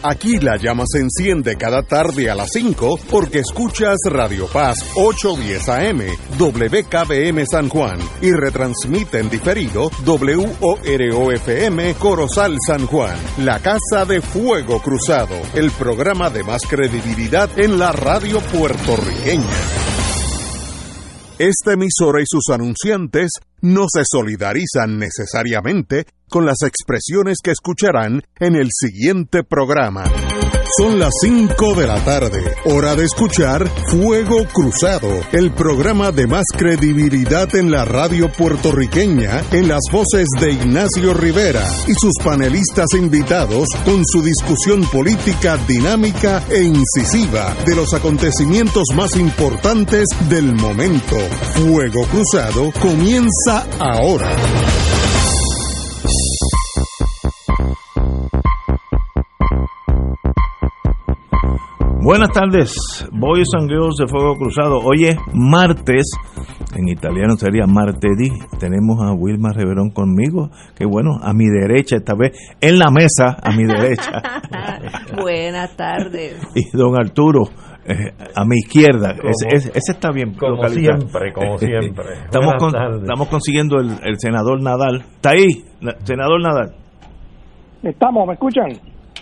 Aquí la llama se enciende cada tarde a las 5 porque escuchas Radio Paz 810 AM, WKBM San Juan y retransmite en diferido WOROFM Corozal San Juan, la Casa de Fuego Cruzado, el programa de más credibilidad en la radio puertorriqueña. Esta emisora y sus anunciantes no se solidarizan necesariamente con las expresiones que escucharán en el siguiente programa. Son las 5 de la tarde, hora de escuchar Fuego Cruzado, el programa de más credibilidad en la radio puertorriqueña, en las voces de Ignacio Rivera y sus panelistas invitados con su discusión política dinámica e incisiva de los acontecimientos más importantes del momento. Fuego Cruzado comienza ahora. Buenas tardes, Boys and Girls de Fuego Cruzado. Hoy es martes, en italiano sería martedì. Tenemos a Wilma Reverón conmigo, que bueno, a mi derecha esta vez, en la mesa, a mi derecha. Buenas tardes. Y don Arturo, a mi izquierda. Ese está bien como localizado. Como siempre. Estamos consiguiendo el senador Nadal. ¿Está ahí, senador Nadal? Estamos, ¿me escuchan?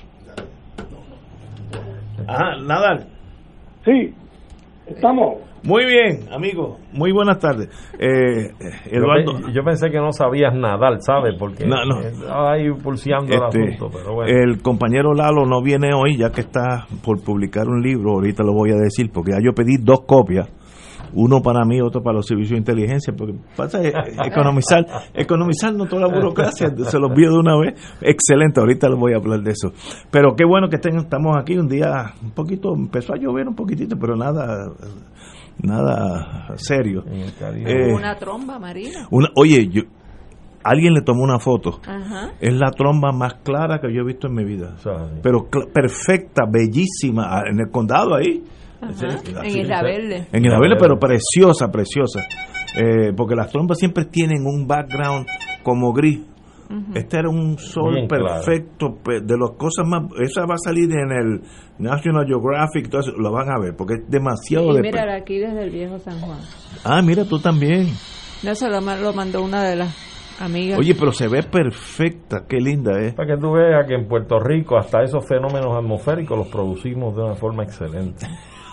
Ajá, Nadal. Sí, estamos. Muy bien, amigo. Muy buenas tardes. Eduardo. Yo pensé que no sabías nadar, ¿sabes? Porque no. Ahí pulseando el asunto, pero bueno. El compañero Lalo no viene hoy, ya que está por publicar un libro. Ahorita lo voy a decir, porque ya yo pedí 2 copias. Uno para mí, otro para los servicios de inteligencia, porque pasa economizar no toda la burocracia, se los envío de una vez. Excelente, ahorita les voy a hablar de eso. Pero qué bueno que estamos aquí un día un poquito, empezó a llover un poquitito, pero nada serio. Una tromba marina. Alguien le tomó una foto. Ajá. Es la tromba más clara que yo he visto en mi vida. Pero perfecta, bellísima, en el condado ahí. Ajá, en Isla Verde. En Isla Verde, pero preciosa. Porque las trombas siempre tienen un background como gris. Uh-huh. Este era un sol bien perfecto, claro. De las cosas más. Esa va a salir en el National Geographic, todo eso, lo van a ver, porque es demasiado. Y mira, aquí desde el viejo San Juan. Ah, mira, tú también. No, se lo mandó una de las amigas. Oye, pero se ve perfecta, qué linda es. Para que tú veas que en Puerto Rico hasta esos fenómenos atmosféricos los producimos de una forma excelente.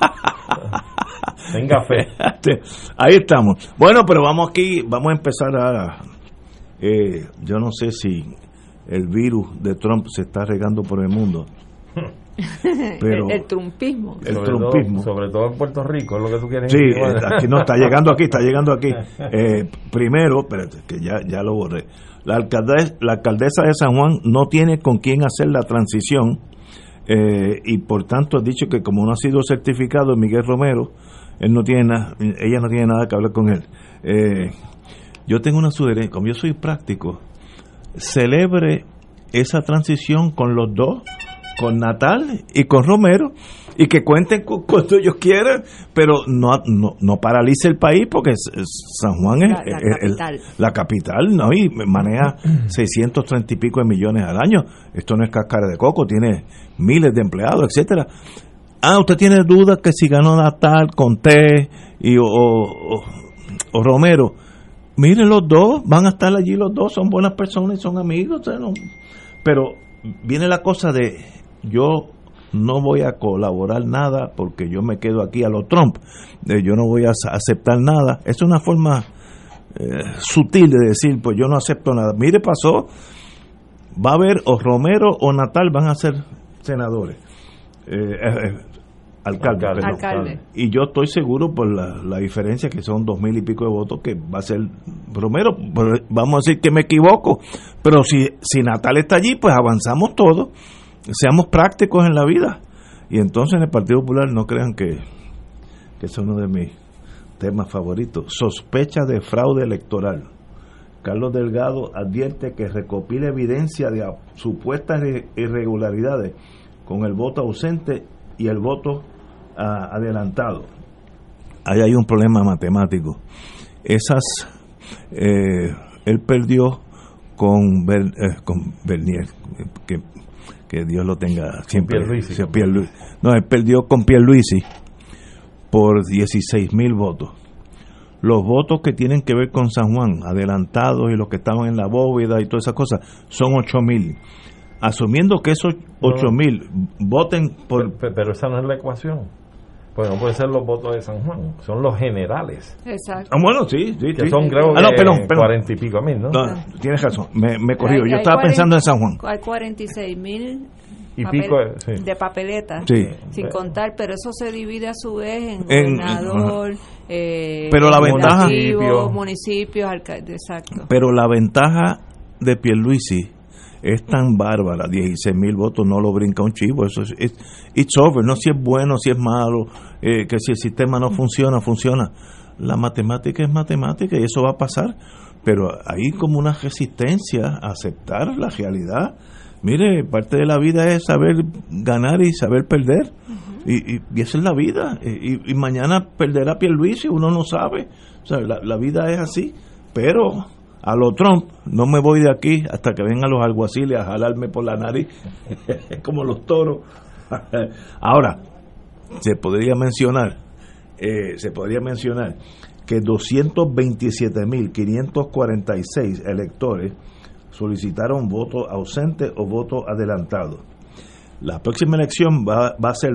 Tenga fe. Ahí estamos. Bueno, pero vamos a empezar yo no sé si el virus de Trump se está regando por el mundo. Pero el trumpismo. Sobre todo en Puerto Rico, es lo que tú quieres decir. Sí, aquí no, está llegando aquí. Primero, espérate, que ya lo borré. La alcaldesa de San Juan no tiene con quién hacer la transición. Y por tanto ha dicho que como no ha sido certificado Miguel Romero, ella no tiene nada que hablar con él. Yo tengo una sugerencia, como yo soy práctico, celebre esa transición con los dos, con Natal y con Romero, y que cuenten cuando ellos quieran, pero no paralice el país, porque San Juan es la capital, ¿no? Y maneja 630 y pico de millones al año. Esto no es cáscara de coco, tiene miles de empleados, etcétera. Usted tiene dudas que si ganó Natal con T o Romero, miren, los dos van a estar allí, los dos son buenas personas y son amigos, ¿no? Pero viene la cosa de yo no voy a colaborar nada porque yo me quedo aquí a lo Trump, yo no voy a aceptar nada. Es una forma sutil de decir, pues yo no acepto nada. Mire, pasó, va a haber o Romero o Natal van a ser senadores, alcalde. Y yo estoy seguro por la diferencia, que son 2,000 y pico de votos, que va a ser Romero. Vamos a decir que me equivoco, pero si Natal está allí, pues avanzamos todos. Seamos prácticos en la vida. Y entonces en el Partido Popular, no crean que es uno de mis temas favoritos. Sospecha de fraude electoral. Carlos Delgado advierte que recopila evidencia de supuestas irregularidades con el voto ausente y el voto adelantado. Ahí hay un problema matemático. Él perdió con Bernier, que que Dios lo tenga siempre. Pierluisi. No, él perdió con Pierluisi por 16,000 votos. Los votos que tienen que ver con San Juan, adelantados y los que estaban en la bóveda y todas esas cosas, son 8,000. Asumiendo que esos 8,000 voten por... Pero esa no es la ecuación. Pues no pueden ser los votos de San Juan, son los generales. Exacto. Bueno, sí. Que son, creo que, no, perdón. 40 y pico mil, ¿no? No, tienes razón, me corrijo. Yo Hay estaba pensando en San Juan. Hay 46,000 y pico, sí. de papeletas, Sí. sin contar, pero eso se divide a su vez en gobernador, pero la ventaja... municipios, alcaldes, exacto. Pero la ventaja de Pierluisi es tan bárbara, 16,000 votos no lo brinca un chivo, eso es it's over, no si es bueno, si es malo, que si el sistema no funciona. La matemática es matemática y eso va a pasar, pero hay como una resistencia a aceptar la realidad. Mire, parte de la vida es saber ganar y saber perder, y esa es la vida, y mañana perderá Pierluisi, uno no sabe, o sea, la vida es así, pero... A lo Trump, no me voy de aquí hasta que vengan los alguaciles a jalarme por la nariz, como los toros. Ahora, se podría mencionar que 227,546 electores solicitaron voto ausente o voto adelantado. La próxima elección va a ser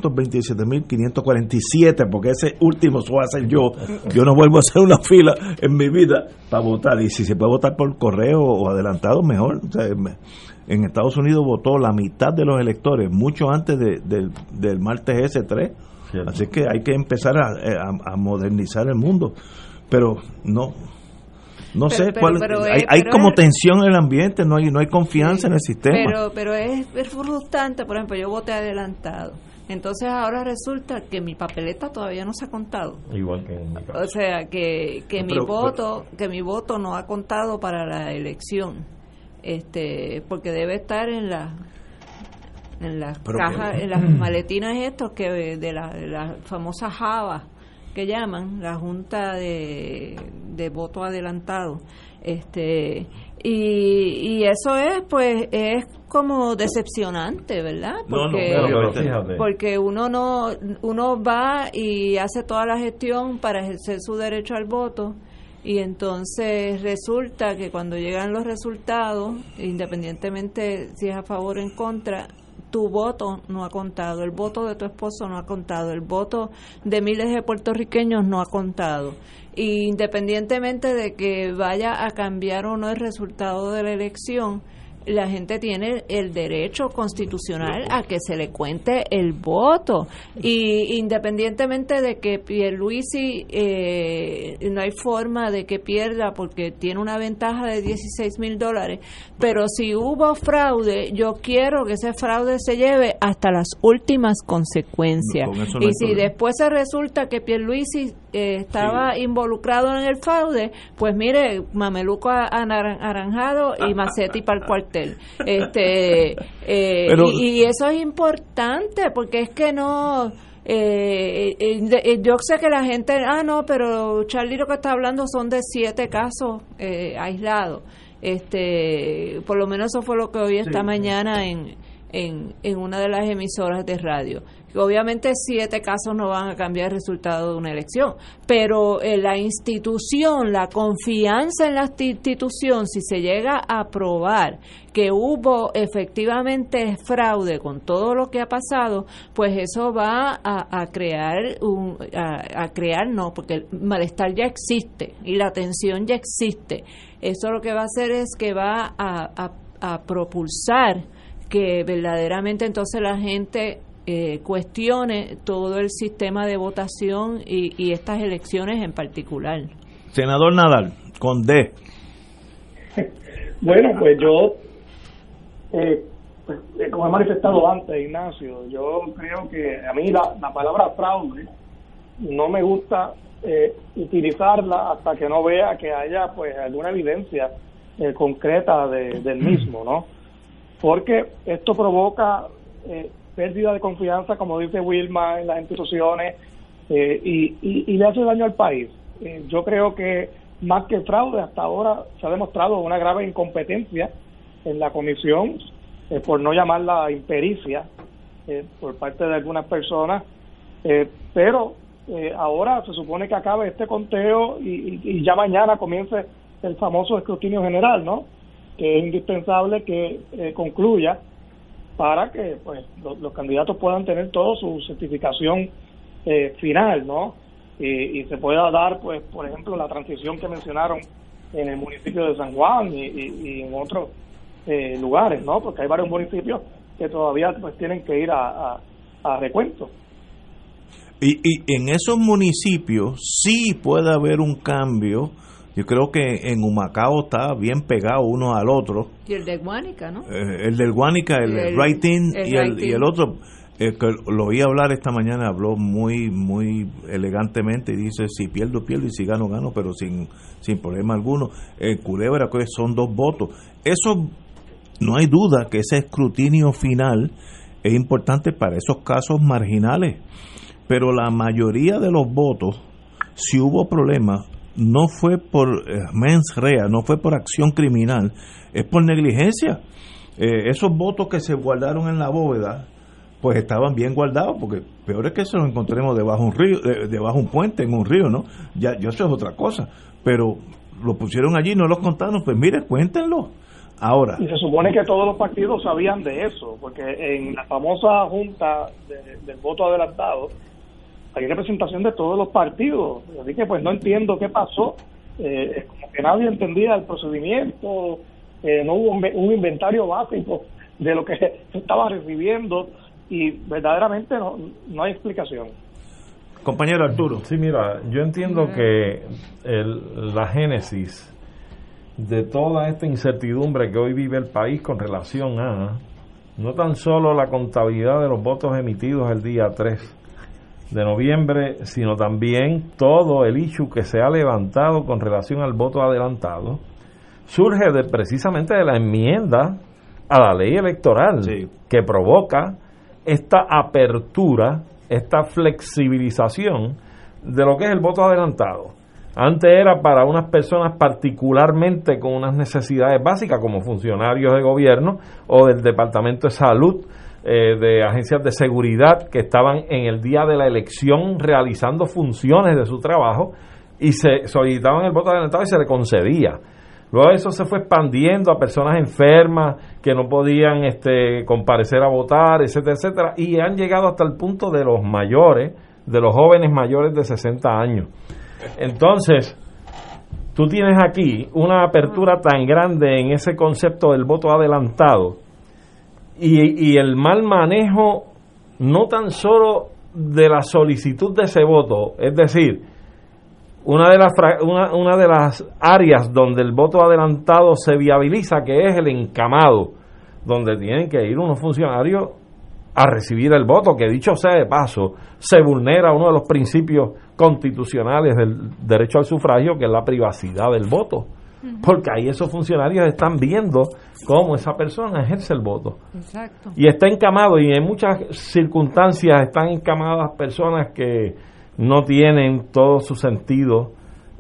227,547, porque ese último se va a hacer yo. Yo no vuelvo a hacer una fila en mi vida para votar. Y si se puede votar por correo o adelantado, mejor. O sea, en Estados Unidos votó la mitad de los electores, mucho antes del martes S3. Cierto. Así que hay que empezar a modernizar el mundo. Pero no sé cuál hay como tensión en el ambiente, no hay confianza en el sistema. Pero es frustrante. Por ejemplo, yo voté adelantado, entonces ahora resulta que mi papeleta todavía no se ha contado, igual que en mi caso. O sea que mi voto no ha contado para la elección, porque debe estar en las cajas, en las maletinas estos que de las famosas Java que llaman la Junta de Voto Adelantado, y eso es como decepcionante, ¿verdad? Porque uno va y hace toda la gestión para ejercer su derecho al voto, y entonces resulta que cuando llegan los resultados, independientemente si es a favor o en contra, tu voto no ha contado, el voto de tu esposo no ha contado, el voto de miles de puertorriqueños no ha contado. Y independientemente de que vaya a cambiar o no el resultado de la elección, la gente tiene el derecho constitucional a que se le cuente el voto, y independientemente de que Pierluisi no hay forma de que pierda porque tiene una ventaja de $16,000, pero si hubo fraude, yo quiero que ese fraude se lleve hasta las últimas consecuencias, y si después se resulta que Pierluisi estaba involucrado en el fraude, pues mire, mameluco anaranjado y maceti para el cuartel. Y eso es importante, porque es que no, yo sé que la gente, no, pero Charlie lo que está hablando son de 7 casos aislados, por lo menos eso fue lo que oí esta mañana en una de las emisoras de radio. Obviamente 7 casos no van a cambiar el resultado de una elección, pero la institución, la confianza en la institución, si se llega a probar que hubo efectivamente fraude con todo lo que ha pasado, pues eso va a crear porque el malestar ya existe y la tensión ya existe. Eso lo que va a hacer es que va a propulsar que verdaderamente entonces la gente cuestione todo el sistema de votación y estas elecciones en particular. Senador Nadal, con D. Bueno, pues yo, como he manifestado antes, Ignacio, yo creo que a mí la palabra fraude no me gusta utilizarla hasta que no vea que haya pues alguna evidencia concreta del mismo, ¿no? Porque esto provoca pérdida de confianza, como dice Wilma, en las instituciones, y le hace daño al país. Yo creo que más que fraude, hasta ahora se ha demostrado una grave incompetencia en la comisión por no llamarla impericia por parte de algunas personas, pero ahora se supone que acabe este conteo y ya mañana comience el famoso escrutinio general, ¿no? Que es indispensable que concluya para que pues los candidatos puedan tener toda su certificación final, ¿no? Y se pueda dar, pues, por ejemplo, la transición que mencionaron en el municipio de San Juan y en otros lugares, ¿no? Porque hay varios municipios que todavía pues tienen que ir a recuento. Y en esos municipios sí puede haber un cambio. Yo creo que en Humacao está bien pegado uno al otro. Y el de Guánica, ¿no? El del Guánica, el Writing y el otro, que lo oí hablar esta mañana, habló muy elegantemente y dice, si pierdo, pierdo, y si gano, gano, pero sin problema alguno. Culebra, que son 2 votos. Eso, no hay duda que ese escrutinio final es importante para esos casos marginales, pero la mayoría de los votos, si hubo problemas, no fue por mens rea, no fue por acción criminal, es por negligencia. Esos votos que se guardaron en la bóveda, pues estaban bien guardados, porque peor es que se los encontremos debajo un río, debajo un puente en un río, ¿no? Ya eso es otra cosa, pero lo pusieron allí, no los contaron, pues mire, cuéntenlo. Ahora, y se supone que todos los partidos sabían de eso, porque en la famosa junta del voto adelantado hay representación de todos los partidos, así que pues no entiendo qué pasó, como que nadie entendía el procedimiento, no hubo un inventario básico de lo que se estaba recibiendo y verdaderamente no hay explicación. Compañero Arturo. Sí, mira, yo entiendo que la génesis de toda esta incertidumbre que hoy vive el país con relación a no tan solo la contabilidad de los votos emitidos el día 3 de noviembre, sino también todo el issue que se ha levantado con relación al voto adelantado, surge precisamente de la enmienda a la ley electoral, sí, que provoca esta apertura, esta flexibilización de lo que es el voto adelantado. Antes era para unas personas particularmente con unas necesidades básicas, como funcionarios de gobierno o del Departamento de Salud, de agencias de seguridad que estaban en el día de la elección realizando funciones de su trabajo y se solicitaban el voto adelantado y se le concedía. Luego eso se fue expandiendo a personas enfermas que no podían comparecer a votar, etcétera, etcétera, y han llegado hasta el punto de los mayores, de los jóvenes mayores de 60 años. Entonces, tú tienes aquí una apertura tan grande en ese concepto del voto adelantado y el mal manejo no tan solo de la solicitud de ese voto, es decir, una de las áreas donde el voto adelantado se viabiliza, que es el encamado, donde tienen que ir unos funcionarios a recibir el voto, que dicho sea de paso, se vulnera uno de los principios constitucionales del derecho al sufragio, que es la privacidad del voto, porque ahí esos funcionarios están viendo cómo esa persona ejerce el voto. Exacto. Y está encamado, y en muchas circunstancias están encamadas personas que no tienen todo su sentido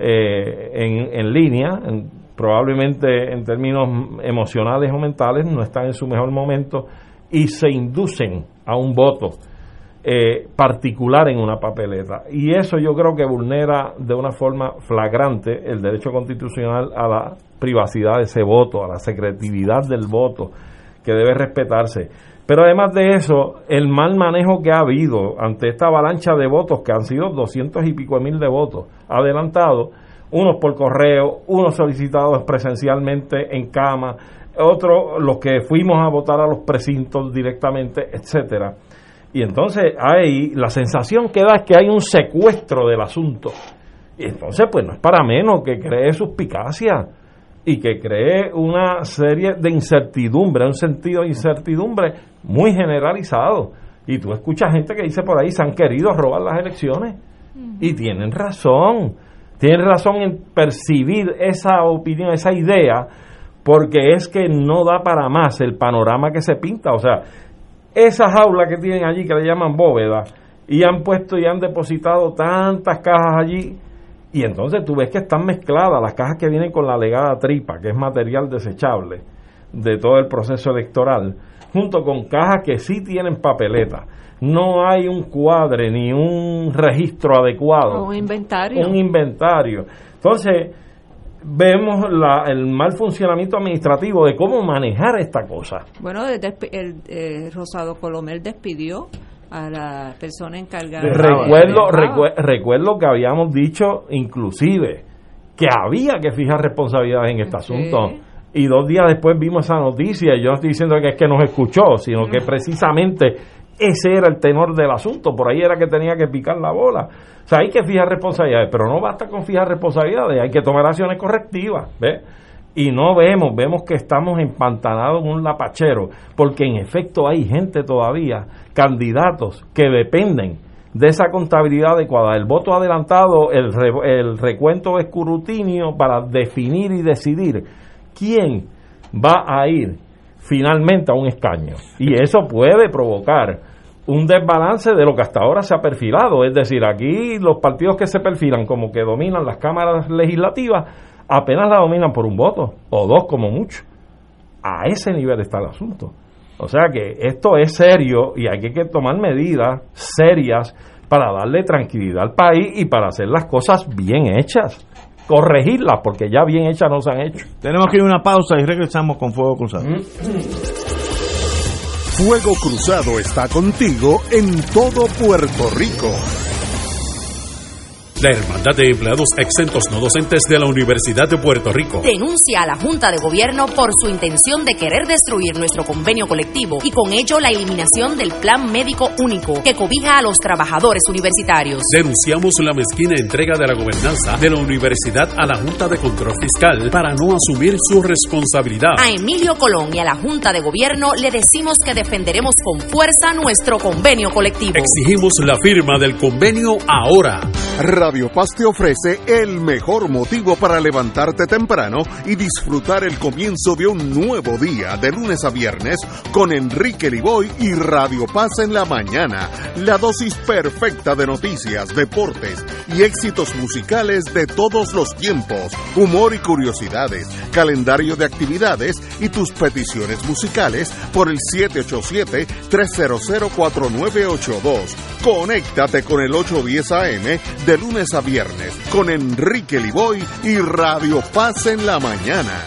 en línea, probablemente en términos emocionales o mentales no están en su mejor momento y se inducen a un voto particular en una papeleta, y eso yo creo que vulnera de una forma flagrante el derecho constitucional a la privacidad de ese voto, a la secretividad del voto, que debe respetarse. Pero además de eso, el mal manejo que ha habido ante esta avalancha de votos, que han sido 200 y pico mil de votos adelantados, unos por correo, unos solicitados presencialmente en cama, otros los que fuimos a votar a los precintos directamente, etcétera. Y entonces hay la sensación que da es que hay un secuestro del asunto. Y entonces pues no es para menos que cree suspicacia y que cree una serie de incertidumbre, un sentido de incertidumbre muy generalizado. Y tú escuchas gente que dice por ahí, se han querido robar las elecciones. Y tienen razón en percibir esa opinión, esa idea, porque es que no da para más el panorama que se pinta. O sea, esa jaula que tienen allí, que le llaman bóveda, y han puesto y han depositado tantas cajas allí, y entonces tú ves que están mezcladas las cajas que vienen con la alegada tripa, que es material desechable, de todo el proceso electoral, junto con cajas que sí tienen papeleta. No hay un cuadre ni un registro adecuado. Un inventario. Entonces, vemos el mal funcionamiento administrativo de cómo manejar esta cosa. Bueno, Rosado Colomel despidió a la persona encargada. Recuerdo que habíamos dicho inclusive que había que fijar responsabilidades en este asunto. Y 2 días después vimos esa noticia, y yo no estoy diciendo que es que nos escuchó, sino que precisamente ese era el tenor del asunto, por ahí era que tenía que picar la bola. O sea, hay que fijar responsabilidades, pero no basta con fijar responsabilidades, hay que tomar acciones correctivas, ¿ves? Y no vemos que estamos empantanados en un lapachero, porque en efecto hay gente todavía, candidatos que dependen de esa contabilidad adecuada, el voto adelantado, el recuento de escrutinio para definir y decidir quién va a ir finalmente a un escaño. Y eso puede provocar un desbalance de lo que hasta ahora se ha perfilado. Es decir, aquí los partidos que se perfilan como que dominan las cámaras legislativas, apenas la dominan por un voto, o 2 como mucho. A ese nivel está el asunto. O sea que esto es serio y hay que tomar medidas serias para darle tranquilidad al país y para hacer las cosas bien hechas. Corregirlas, porque ya bien hechas no se han hecho. Tenemos que ir a una pausa y regresamos con Fuego Cruzado. Fuego Cruzado está contigo en todo Puerto Rico. La Hermandad de Empleados Exentos No Docentes de la Universidad de Puerto Rico denuncia a la Junta de Gobierno por su intención de querer destruir nuestro convenio colectivo y con ello la eliminación del Plan Médico Único que cobija a los trabajadores universitarios. Denunciamos la mezquina entrega de la gobernanza de la universidad a la Junta de Control Fiscal para no asumir su responsabilidad. A Emilio Colón y a la Junta de Gobierno le decimos que defenderemos con fuerza nuestro convenio colectivo. Exigimos la firma del convenio ahora. Radio Paz te ofrece el mejor motivo para levantarte temprano y disfrutar el comienzo de un nuevo día de lunes a viernes con Enrique Liboy y Radio Paz en la mañana. La dosis perfecta de noticias, deportes y éxitos musicales de todos los tiempos, humor y curiosidades, calendario de actividades y tus peticiones musicales por el 787-300-4982. Conéctate con el 810 AM de lunes a viernes con Enrique Liboy y Radio Paz en la mañana.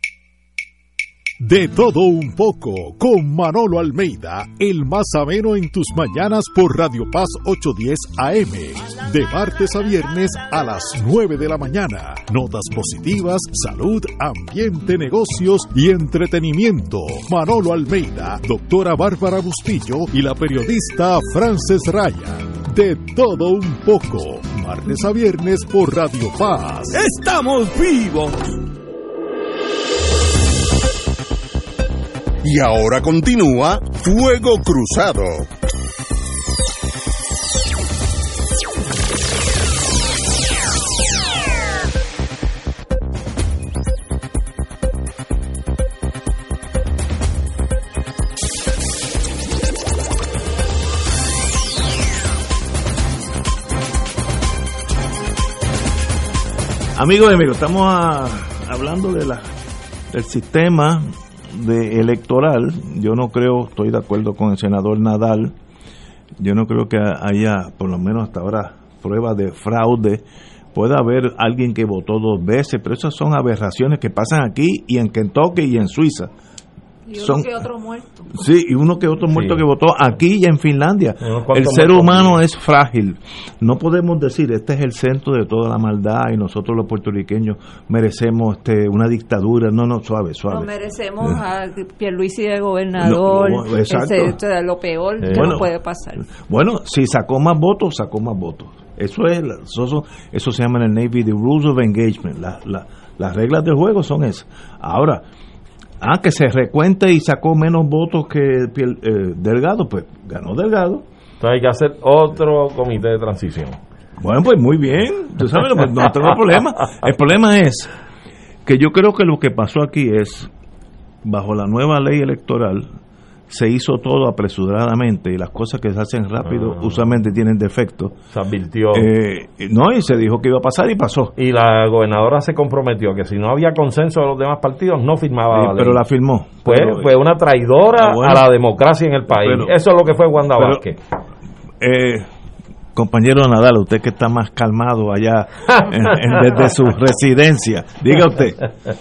De todo un poco, con Manolo Almeida, el más ameno en tus mañanas por Radio Paz 810 AM, de martes a viernes a las 9 de la mañana. Notas positivas, salud, ambiente, negocios y entretenimiento. Manolo Almeida, doctora Bárbara Bustillo y la periodista Frances Ryan. De todo un poco, martes a viernes por Radio Paz. ¡Estamos vivos! Y ahora continúa Fuego Cruzado. Amigos y amigos, estamos hablando de del sistema electoral. Yo no creo, estoy de acuerdo con el senador Nadal, yo no creo que haya, por lo menos hasta ahora, pruebas de fraude. Puede haber alguien que votó 2 veces, pero esas son aberraciones que pasan aquí y en Kentucky y en Suiza. Y uno que otro muerto. Sí, y uno que otro muerto que votó aquí y en Finlandia. El ser humano es frágil. No podemos decir, este es el centro de toda la maldad y nosotros los puertorriqueños merecemos una dictadura. No, suave. No merecemos a Pierluisi de gobernador. No, exacto. Lo peor que nos puede pasar. Bueno, si sacó más votos, Eso se llama en el Navy the Rules of Engagement. Las reglas del juego son esas. Ahora, que se recuente y sacó menos votos que Delgado, pues ganó Delgado. Entonces hay que hacer otro comité de transición. Bueno, pues muy bien, tú sabes, pues no tengo problema. El problema es que yo creo que lo que pasó aquí es, bajo la nueva ley electoral, se hizo todo apresuradamente y las cosas que se hacen rápido usualmente tienen defectos. Se advirtió. No, y se dijo que iba a pasar y pasó. Y la gobernadora se comprometió que si no había consenso de los demás partidos no firmaba la ley. Pero la firmó. Fue una traidora a la democracia en el país. Eso es lo que fue Wanda Vázquez. Compañero Nadal, usted que está más calmado allá desde su residencia, diga usted.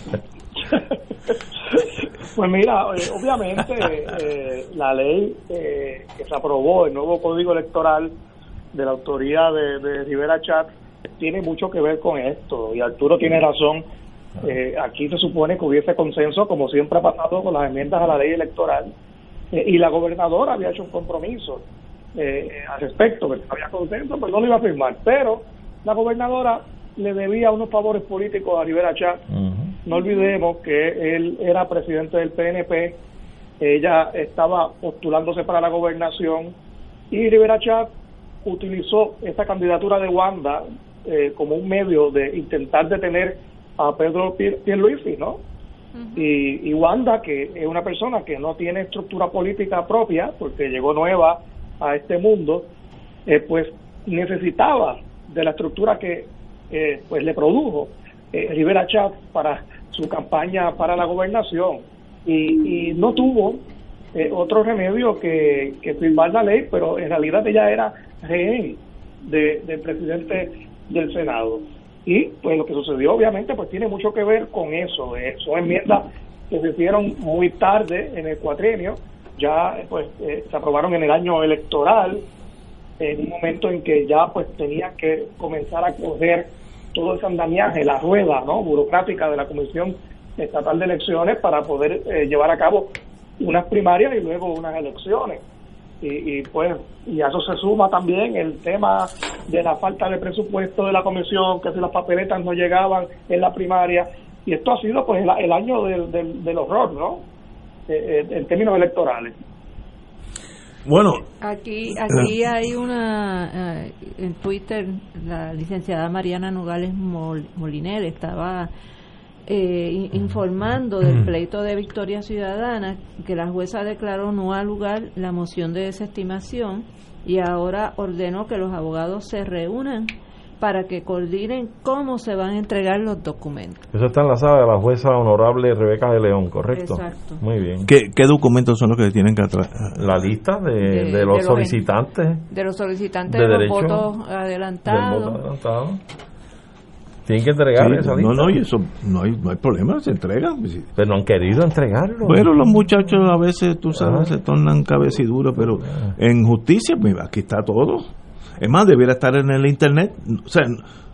Pues mira, obviamente la ley que se aprobó, el nuevo Código Electoral de la autoría de Rivera Schatz, tiene mucho que ver con esto, y Arturo tiene razón. Aquí se supone que hubiese consenso, como siempre ha pasado con las enmiendas a la ley electoral, y la gobernadora había hecho un compromiso al respecto, que si no había consenso, pues no lo iba a firmar, pero la gobernadora le debía unos favores políticos a Rivera Schatz. No olvidemos que él era presidente del PNP, ella estaba postulándose para la gobernación, y Rivera Schatz utilizó esta candidatura de Wanda como un medio de intentar detener a Pedro Pierluisi, ¿no? Y Wanda, que es una persona que no tiene estructura política propia, porque llegó nueva a este mundo, pues necesitaba de la estructura que pues le produjo Rivera Schatz para su campaña para la gobernación, y no tuvo otro remedio que firmar la ley, pero en realidad ella era rehén del presidente del Senado. Y pues lo que sucedió obviamente pues tiene mucho que ver con eso. Son enmiendas que se hicieron muy tarde en el cuatrienio, ya pues se aprobaron en el año electoral, en un momento en que ya pues tenía que comenzar a correr todo ese andamiaje, la rueda, ¿no?, burocrática de la Comisión Estatal de Elecciones para poder llevar a cabo unas primarias y luego unas elecciones. Y pues y a eso se suma también el tema de la falta de presupuesto de la comisión, que si las papeletas no llegaban en la primaria, y esto ha sido pues el año del horror, ¿no?, en términos electorales. Bueno, aquí hay una en Twitter, la licenciada Mariana Nogales Moliner estaba informando del pleito de Victoria Ciudadana, que la jueza declaró no al lugar la moción de desestimación y ahora ordenó que los abogados se reúnan para que coordinen cómo se van a entregar los documentos. Eso está en la sala de la jueza honorable Rebeca de León, ¿correcto? Exacto. Muy bien. ¿Qué documentos son los que tienen que atrás? La lista de los solicitantes. De los solicitantes de los votos adelantados. Tienen que entregar esa lista. No, y eso no hay problema, se entregan. Pero no han querido entregarlo. Bueno, los muchachos a veces, tú sabes, se tornan cabeciduros, pero en justicia, mira, aquí está todo. Es más, debiera estar en el internet. O sea,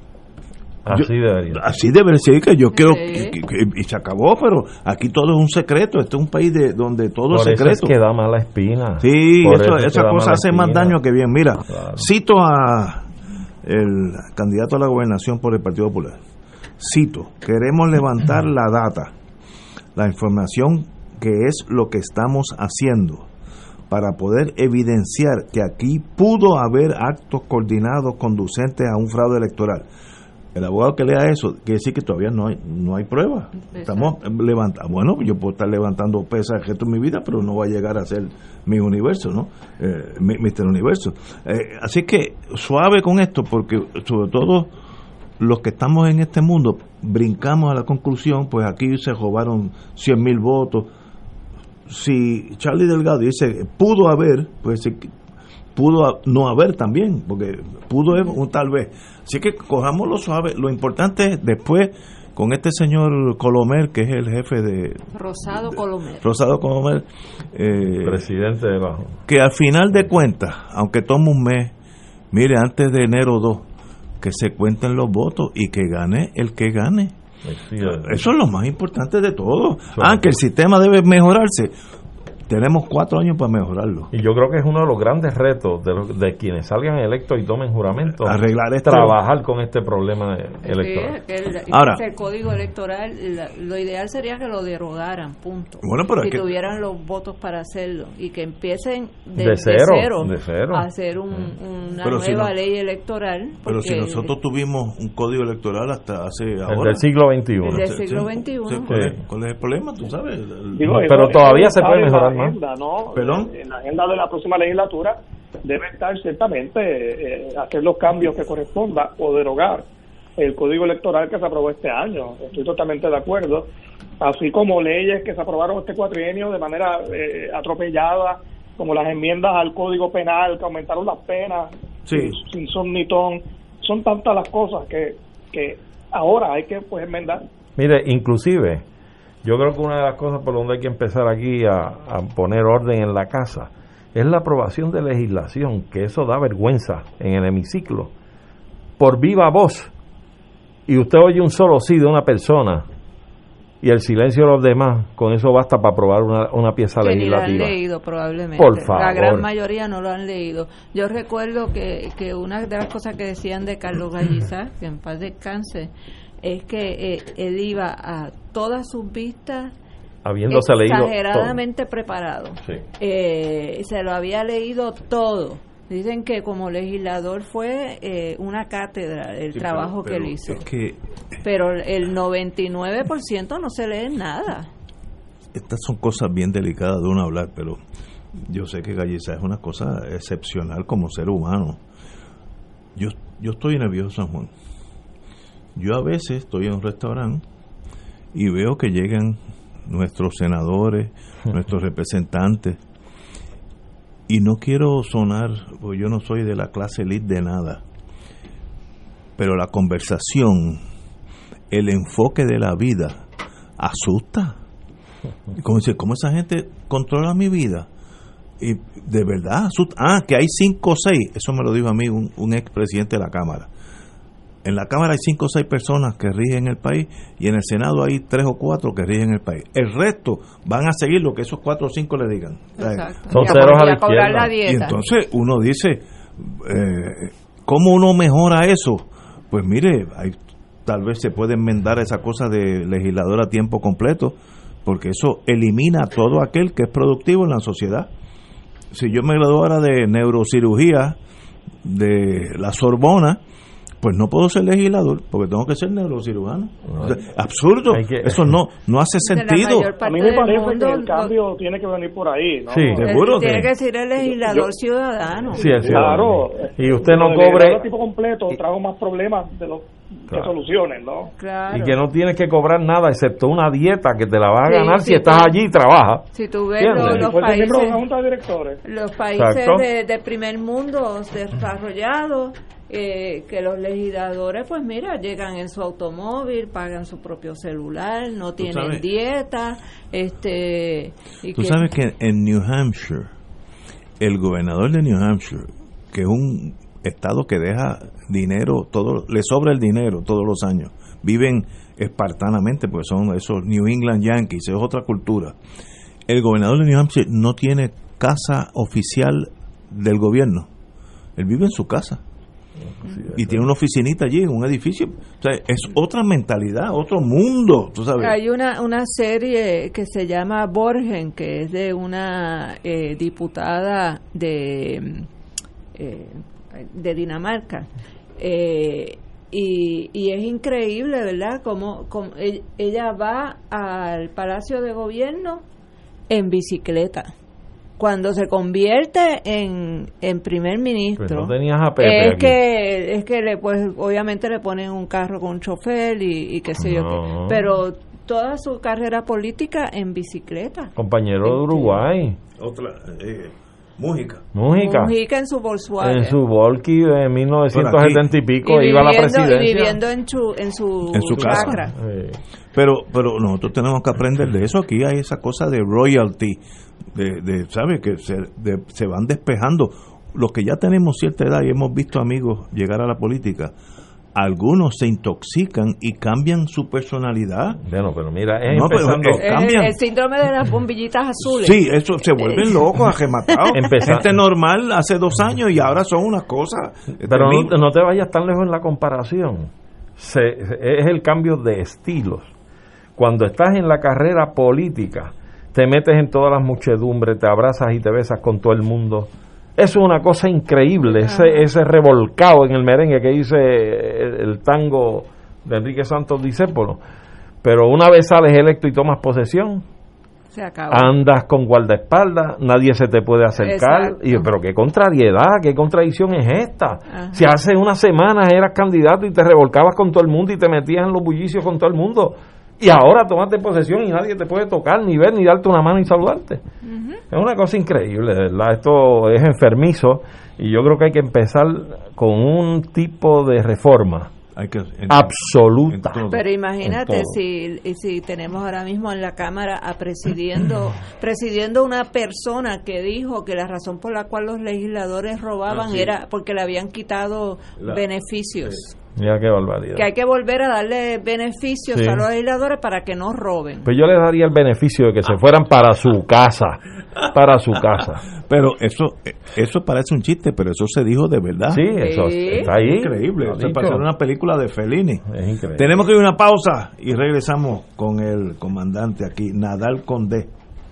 así debería ser, que yo creo y se acabó, pero aquí todo es un secreto. Este es un país donde todo es secreto. Por eso es que da mala espina. Sí, esa cosa hace más daño que bien. Mira, cito a el candidato a la gobernación por el Partido Popular. Cito: queremos levantar la data, la información, que es lo que estamos haciendo, para poder evidenciar que aquí pudo haber actos coordinados conducentes a un fraude electoral. El abogado que lea eso quiere decir que todavía no hay pruebas. Estamos levantando. Bueno, yo puedo estar levantando pesas el resto de mi vida, pero no va a llegar a ser mi universo, ¿no? Mr. Universo. Así que suave con esto, porque sobre todo los que estamos en este mundo brincamos a la conclusión, pues aquí se robaron 100,000 votos. Si Charlie Delgado dice pudo haber, pues pudo no haber también, porque pudo haber un tal vez. Así que cojámoslo suave. Lo importante es después con este señor Colomer, que es el jefe de Rosado Colomer, presidente de la, que al final de cuentas, aunque tome un mes, mire, antes de enero 2, que se cuenten los votos y que gane el que gane. Eso es lo más importante de todo. Que el sistema debe mejorarse. Tenemos 4 años para mejorarlo. Y yo creo que es uno de los grandes retos de quienes salgan electos y tomen juramento, arreglar esto, trabajar con este problema electoral. Ahora, el código electoral, lo ideal sería que lo derogaran, punto. Bueno, pero si tuvieran los votos para hacerlo y que empiecen de cero a hacer una nueva ley electoral. Pero si nosotros tuvimos un código electoral hasta hace el del siglo XXI. El del siglo XXI. ¿Cuál es el problema? Tú sabes. Pero todavía se puede mejorar. agenda, ¿no? ¿Perdón? En la agenda de la próxima legislatura debe estar ciertamente hacer los cambios que corresponda o derogar el código electoral que se aprobó este año. Estoy totalmente de acuerdo. Así como leyes que se aprobaron este cuatrienio de manera atropellada, como las enmiendas al código penal que aumentaron las penas, sin son ni ton. Son tantas las cosas que ahora hay que pues enmendar. Mire, inclusive, yo creo que una de las cosas por donde hay que empezar aquí a poner orden en la casa es la aprobación de legislación, que eso da vergüenza en el hemiciclo, por viva voz. Y usted oye un solo sí de una persona y el silencio de los demás, con eso basta para aprobar una pieza que legislativa. ni lo han leído probablemente. Por favor. La gran mayoría no lo han leído. Yo recuerdo que una de las cosas que decían de Carlos Gallizá, que en paz descanse, es que él iba a todas sus vistas habiéndose exageradamente leído preparado. Sí. Se lo había leído todo. Dicen que como legislador fue una cátedra el trabajo que él hizo. Pero el 99% no se lee nada. Estas son cosas bien delicadas de uno hablar, pero yo sé que Gallizá es una cosa excepcional como ser humano. Yo estoy nervioso, San Juan. Yo a veces estoy en un restaurante y veo que llegan nuestros senadores, nuestros representantes, y no quiero sonar, porque yo no soy de la clase elite de nada, pero la conversación, el enfoque de la vida asusta. Como dice, ¿cómo esa gente controla mi vida? Y de verdad asusta. Que hay 5 o 6, eso me lo dijo a mí un expresidente de la Cámara. En la Cámara hay 5 o 6 personas que rigen el país, y en el Senado hay 3 o 4 que rigen el país. El resto van a seguir lo que esos 4 o 5 le digan. Exacto. Son ceros a la izquierda. La dieta. Y entonces uno dice, ¿cómo uno mejora eso? Pues mire, tal vez se puede enmendar esa cosa de legislador a tiempo completo, porque eso elimina a todo aquel que es productivo en la sociedad. Si yo me graduara de neurocirugía de la Sorbona, pues no puedo ser legislador porque tengo que ser neurocirujano. O sea, absurdo. Eso no hace sentido. A mí me parece que el cambio tiene que venir por ahí, ¿no? Sí, seguro. Tiene que ser el legislador ciudadano. Sí, claro. Y usted no el cobre. El tipo completo trajo más problemas de los que soluciones, ¿no? Claro. Y que no tienes que cobrar nada excepto una dieta que te la vas a ganar si estás allí y trabajas. Si tú ves los países de primer mundo desarrollados, que los legisladores, pues mira, llegan en su automóvil, pagan su propio celular, no tienen dieta, Tú sabes que en New Hampshire, el gobernador de New Hampshire, que es un estado que deja dinero, le sobra el dinero todos los años, viven espartanamente porque son esos New England Yankees, es otra cultura. El gobernador de New Hampshire no tiene casa oficial del gobierno, él vive en su casa. Y tiene una oficinita allí en un edificio. O sea, es otra mentalidad, otro mundo, tú sabes. Hay una serie que se llama Borgen, que es de una diputada de Dinamarca, y es increíble, ¿verdad? Como ella va al Palacio de Gobierno en bicicleta. Cuando se convierte en primer ministro, pues no tenías a Pepe es que pues obviamente le ponen un carro con un chofer y qué sé yo qué, pero toda su carrera política en bicicleta. Compañero de Uruguay. Otra Mújica en su Volkswagen. En su Volky de 1970 y pico iba a la presidencia. Y viviendo en su casa. Pero nosotros tenemos que aprender de eso. Aquí hay esa cosa de royalty, ¿sabes? Que se van despejando. Los que ya tenemos cierta edad y hemos visto amigos llegar a la política, algunos se intoxican y cambian su personalidad. Bueno, pero mira, el síndrome de las bombillitas azules. Sí, eso, se vuelven locos, arrematados. Gente normal hace 2 años y ahora son una cosa. Pero no te vayas tan lejos en la comparación. Es el cambio de estilos. Cuando estás en la carrera política, te metes en todas las muchedumbres, te abrazas y te besas con todo el mundo. Eso es una cosa increíble, ese revolcado en el merengue que dice el tango de Enrique Santos Discépolo. Pero una vez sales electo y tomas posesión, andas con guardaespaldas, nadie se te puede acercar. Y yo, pero qué contrariedad, qué contradicción es esta. Ajá. Si hace unas semanas eras candidato y te revolcabas con todo el mundo y te metías en los bullicios con todo el mundo, y ahora tomaste posesión y nadie te puede tocar, ni ver, ni darte una mano y saludarte. Uh-huh. Es una cosa increíble, de verdad. Esto es enfermizo y yo creo que hay que empezar con un tipo de reforma absoluta. Pero imagínate si tenemos ahora mismo en la Cámara a presidiendo una persona que dijo que la razón por la cual los legisladores robaban era porque le habían quitado beneficios. Mira qué barbaridad. Que hay que volver a darle beneficios a los legisladores para que no roben. Pues yo les daría el beneficio de que se fueran para su casa. Pero eso parece un chiste, pero eso se dijo de verdad. Sí, eso está ahí. Es increíble. Eso parece una película de Fellini. Es increíble. Tenemos que ir a una pausa y regresamos con el comandante aquí, Nadal Condé.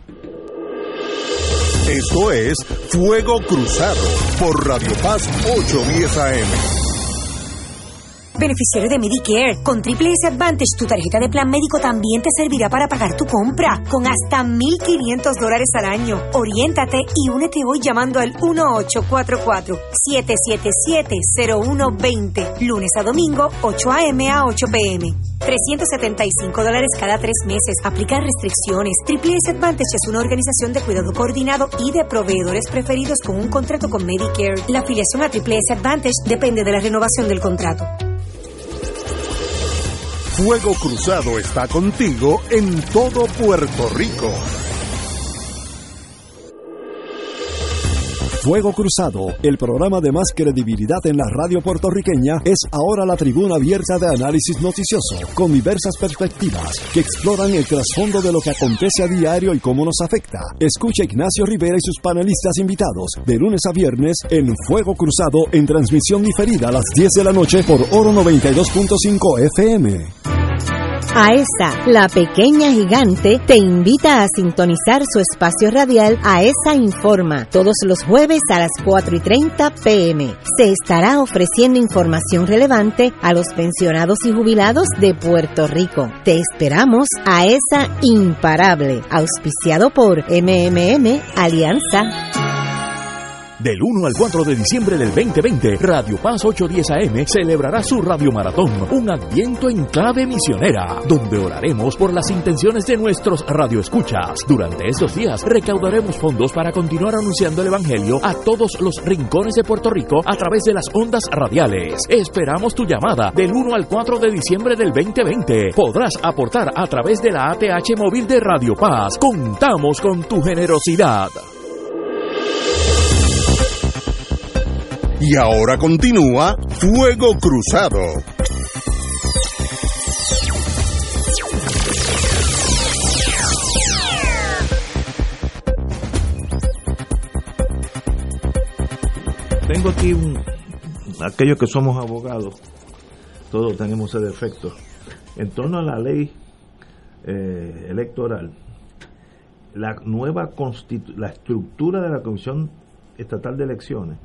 Esto es Fuego Cruzado por Radio Paz 810 AM. Beneficiario de Medicare, con Triple S Advantage, tu tarjeta de plan médico también te servirá para pagar tu compra, con hasta $1,500 al año. Oriéntate y únete hoy llamando al 1844-777-0120, lunes a domingo, 8 a.m. a 8 p.m. $375 cada 3 meses. Aplican restricciones. Triple S Advantage es una organización de cuidado coordinado y de proveedores preferidos con un contrato con Medicare. La afiliación a Triple S Advantage depende de la renovación del contrato. Fuego Cruzado está contigo en todo Puerto Rico. Fuego Cruzado, el programa de más credibilidad en la radio puertorriqueña, es ahora la tribuna abierta de análisis noticioso, con diversas perspectivas que exploran el trasfondo de lo que acontece a diario y cómo nos afecta. Escucha Ignacio Rivera y sus panelistas invitados de lunes a viernes en Fuego Cruzado, en transmisión diferida a las 10 de la noche por Oro 92.5 FM. AESA, la pequeña gigante, te invita a sintonizar su espacio radial AESA Informa, todos los jueves a las 4:30 p.m. Se estará ofreciendo información relevante a los pensionados y jubilados de Puerto Rico. Te esperamos, AESA Imparable, auspiciado por MMM Alianza. Del 1 al 4 de diciembre del 2020, Radio Paz 810 AM celebrará su Radio Maratón, un adviento en clave misionera, donde oraremos por las intenciones de nuestros radioescuchas. Durante estos días, recaudaremos fondos para continuar anunciando el Evangelio a todos los rincones de Puerto Rico a través de las ondas radiales. Esperamos tu llamada del 1 al 4 de diciembre del 2020. Podrás aportar a través de la ATH móvil de Radio Paz. Contamos con tu generosidad. Y ahora continúa Fuego Cruzado. Tengo aquí aquellos que somos abogados, todos tenemos ese defecto. En torno a la ley electoral, la nueva la estructura de la Comisión Estatal de Elecciones,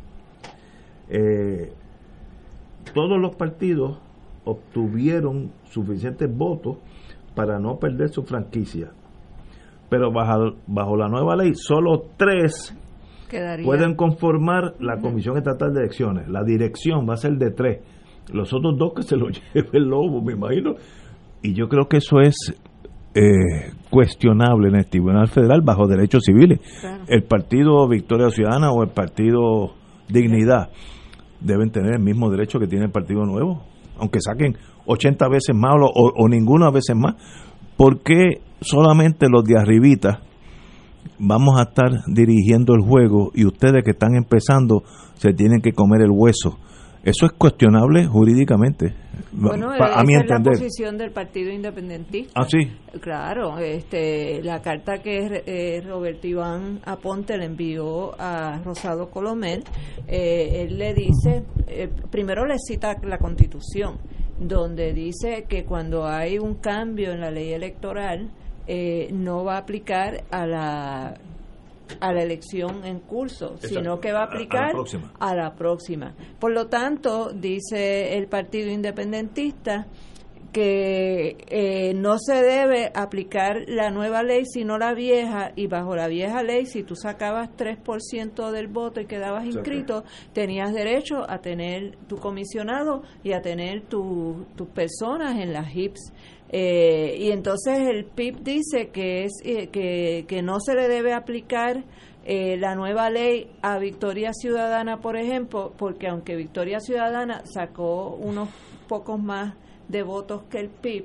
todos los partidos obtuvieron suficientes votos para no perder su franquicia, pero bajo la nueva ley solo 3 pueden conformar la Comisión Estatal de Elecciones. La dirección va a ser de 3, los otros 2 que se lo lleve el lobo, me imagino. Y yo creo que eso es cuestionable en el Tribunal Federal bajo derechos civiles. Claro. El partido Victoria Ciudadana o el partido Dignidad deben tener el mismo derecho que tiene el Partido Nuevo, aunque saquen 80 veces más o ninguna veces más. ¿Por qué solamente los de arribita vamos a estar dirigiendo el juego y ustedes que están empezando se tienen que comer el hueso? Eso es cuestionable jurídicamente. Bueno, a mi entender. Es la posición del Partido Independentista. Ah, sí. Claro, la carta que Roberto Iván Aponte le envió a Rosado Colomel, él le dice, primero le cita la Constitución, donde dice que cuando hay un cambio en la ley electoral, no va a aplicar a la elección en curso, sino que va a aplicar a la próxima. Por lo tanto, dice el Partido Independentista que no se debe aplicar la nueva ley sino la vieja, y bajo la vieja ley si tú sacabas 3% del voto y quedabas inscrito, tenías derecho a tener tu comisionado y a tener tus personas en las HIPS. Y entonces el PIB dice que es que no se le debe aplicar la nueva ley a Victoria Ciudadana, por ejemplo, porque aunque Victoria Ciudadana sacó unos pocos más de votos que el PIB,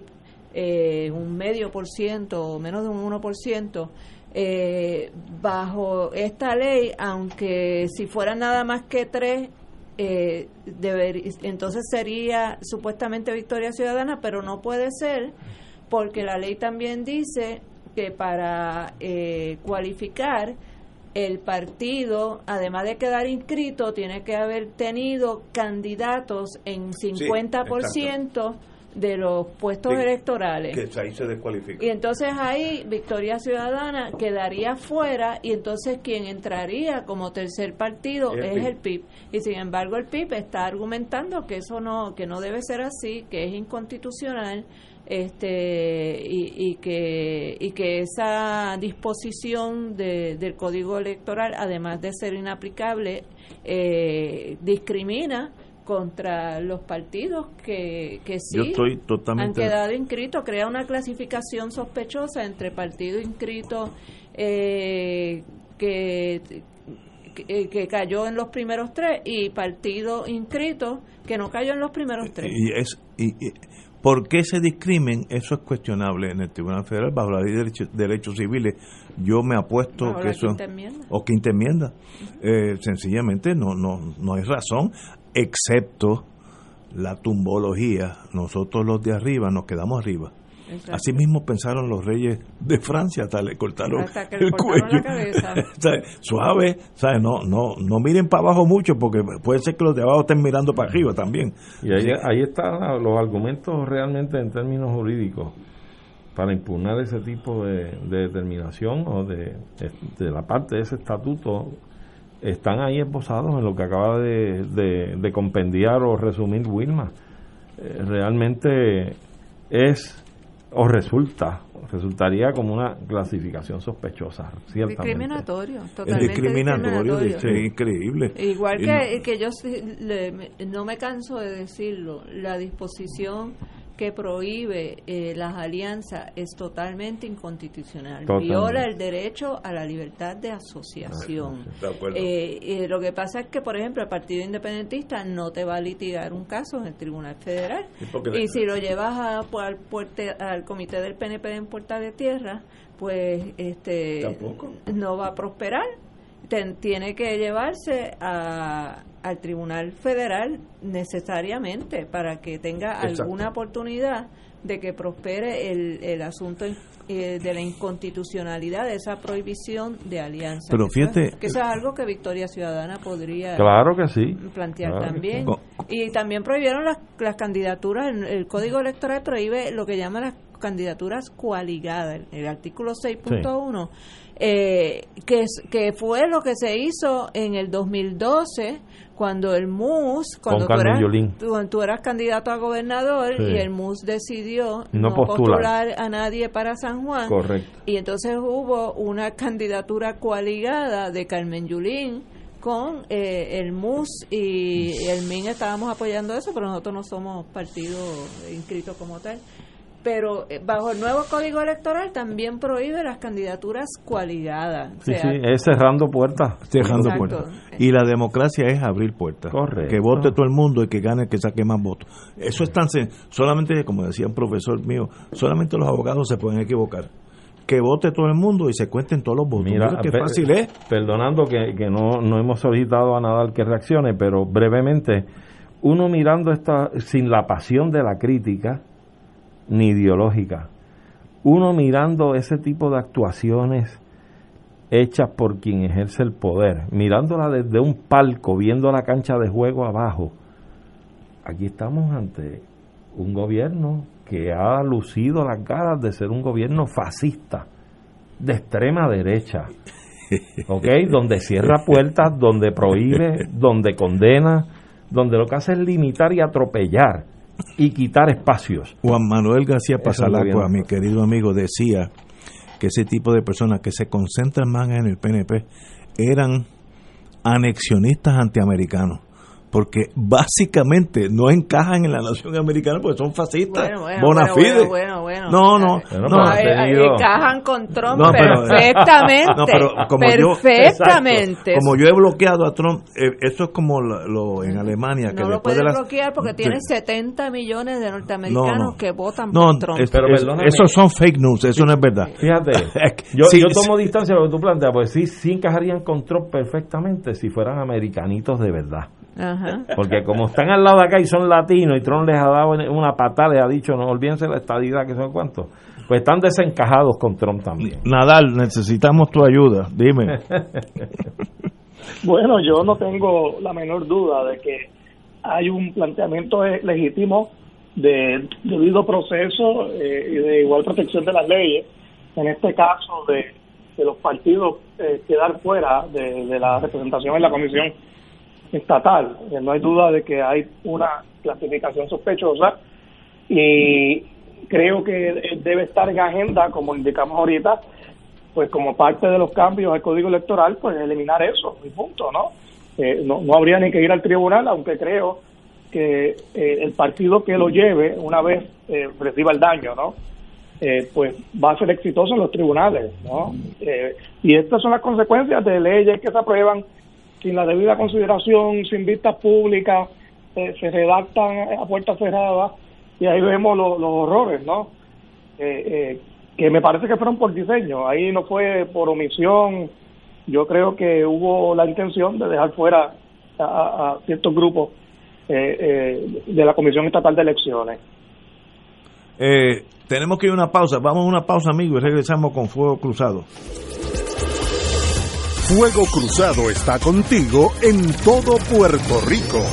0.5% o menos de un 1%, bajo esta ley, aunque si fuera nada más que 3, entonces sería supuestamente Victoria Ciudadana, pero no puede ser, porque la ley también dice que para cualificar, el partido, además de quedar inscrito, tiene que haber tenido candidatos en 50% de los puestos electorales. Que ahí se descualifica. Y entonces ahí Victoria Ciudadana quedaría fuera, y entonces quien entraría como tercer partido es el PIB. Y sin embargo el PIB está argumentando que eso que no debe ser así, que es inconstitucional, y que esa disposición del Código Electoral, además de ser inaplicable, discrimina contra los partidos que sí han quedado inscritos, crea una clasificación sospechosa entre partido inscrito que cayó en los primeros 3 y partido inscrito que no cayó en los primeros 3. ¿Por qué se discrimen? Eso es cuestionable en el Tribunal Federal bajo la Ley de Derechos Civiles. Yo me apuesto bajo que eso o quinta enmienda. Sencillamente no hay razón, excepto la tumbología. Nosotros los de arriba nos quedamos arriba. Exacto. Así mismo pensaron los reyes de Francia, hasta le cortaron el cuello. La cabeza. Suave, ¿sabes? No miren para abajo mucho, porque puede ser que los de abajo estén mirando para arriba también. Y ahí están los argumentos realmente en términos jurídicos para impugnar ese tipo de determinación o de la parte de ese estatuto. Están ahí esbozados en lo que acaba de compendiar o resumir Wilma. Realmente resultaría como una clasificación sospechosa, ciertamente. Discriminatorio, totalmente discriminatorio. Es increíble. Igual que yo no me canso de decirlo, la disposición que prohíbe las alianzas es totalmente inconstitucional. Viola el derecho a la libertad de asociación. Lo que pasa es que, por ejemplo, el Partido Independentista no te va a litigar un caso en el Tribunal Federal. Y si lo llevas al comité del PNP en Puerta de Tierra, pues no va a prosperar. Tiene que llevarse al Tribunal Federal necesariamente para que tenga alguna oportunidad de que prospere el asunto de la inconstitucionalidad de esa prohibición de alianza. Pero fíjate que eso es algo que Victoria Ciudadana podría plantear también. Y también prohibieron las candidaturas. El Código Electoral prohíbe lo que llaman las candidaturas coaligadas, el artículo 6.1, que fue lo que se hizo en el 2012 cuando el MUS, cuando tú eras candidato a gobernador, y el MUS decidió no postular a nadie para San Juan. Correcto. Y entonces hubo una candidatura coaligada de Carmen Yulín con el MUS y el MIN. Estábamos apoyando eso, pero nosotros no somos partido inscrito como tal. Pero bajo el nuevo Código Electoral también prohíbe las candidaturas coaligadas. Es cerrando puertas. Y la democracia es abrir puertas. Correcto. Que vote todo el mundo y que gane el que saque más votos. Eso es tan solamente, como decía un profesor mío, solamente los abogados se pueden equivocar. Que vote todo el mundo y se cuenten todos los votos. Mira, qué fácil es. Perdonando que no hemos solicitado a Nadal que reaccione, pero brevemente, uno mirando sin la pasión de la crítica ni ideológica, uno mirando ese tipo de actuaciones hechas por quien ejerce el poder, mirándola desde un palco, viendo la cancha de juego abajo, aquí estamos ante un gobierno que ha lucido las ganas de ser un gobierno fascista, de extrema derecha, donde cierra puertas, donde prohíbe, donde condena, donde lo que hace es limitar y atropellar y quitar espacios. Juan Manuel García Pasalaco, a mi querido amigo, decía que ese tipo de personas que se concentran más en el PNP eran anexionistas antiamericanos, porque básicamente no encajan en la nación americana porque son fascistas, bona fide. No. Encajan con Trump perfectamente. No, pero perfectamente. Como yo he bloqueado a Trump, eso es como lo en Alemania. No que lo puede bloquear porque tiene 70 millones de norteamericanos que votan por Trump. Esos son fake news, eso no es verdad. Fíjate, yo tomo distancia de lo que tú planteas, pues sí encajarían con Trump perfectamente si fueran americanitos de verdad. Ajá. Porque como están al lado de acá y son latinos y Trump les ha dado una patada, les ha dicho no olvídense la estadidad, que son cuántos, pues están desencajados con Trump también. Nadal, necesitamos tu ayuda, dime. Bueno, yo no tengo la menor duda de que hay un planteamiento legítimo de debido proceso y de igual protección de las leyes, en este caso de los partidos quedar fuera de la representación en la comisión estatal. No hay duda de que hay una clasificación sospechosa y creo que debe estar en agenda, como indicamos ahorita, pues como parte de los cambios al Código Electoral, pues eliminar eso, y punto, ¿no? No habría ni que ir al tribunal, aunque creo que el partido que lo lleve, una vez reciba el daño, ¿no? Pues va a ser exitoso en los tribunales, ¿no? Y estas son las consecuencias de leyes que se aprueban sin la debida consideración, sin vistas públicas, se redactan a puertas cerradas y ahí vemos los horrores, ¿no? Que me parece que fueron por diseño, ahí no fue por omisión. Yo creo que hubo la intención de dejar fuera a ciertos grupos de la Comisión Estatal de Elecciones. Tenemos que ir a una pausa, vamos a una pausa, amigos, y regresamos con Fuego Cruzado. Fuego Cruzado está contigo en todo Puerto Rico.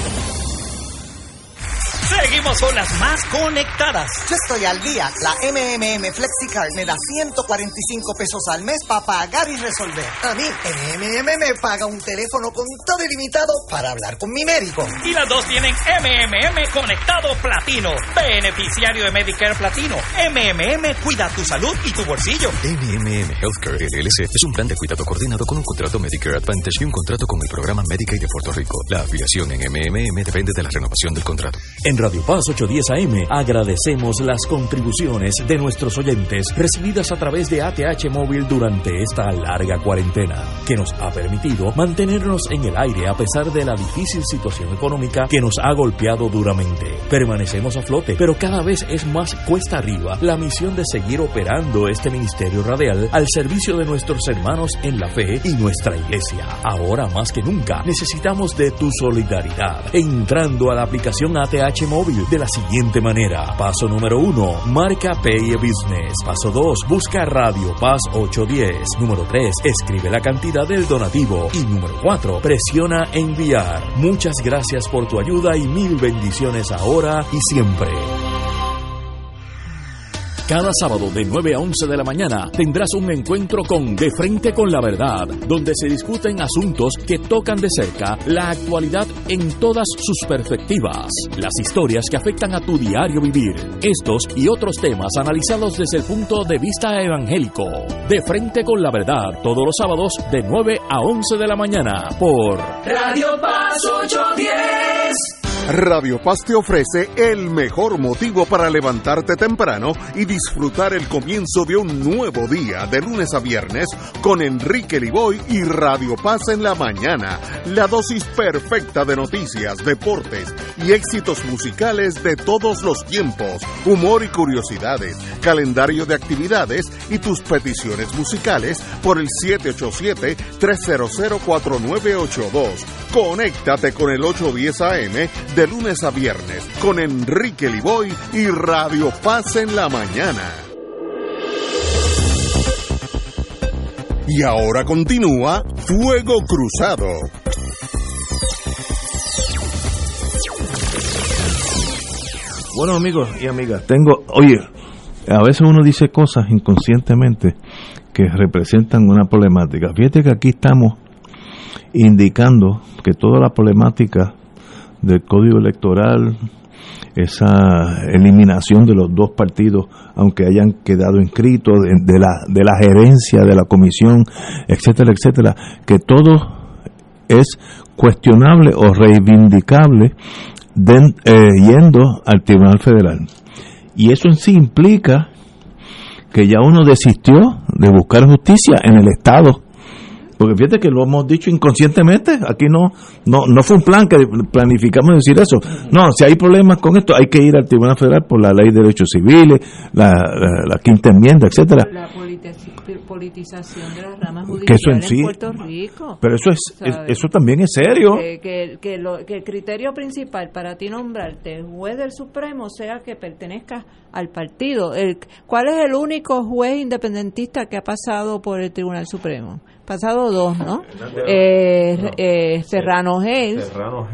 Seguimos con las más conectadas. Yo estoy al día. La MMM FlexiCard me da $145 al mes para pagar y resolver. A mí, MMM me paga un teléfono con todo ilimitado para hablar con mi médico. Y las dos tienen MMM Conectado Platino. Beneficiario de Medicare Platino. MMM cuida tu salud y tu bolsillo. MMM Healthcare LLC es un plan de cuidado coordinado con un contrato Medicare Advantage y un contrato con el programa Medicaid de Puerto Rico. La afiliación en MMM depende de la renovación del contrato. En Radio Paz 810 AM agradecemos las contribuciones de nuestros oyentes recibidas a través de ATH Móvil durante esta larga cuarentena, que nos ha permitido mantenernos en el aire a pesar de la difícil situación económica que nos ha golpeado duramente. Permanecemos a flote, pero cada vez es más cuesta arriba la misión de seguir operando este ministerio radial al servicio de nuestros hermanos en la fe y nuestra iglesia. Ahora más que nunca necesitamos de tu solidaridad. Entrando a la aplicación ATH Móvil de la siguiente manera: paso número 1, marca Pay a Business. Paso 2, busca Radio Paz 810. Número 3, escribe la cantidad del donativo. Y número 4, presiona enviar. Muchas gracias por tu ayuda y mil bendiciones ahora y siempre. Cada sábado de 9 a 11 de la mañana tendrás un encuentro con De Frente con la Verdad, donde se discuten asuntos que tocan de cerca la actualidad en todas sus perspectivas, las historias que afectan a tu diario vivir, estos y otros temas analizados desde el punto de vista evangélico. De Frente con la Verdad, todos los sábados de 9 a 11 de la mañana por Radio Paz 810. Radio Paz te ofrece el mejor motivo para levantarte temprano y disfrutar el comienzo de un nuevo día de lunes a viernes con Enrique Liboy y Radio Paz en la mañana. La dosis perfecta de noticias, deportes y éxitos musicales de todos los tiempos, humor y curiosidades, calendario de actividades y tus peticiones musicales por el 787-300-4982. Conéctate con el 810 AM de lunes a viernes con Enrique Liboy y Radio Paz en la mañana. Y ahora continúa Fuego Cruzado. Bueno, amigos y amigas, a veces uno dice cosas inconscientemente que representan una problemática. Fíjate que aquí estamos indicando que toda la problemática del Código Electoral, esa eliminación de los dos partidos, aunque hayan quedado inscritos, de la gerencia de la comisión, etcétera, etcétera, que todo es cuestionable o reivindicable yendo al Tribunal Federal. Y eso en sí implica que ya uno desistió de buscar justicia en el Estado. Porque fíjate que lo hemos dicho inconscientemente, aquí no fue un plan que planificamos decir eso. No, si hay problemas con esto, hay que ir al Tribunal Federal por la Ley de Derechos Civiles, la Quinta Enmienda, etcétera. La politización de las ramas judiciales en Puerto Rico. Pero eso también es serio. Que el criterio principal para ti nombrarte juez del Supremo sea que pertenezcas al partido. ¿Cuál es el único juez independentista que ha pasado por el Tribunal Supremo? Pasado dos, ¿no? Serrano Hales.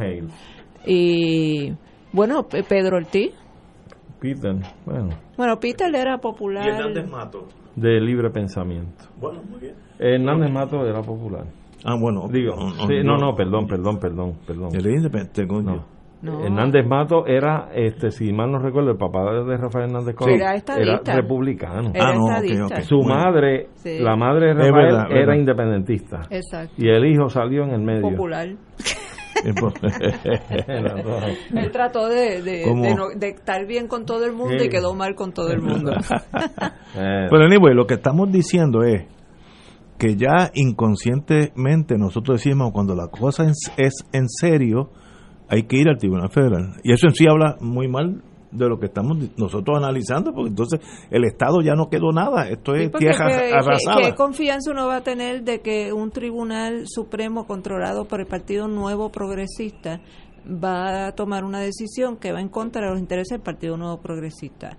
Y, bueno, Pedro Ortiz. Peter, Bueno, Peter era popular. Y Hernández Mato. De libre pensamiento. Bueno, muy bien. Hernández Mato era popular. Bueno. Digo, perdón. El independiente, coño. No. Hernández Mato era, si mal no recuerdo, el papá de Rafael Hernández Colón, era republicano. Era estadista. Okay. Su madre, la madre de Rafael, era independentista. Exacto. Y el hijo salió en el medio. Popular. Él trató de estar bien con todo el mundo y quedó mal con todo el mundo. Pero anyway, lo que estamos diciendo es que ya inconscientemente nosotros decimos cuando la cosa es en serio, hay que ir al Tribunal Federal. Y eso en sí habla muy mal de lo que estamos nosotros analizando, porque entonces el Estado ya no quedó nada. Esto es tierra arrasada. ¿Qué confianza uno va a tener de que un Tribunal Supremo controlado por el Partido Nuevo Progresista va a tomar una decisión que va en contra de los intereses del Partido Nuevo Progresista?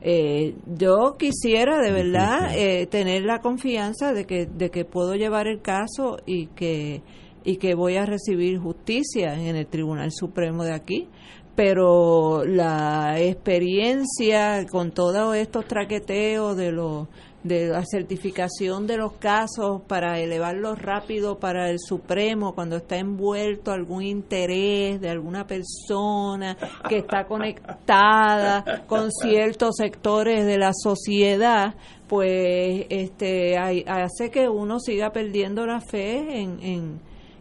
Yo quisiera de verdad tener la confianza de que puedo llevar el caso y que voy a recibir justicia en el Tribunal Supremo de aquí, pero la experiencia con todos estos traqueteos de la certificación de los casos para elevarlos rápido para el Supremo cuando está envuelto algún interés de alguna persona que está conectada con ciertos sectores de la sociedad, pues hace que uno siga perdiendo la fe en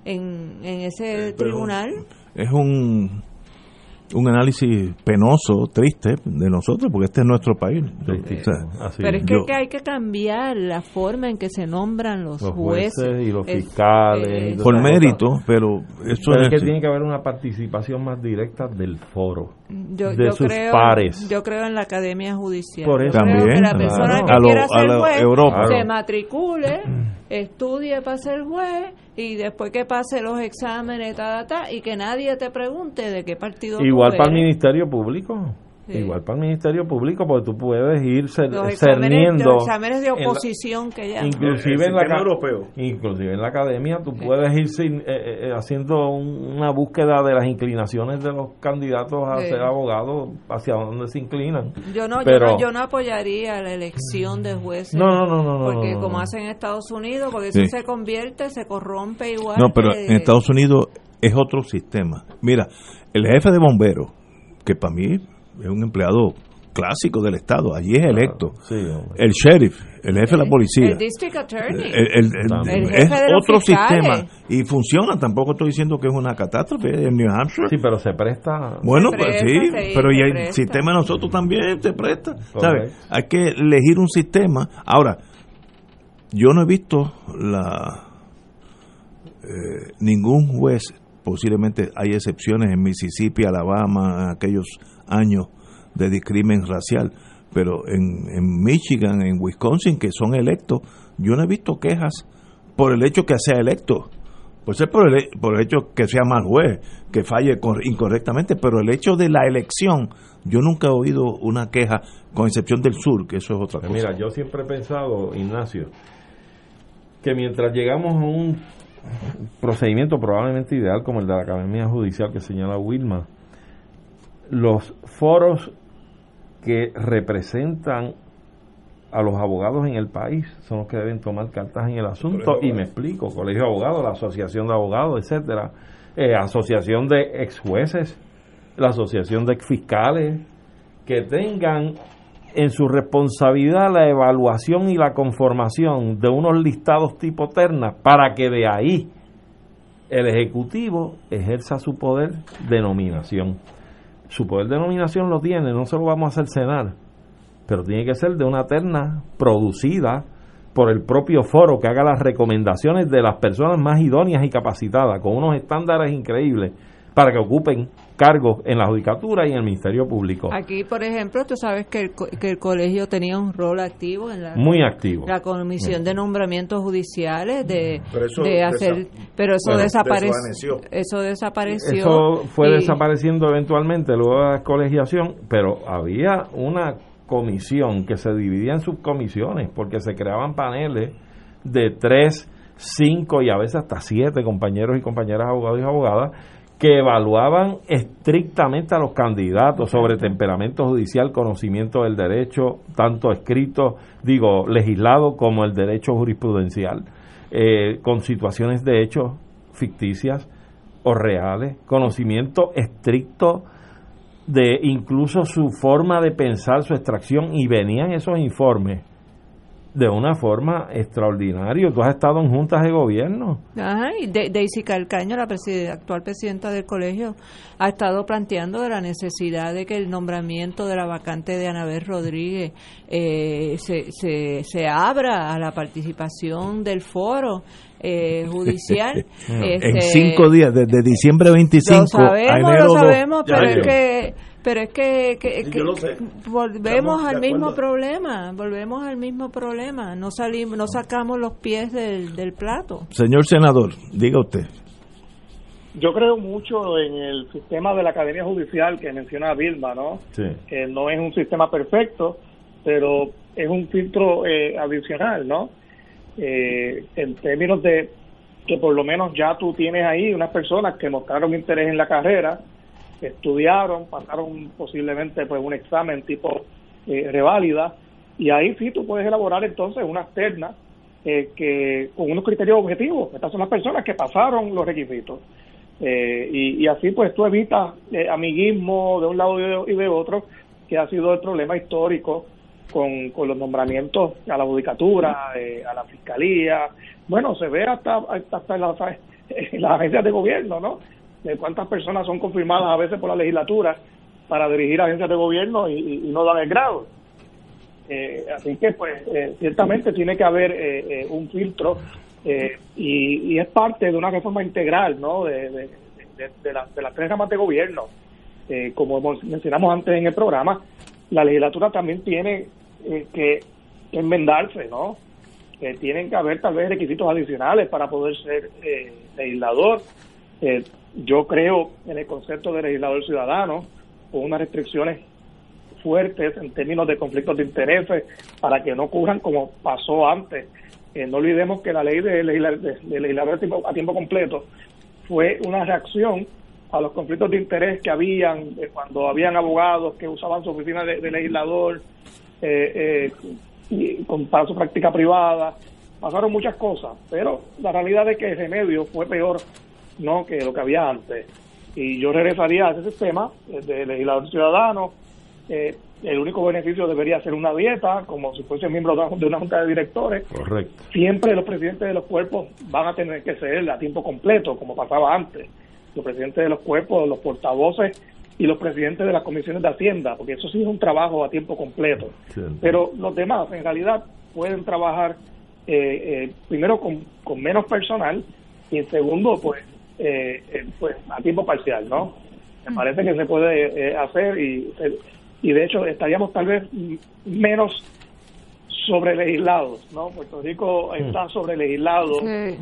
ese tribunal. Es un análisis penoso, triste de nosotros, porque este es nuestro país. Pero es que hay que cambiar la forma en que se nombran los jueces y los fiscales. Por mérito, pero eso es que tiene que haber una participación más directa del foro, de sus creo, pares. Yo creo en la Academia Judicial. Por eso creo que la persona que quiera ser juez Europa. se matricule, estudie para ser juez y después que pase los exámenes y que nadie te pregunte de qué partido igual para el Ministerio Público. Igual para el Ministerio Público, porque tú puedes ir cerniendo los exámenes de oposición que ya inclusive en la academia tú puedes ir haciendo una búsqueda de las inclinaciones de los candidatos a ser abogados, hacia donde se inclinan. Yo no apoyaría la elección de jueces, porque como hacen en Estados Unidos, porque eso se convierte, se corrompe igual. No, pero en Estados Unidos es otro sistema. Mira, el jefe de bomberos, que para mí es un empleado clásico del Estado, allí es electo. El sheriff, el jefe de la policía, el district attorney, el es otro sistema y funciona. Tampoco estoy diciendo que es una catástrofe en New Hampshire. Sí, pero se presta. Bueno, pues sí, pero y el sistema de nosotros también se presta. ¿Sabes? Hay que elegir un sistema. Ahora, yo no he visto ningún juez. Posiblemente hay excepciones en Mississippi, Alabama, aquellos años de discrimen racial, pero en Michigan, en Wisconsin, que son electos, yo no he visto quejas por el hecho que sea electo. Puede ser por el hecho que sea mal juez, que falle incorrectamente, pero el hecho de la elección, yo nunca he oído una queja, con excepción del sur, que eso es otra cosa. Mira, yo siempre he pensado, Ignacio, que mientras llegamos a un procedimiento probablemente ideal como el de la Academia Judicial que señala Wilma, los foros que representan a los abogados en el país son los que deben tomar cartas en el asunto, y me explico: Colegio de Abogados, la Asociación de Abogados, etcétera, Asociación de Ex Jueces, la Asociación de Exfiscales, que tengan en su responsabilidad la evaluación y la conformación de unos listados tipo terna, para que de ahí el Ejecutivo ejerza su poder de nominación. Su poder de nominación lo tiene, no se lo vamos a hacer cenar, pero tiene que ser de una terna producida por el propio foro, que haga las recomendaciones de las personas más idóneas y capacitadas, con unos estándares increíbles, para que ocupen cargos en la judicatura y en el Ministerio Público. Aquí, por ejemplo, tú sabes que el colegio tenía un rol activo en muy activo, la comisión de nombramientos judiciales pero eso desapareció. Eso fue desapareciendo eventualmente luego de la colegiación, pero había una comisión que se dividía en subcomisiones, porque se creaban paneles de 3, 5 y a veces hasta 7 compañeros y compañeras abogados y abogadas, que evaluaban estrictamente a los candidatos sobre temperamento judicial, conocimiento del derecho, tanto escrito, legislado, como el derecho jurisprudencial, con situaciones de hechos ficticias o reales, conocimiento estricto de incluso su forma de pensar, su extracción, y venían esos informes de una forma extraordinaria. Tú has estado en juntas de gobierno. Ajá, y Daisy Calcaño, la actual presidenta del colegio, ha estado planteando de la necesidad de que el nombramiento de la vacante de Anabel Rodríguez se abra a la participación del foro judicial. En 5 días, desde diciembre 25 a enero 2. Lo sabemos, pero es que volvemos al mismo problema, no sacamos los pies del plato. Señor senador, diga usted. Yo creo mucho en el sistema de la Academia Judicial que menciona Vilma, ¿no? Sí. No es un sistema perfecto, pero es un filtro adicional, ¿no? En términos de que por lo menos ya tú tienes ahí unas personas que mostraron interés en la carrera, estudiaron, pasaron posiblemente pues un examen tipo reválida, y ahí sí tú puedes elaborar entonces unas ternas que con unos criterios objetivos. Estas son las personas que pasaron los requisitos, y así pues tú evitas amiguismo de un lado y de otro, que ha sido el problema histórico con los nombramientos a la judicatura, a la fiscalía. Bueno, se ve hasta en las agencias de gobierno, ¿no? De cuántas personas son confirmadas a veces por la legislatura para dirigir agencias de gobierno y no dan el grado. Así que pues ciertamente tiene que haber un filtro, y es parte de una reforma integral, ¿no? de las 3 ramas de gobierno. Como mencionamos antes en el programa, la legislatura también tiene que enmendarse, ¿no? Tienen que haber tal vez requisitos adicionales para poder ser legislador. Yo creo en el concepto de legislador ciudadano, con unas restricciones fuertes en términos de conflictos de intereses, para que no ocurran como pasó antes. No olvidemos que la ley de legislador a tiempo completo fue una reacción a los conflictos de interés que habían cuando habían abogados que usaban su oficina de legislador para su práctica privada. Pasaron muchas cosas, pero la realidad es que el remedio fue peor, ¿no?, que lo que había antes. Y yo regresaría a ese sistema de legislador ciudadano. El único beneficio debería ser una dieta, como si fuese miembro de una junta de directores. Correcto. Siempre los presidentes de los cuerpos van a tener que ser a tiempo completo, como pasaba antes. Los presidentes de los cuerpos, los portavoces y los presidentes de las comisiones de Hacienda, porque eso sí es un trabajo a tiempo completo. Sí. Pero los demás, en realidad, pueden trabajar primero con menos personal, y segundo, pues a tiempo parcial, ¿no? Me parece que se puede hacer, y de hecho estaríamos tal vez menos sobrelegislados, ¿no? Puerto Rico está sobrelegislado,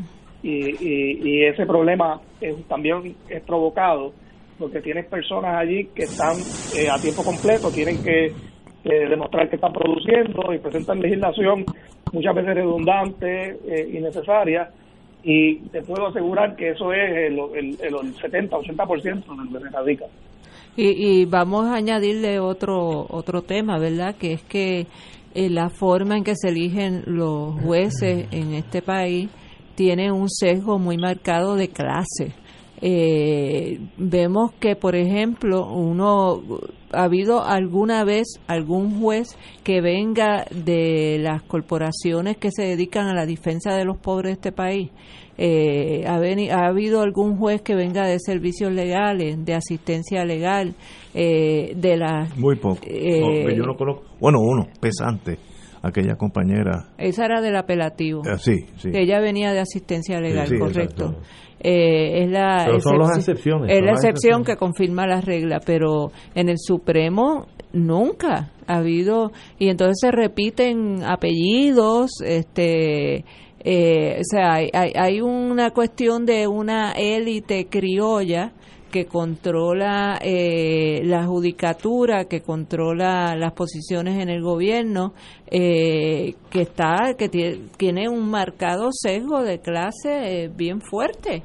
y ese problema también es provocado porque tienes personas allí que están a tiempo completo, tienen que demostrar que están produciendo y presentan legislación muchas veces redundante, innecesaria, y te puedo asegurar que eso es el 70-80% de lo que se radica. Y vamos a añadirle otro tema, ¿verdad? Que es que la forma en que se eligen los jueces en este país tiene un sesgo muy marcado de clase. vemos que, por ejemplo, ha habido alguna vez algún juez que venga de las corporaciones que se dedican a la defensa de los pobres de este país. Ha habido algún juez que venga de servicios legales, de asistencia legal, de las... Muy poco. Yo no conozco. Bueno, uno, Pesante, aquella compañera. Esa era del apelativo. Sí. Que ella venía de asistencia legal, sí, correcto. Pero son las excepciones. Es la excepción que confirma la regla, pero en el Supremo nunca ha habido, y entonces se repiten apellidos, o sea, hay una cuestión de una élite criolla que controla la judicatura, que controla las posiciones en el gobierno, que tiene un marcado sesgo de clase bien fuerte,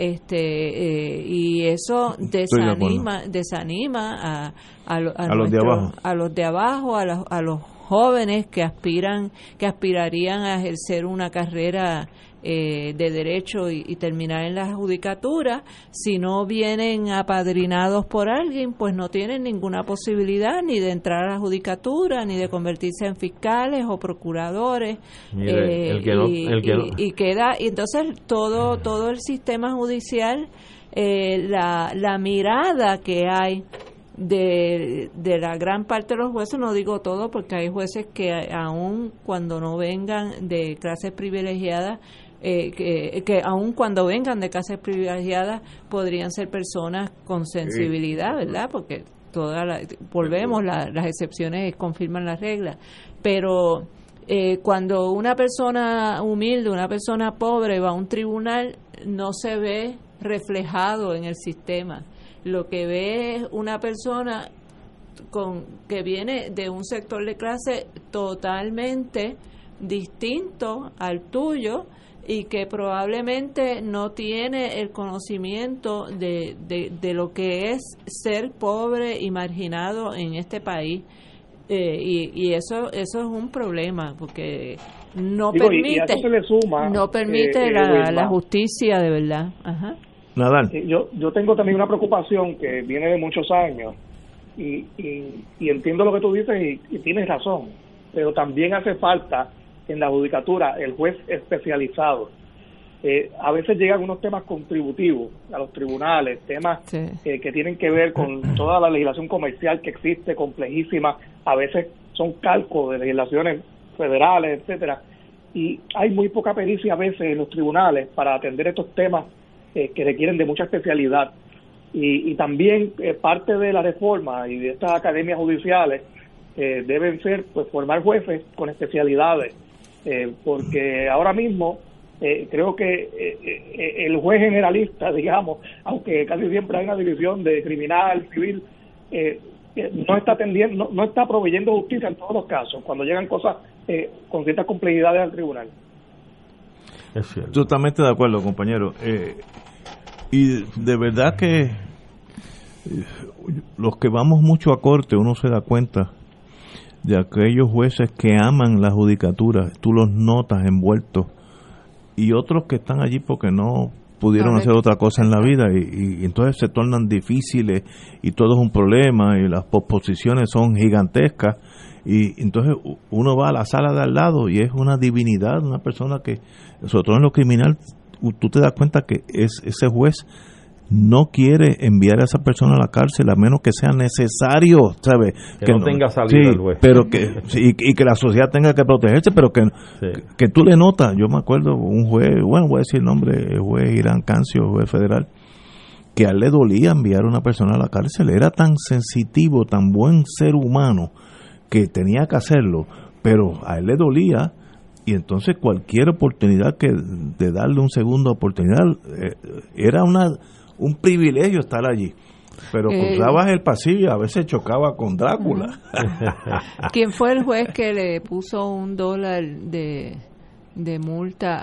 y eso desanima a los de abajo, a los jóvenes que aspirarían a ejercer una carrera de derecho y terminar en la judicatura. Si no vienen apadrinados por alguien, pues no tienen ninguna posibilidad ni de entrar a la judicatura, ni de convertirse en fiscales o procuradores. Y entonces todo el sistema judicial, la mirada que hay de la gran parte de los jueces, no digo todo, porque hay jueces que aun cuando no vengan de clases privilegiadas, que aun cuando vengan de clases privilegiadas podrían ser personas con sensibilidad, ¿verdad? Porque las excepciones confirman la regla, pero cuando una persona humilde, una persona pobre va a un tribunal, no se ve reflejado en el sistema. Lo que ve es una persona que viene de un sector de clase totalmente distinto al tuyo y que probablemente no tiene el conocimiento de lo que es ser pobre y marginado en este país. Y eso es un problema, porque no permite la justicia de verdad. Ajá. Nadal. Yo tengo también una preocupación que viene de muchos años y entiendo lo que tú dices y tienes razón, pero también hace falta en la judicatura el juez especializado. A veces llegan unos temas contributivos a los tribunales, temas que tienen que ver con toda la legislación comercial que existe, complejísima, a veces son calcos de legislaciones federales, etcétera, y hay muy poca pericia a veces en los tribunales para atender estos temas que requieren de mucha especialidad, y también parte de la reforma y de estas academias judiciales deben ser, pues, formar jueces con especialidades, porque ahora mismo creo que el juez generalista, digamos, aunque casi siempre hay una división de criminal, civil, no está atendiendo, no está proveyendo justicia en todos los casos cuando llegan cosas con ciertas complejidades al tribunal. Es cierto. Totalmente de acuerdo, compañero. Y de verdad que los que vamos mucho a corte, uno se da cuenta de aquellos jueces que aman la judicatura, tú los notas envueltos, y otros que están allí porque no pudieron hacer otra cosa en la vida, y entonces se tornan difíciles y todo es un problema y las posposiciones son gigantescas, y entonces uno va a la sala de al lado y es una divinidad, una persona que, sobre todo en lo criminal, tú te das cuenta que ese juez no quiere enviar a esa persona a la cárcel a menos que sea necesario, ¿sabes? Que no tenga salida el juez. Pero y que la sociedad tenga que protegerse, pero que tú le notas. Yo me acuerdo un juez, bueno, voy a decir el nombre, el juez Irán Cancio, juez federal, que a él le dolía enviar a una persona a la cárcel. Era tan sensitivo, tan buen ser humano, que tenía que hacerlo, pero a él le dolía. Y entonces cualquier oportunidad de darle una segunda oportunidad era un privilegio estar allí. Pero cruzabas el pasillo y a veces chocaba con Drácula. ¿Quién fue el juez que le puso $1 de multa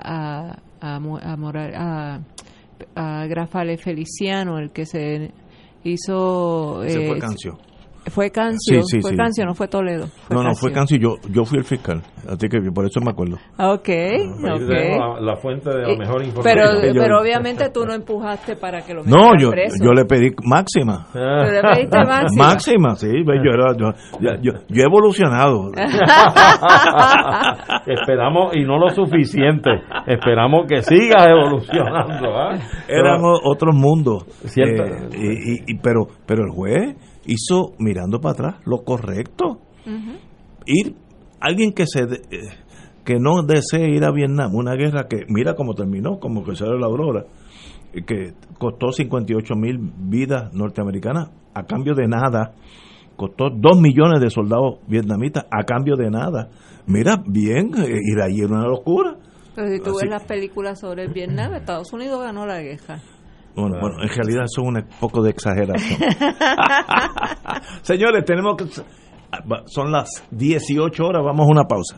a Grafale Feliciano, el que se hizo... Ese fue Cancio. Fue Cancio, sí, Cancio, no fue Toledo. Fue Cancio, yo fui el fiscal, así que por eso me acuerdo. Okay. La fuente de la mejor información. Pero obviamente tú no empujaste para que lo metieran preso. Yo le pedí máxima. ¿Tú le pediste máxima? Máxima, sí, yo he evolucionado. Esperamos, y no lo suficiente, esperamos que sigas evolucionando. Éramos otros mundos. Pero el juez hizo, mirando para atrás, lo correcto. Alguien que no desee ir a Vietnam, una guerra que mira cómo terminó, como que se la Aurora, que costó 58,000 vidas norteamericanas a cambio de nada, costó 2 millones de soldados vietnamitas a cambio de nada. Mira, bien, ir allí era una locura. Pero si tú ves las películas sobre el Vietnam, Estados Unidos ganó la guerra. Bueno, en realidad eso es un poco de exageración. Señores, son las 18 horas, vamos a una pausa.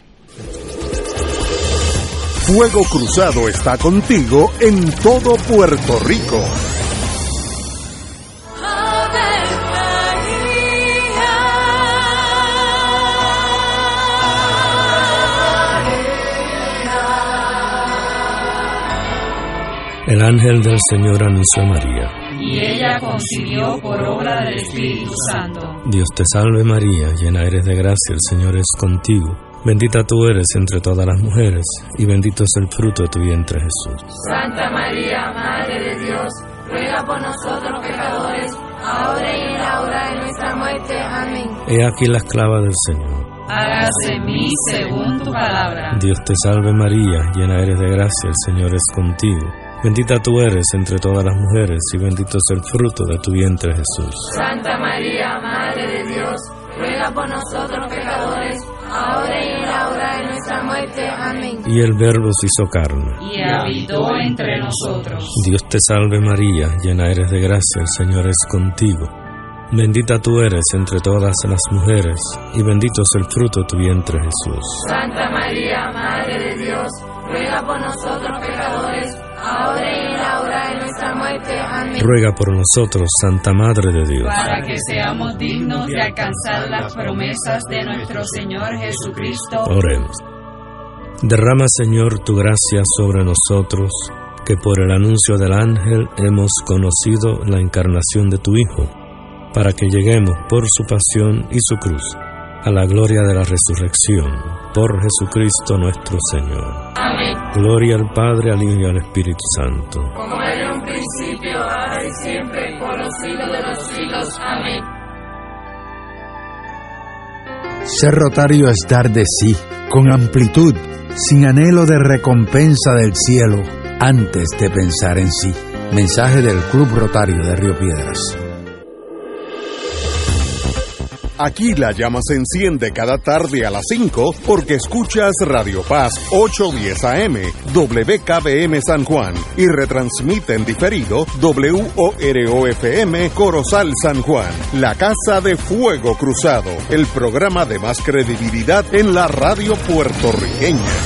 Fuego Cruzado está contigo en todo Puerto Rico. El ángel del Señor anunció a María, y ella concibió por obra del Espíritu Santo. Dios te salve María, llena eres de gracia, el Señor es contigo. Bendita tú eres entre todas las mujeres, y bendito es el fruto de tu vientre Jesús. Santa María, Madre de Dios, ruega por nosotros pecadores, ahora y en la hora de nuestra muerte. Amén. He aquí la esclava del Señor. Hágase en mí según tu palabra. Dios te salve María, llena eres de gracia, el Señor es contigo. Bendita tú eres entre todas las mujeres, y bendito es el fruto de tu vientre Jesús. Santa María, Madre de Dios, ruega por nosotros pecadores, ahora y en la hora de nuestra muerte. Amén. Y el Verbo se hizo carne, y habitó entre nosotros. Dios te salve María, llena eres de gracia, el Señor es contigo. Bendita tú eres entre todas las mujeres, y bendito es el fruto de tu vientre Jesús. Santa María, Madre de Dios, ruega por nosotros pecadores, ahora y en la hora de nuestra muerte. Amén. Ruega por nosotros, Santa Madre de Dios, para que seamos dignos de alcanzar las promesas de nuestro Señor Jesucristo. Oremos. Derrama, Señor, tu gracia sobre nosotros, que por el anuncio del ángel hemos conocido la encarnación de tu Hijo, para que lleguemos por su pasión y su cruz a la gloria de la resurrección, por Jesucristo nuestro Señor. Amén. Gloria al Padre, al Hijo y al Espíritu Santo. Como era en un principio, ahora y siempre, por los siglos de los siglos. Amén. Ser rotario es dar de sí, con amplitud, sin anhelo de recompensa del cielo, antes de pensar en sí. Mensaje del Club Rotario de Río Piedras. Aquí la llama se enciende cada tarde a las 5 porque escuchas Radio Paz 810 AM, WKBM San Juan, y retransmite en diferido WOROFM Corozal San Juan, la Casa de Fuego Cruzado, el programa de más credibilidad en la radio puertorriqueña.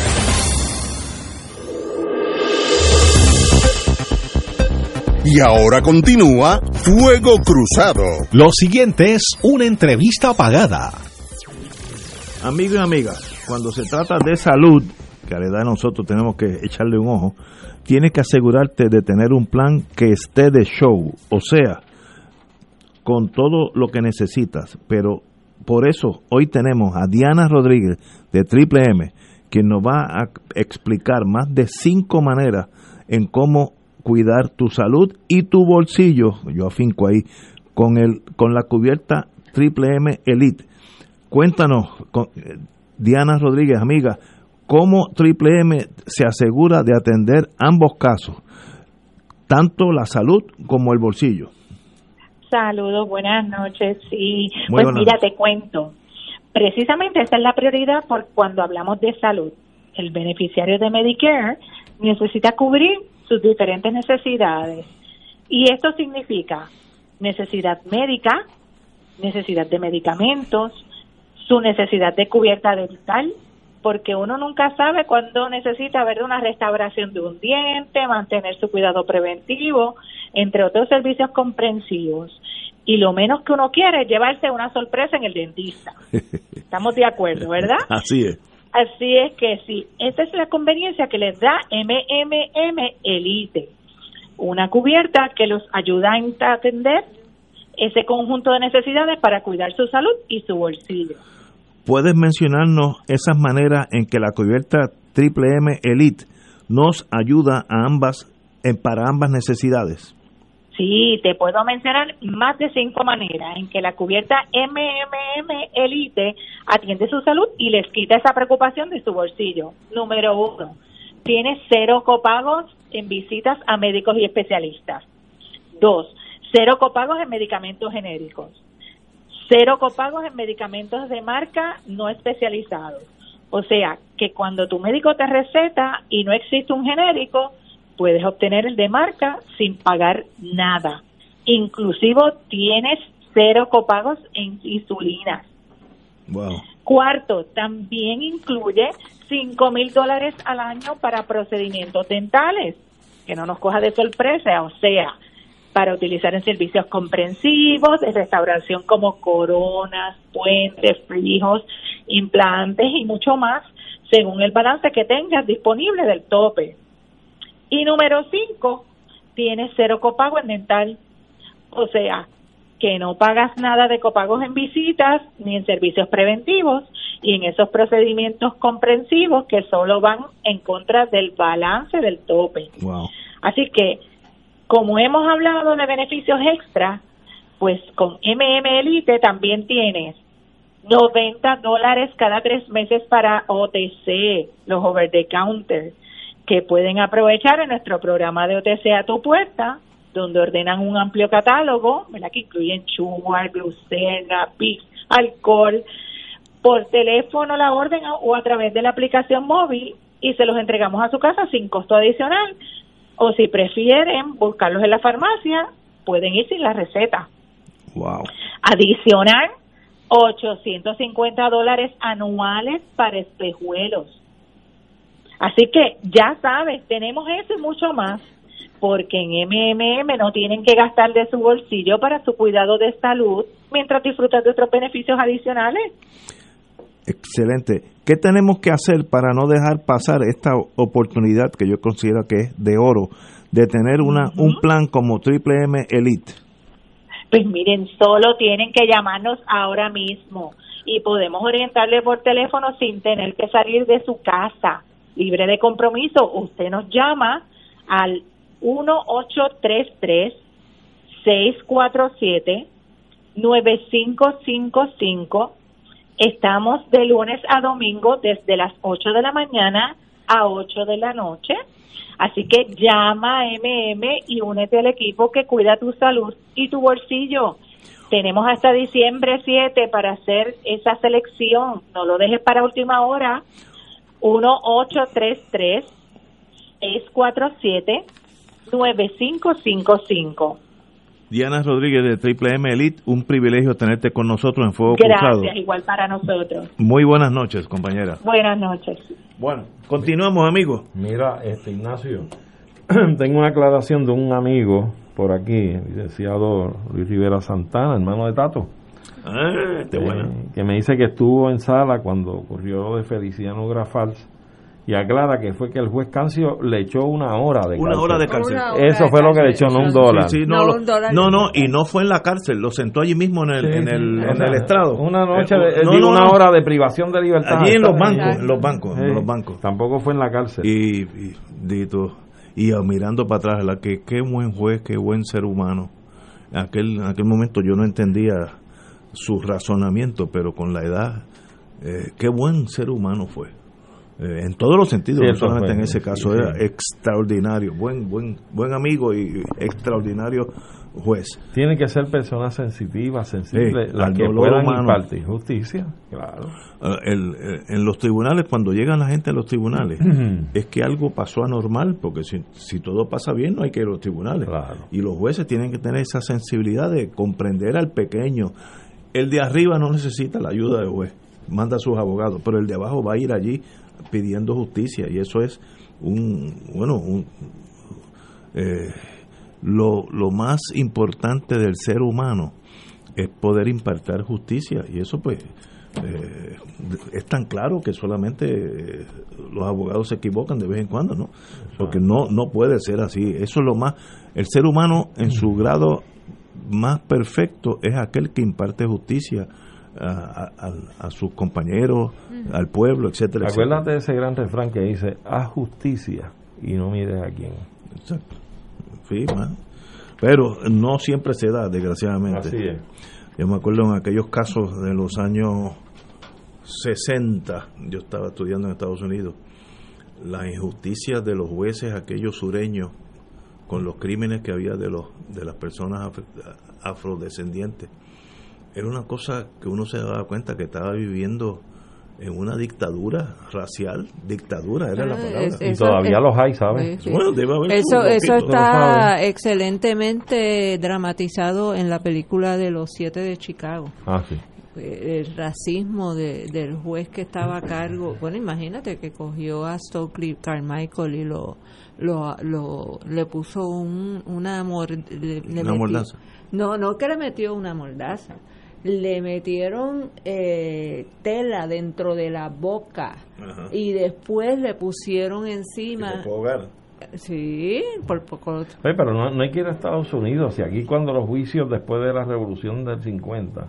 Y ahora continúa Fuego Cruzado. Lo siguiente es una entrevista pagada. Amigos y amigas, cuando se trata de salud, que a la edad de nosotros tenemos que echarle un ojo, tienes que asegurarte de tener un plan que esté de show, o sea, con todo lo que necesitas. Pero por eso hoy tenemos a Diana Rodríguez de Triple M, quien nos va a explicar más de 5 maneras en cómo cuidar tu salud y tu bolsillo, yo afinco ahí, con la cubierta Triple M Elite. Cuéntanos, Diana Rodríguez, amiga, cómo Triple M se asegura de atender ambos casos, tanto la salud como el bolsillo. Saludos, buenas noches. Sí, pues mira, te cuento. Precisamente esa es la prioridad por cuando hablamos de salud. El beneficiario de Medicare necesita cubrir sus diferentes necesidades. Y esto significa necesidad médica, necesidad de medicamentos, su necesidad de cubierta dental, porque uno nunca sabe cuándo necesita ver una restauración de un diente, mantener su cuidado preventivo, entre otros servicios comprensivos. y lo menos que uno quiere es llevarse una sorpresa en el dentista. Estamos de acuerdo, ¿verdad? Así es. Así es que sí, esa es la conveniencia que les da MMM Elite, una cubierta que los ayuda a atender ese conjunto de necesidades para cuidar su salud y su bolsillo. ¿Puedes mencionarnos esas maneras en que la cubierta Triple M Elite nos ayuda a para ambas necesidades? Sí, te puedo mencionar más de 5 maneras en que la cubierta MMM Elite atiende su salud y les quita esa preocupación de su bolsillo. Número 1, tiene 0 copagos en visitas a médicos y especialistas. 2, 0 copagos en medicamentos genéricos. 0 copagos en medicamentos de marca no especializados. O sea, que cuando tu médico te receta y no existe un genérico, puedes obtener el de marca sin pagar nada. Inclusive tienes 0 copagos en insulina. Wow. 4, también incluye $5,000 al año para procedimientos dentales, que no nos coja de sorpresa, o sea, para utilizar en servicios comprensivos, de restauración como coronas, puentes, fijos, implantes y mucho más, según el balance que tengas disponible del tope. Y número 5, tienes 0 copago en dental, o sea, que no pagas nada de copagos en visitas ni en servicios preventivos y en esos procedimientos comprensivos que solo van en contra del balance del tope. Wow. Así que, como hemos hablado de beneficios extra, pues con MM Elite también tienes $90 cada 3 meses para OTC, los over the counter, que pueden aprovechar en nuestro programa de OTC a tu puerta, donde ordenan un amplio catálogo, ¿verdad?, que incluyen sugar, glucena, PIC, alcohol, por teléfono la orden o a través de la aplicación móvil, y se los entregamos a su casa sin costo adicional, o si prefieren buscarlos en la farmacia, pueden ir sin la receta. Wow. Adicional, $850 anuales para espejuelos. Así que ya sabes, tenemos eso y mucho más, porque en MMM no tienen que gastar de su bolsillo para su cuidado de salud mientras disfrutan de otros beneficios adicionales. Excelente. ¿Qué tenemos que hacer para no dejar pasar esta oportunidad que yo considero que es de oro, de tener un plan como Triple M Elite? Pues miren, solo tienen que llamarnos ahora mismo y podemos orientarle por teléfono sin tener que salir de su casa, libre de compromiso. Usted nos llama al 1-833-647-9555. Estamos de lunes a domingo desde las 8 de la mañana a 8 de la noche. Así que llama a MM y únete al equipo que cuida tu salud y tu bolsillo. Tenemos hasta diciembre 7 para hacer esa selección. No lo dejes para última hora. 1-833-647-9555. Diana Rodríguez de Triple M Elite, un privilegio tenerte con nosotros en Fuego Cruzado. Gracias, igual para nosotros. Muy buenas noches, compañera. Buenas noches. Bueno, continuamos, amigos. Mira, Ignacio, tengo una aclaración de un amigo por aquí, el licenciado Luis Rivera Santana, hermano de Tato. Que me dice que estuvo en sala cuando ocurrió lo de Feliciano Grafals, y aclara que fue que el juez Cancio le echó 1 hora de cárcel. 1 hora de cárcel. Eso fue lo que le echó, no $1. Sí, no, y no fue en la cárcel, lo sentó allí mismo en el estrado. Una noche, una hora de privación de libertad. Allí en los bancos. Tampoco fue en la cárcel. Y mirando para atrás, qué buen juez, qué buen ser humano. En aquel momento yo no entendía su razonamiento, pero con la edad, qué buen ser humano fue. En todos los sentidos, no solamente en ese caso, era extraordinario, buen amigo y extraordinario juez. Tienen que ser personas sensitivas, sensibles, las que puedan impartir justicia, claro. En los tribunales, cuando llegan la gente a los tribunales, es que algo pasó anormal, porque si todo pasa bien, no hay que ir a los tribunales. Claro. Y los jueces tienen que tener esa sensibilidad de comprender al pequeño. El de arriba no necesita la ayuda del juez, manda a sus abogados, pero el de abajo va a ir allí pidiendo justicia, y eso es lo más importante del ser humano es poder impartir justicia, y eso pues es tan claro que solamente los abogados se equivocan de vez en cuando, ¿no? Porque no puede ser así. Eso es lo más, el ser humano en su grado más perfecto es aquel que imparte justicia a sus compañeros, al pueblo, etcétera. Acuérdate de ese gran refrán que dice: haz justicia y no mires a quién. Exacto. Sí, man. Pero no siempre se da, desgraciadamente. Así es. Yo me acuerdo en aquellos casos de los años 60, yo estaba estudiando en Estados Unidos, las injusticias de los jueces, aquellos sureños, con los crímenes que había de las personas afrodescendientes. Era una cosa que uno se daba cuenta que estaba viviendo en una dictadura racial, era la palabra. Y todavía los hay, ¿sabes? Sí. Bueno, debe haber eso está excelentemente dramatizado en la película de Los 7 de Chicago. Sí. El racismo del juez que estaba a cargo. Bueno, imagínate que cogió a Stokely Carmichael y le puso una mordaza. No que le metió una mordaza. Le metieron tela dentro de la boca. Ajá. Y después le pusieron encima. Sí, por poco. Pero no hay que ir a Estados Unidos. Y aquí, cuando los juicios después de la Revolución del 50,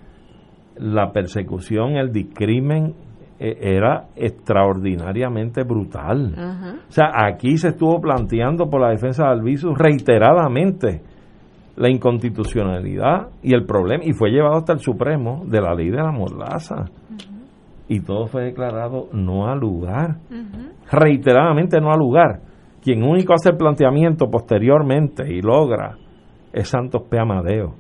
la persecución, el discrimen era extraordinariamente brutal. Ajá. O sea, aquí se estuvo planteando por la defensa de Albizu reiteradamente la inconstitucionalidad y el problema, y fue llevado hasta el Supremo de la ley de la mordaza. Y todo fue declarado no al lugar. Reiteradamente no al lugar. Quien único hace el planteamiento posteriormente y logra es Santos P. Amadeo.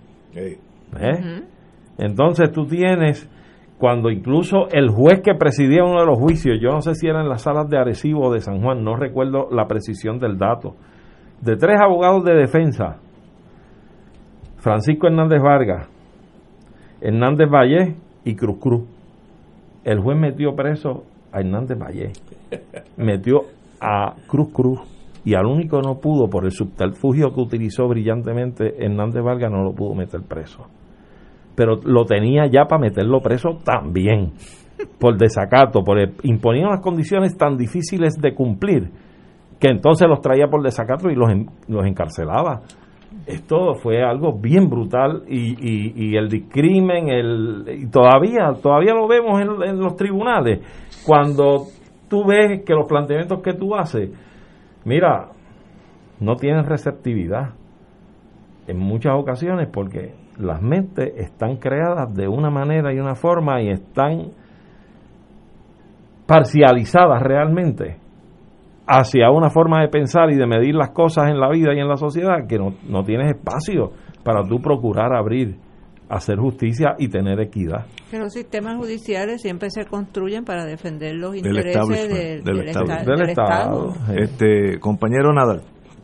Entonces tú tienes, cuando incluso el juez que presidía uno de los juicios, yo no sé si era en las salas de Arecibo o de San Juan, no recuerdo la precisión del dato, de 3 abogados de defensa: Francisco Hernández Vargas, Hernández Vallés y Cruz Cruz. El juez metió preso a Hernández Vallés, metió a Cruz Cruz, y al único que no pudo, por el subterfugio que utilizó brillantemente Hernández Vargas, no lo pudo meter preso. Pero lo tenía ya para meterlo preso también, por desacato, imponían unas condiciones tan difíciles de cumplir, que entonces los traía por desacato y los encarcelaba. Esto fue algo bien brutal, y el discrimen, y todavía lo vemos en los tribunales. Cuando tú ves que los planteamientos que tú haces, mira, no tienen receptividad en muchas ocasiones, porque las mentes están creadas de una manera y una forma, y están parcializadas realmente hacia una forma de pensar y de medir las cosas en la vida y en la sociedad, que no tienes espacio para tú procurar abrir, hacer justicia y tener equidad. Que los sistemas judiciales siempre se construyen para defender los intereses del Estado. Compañero Nadal.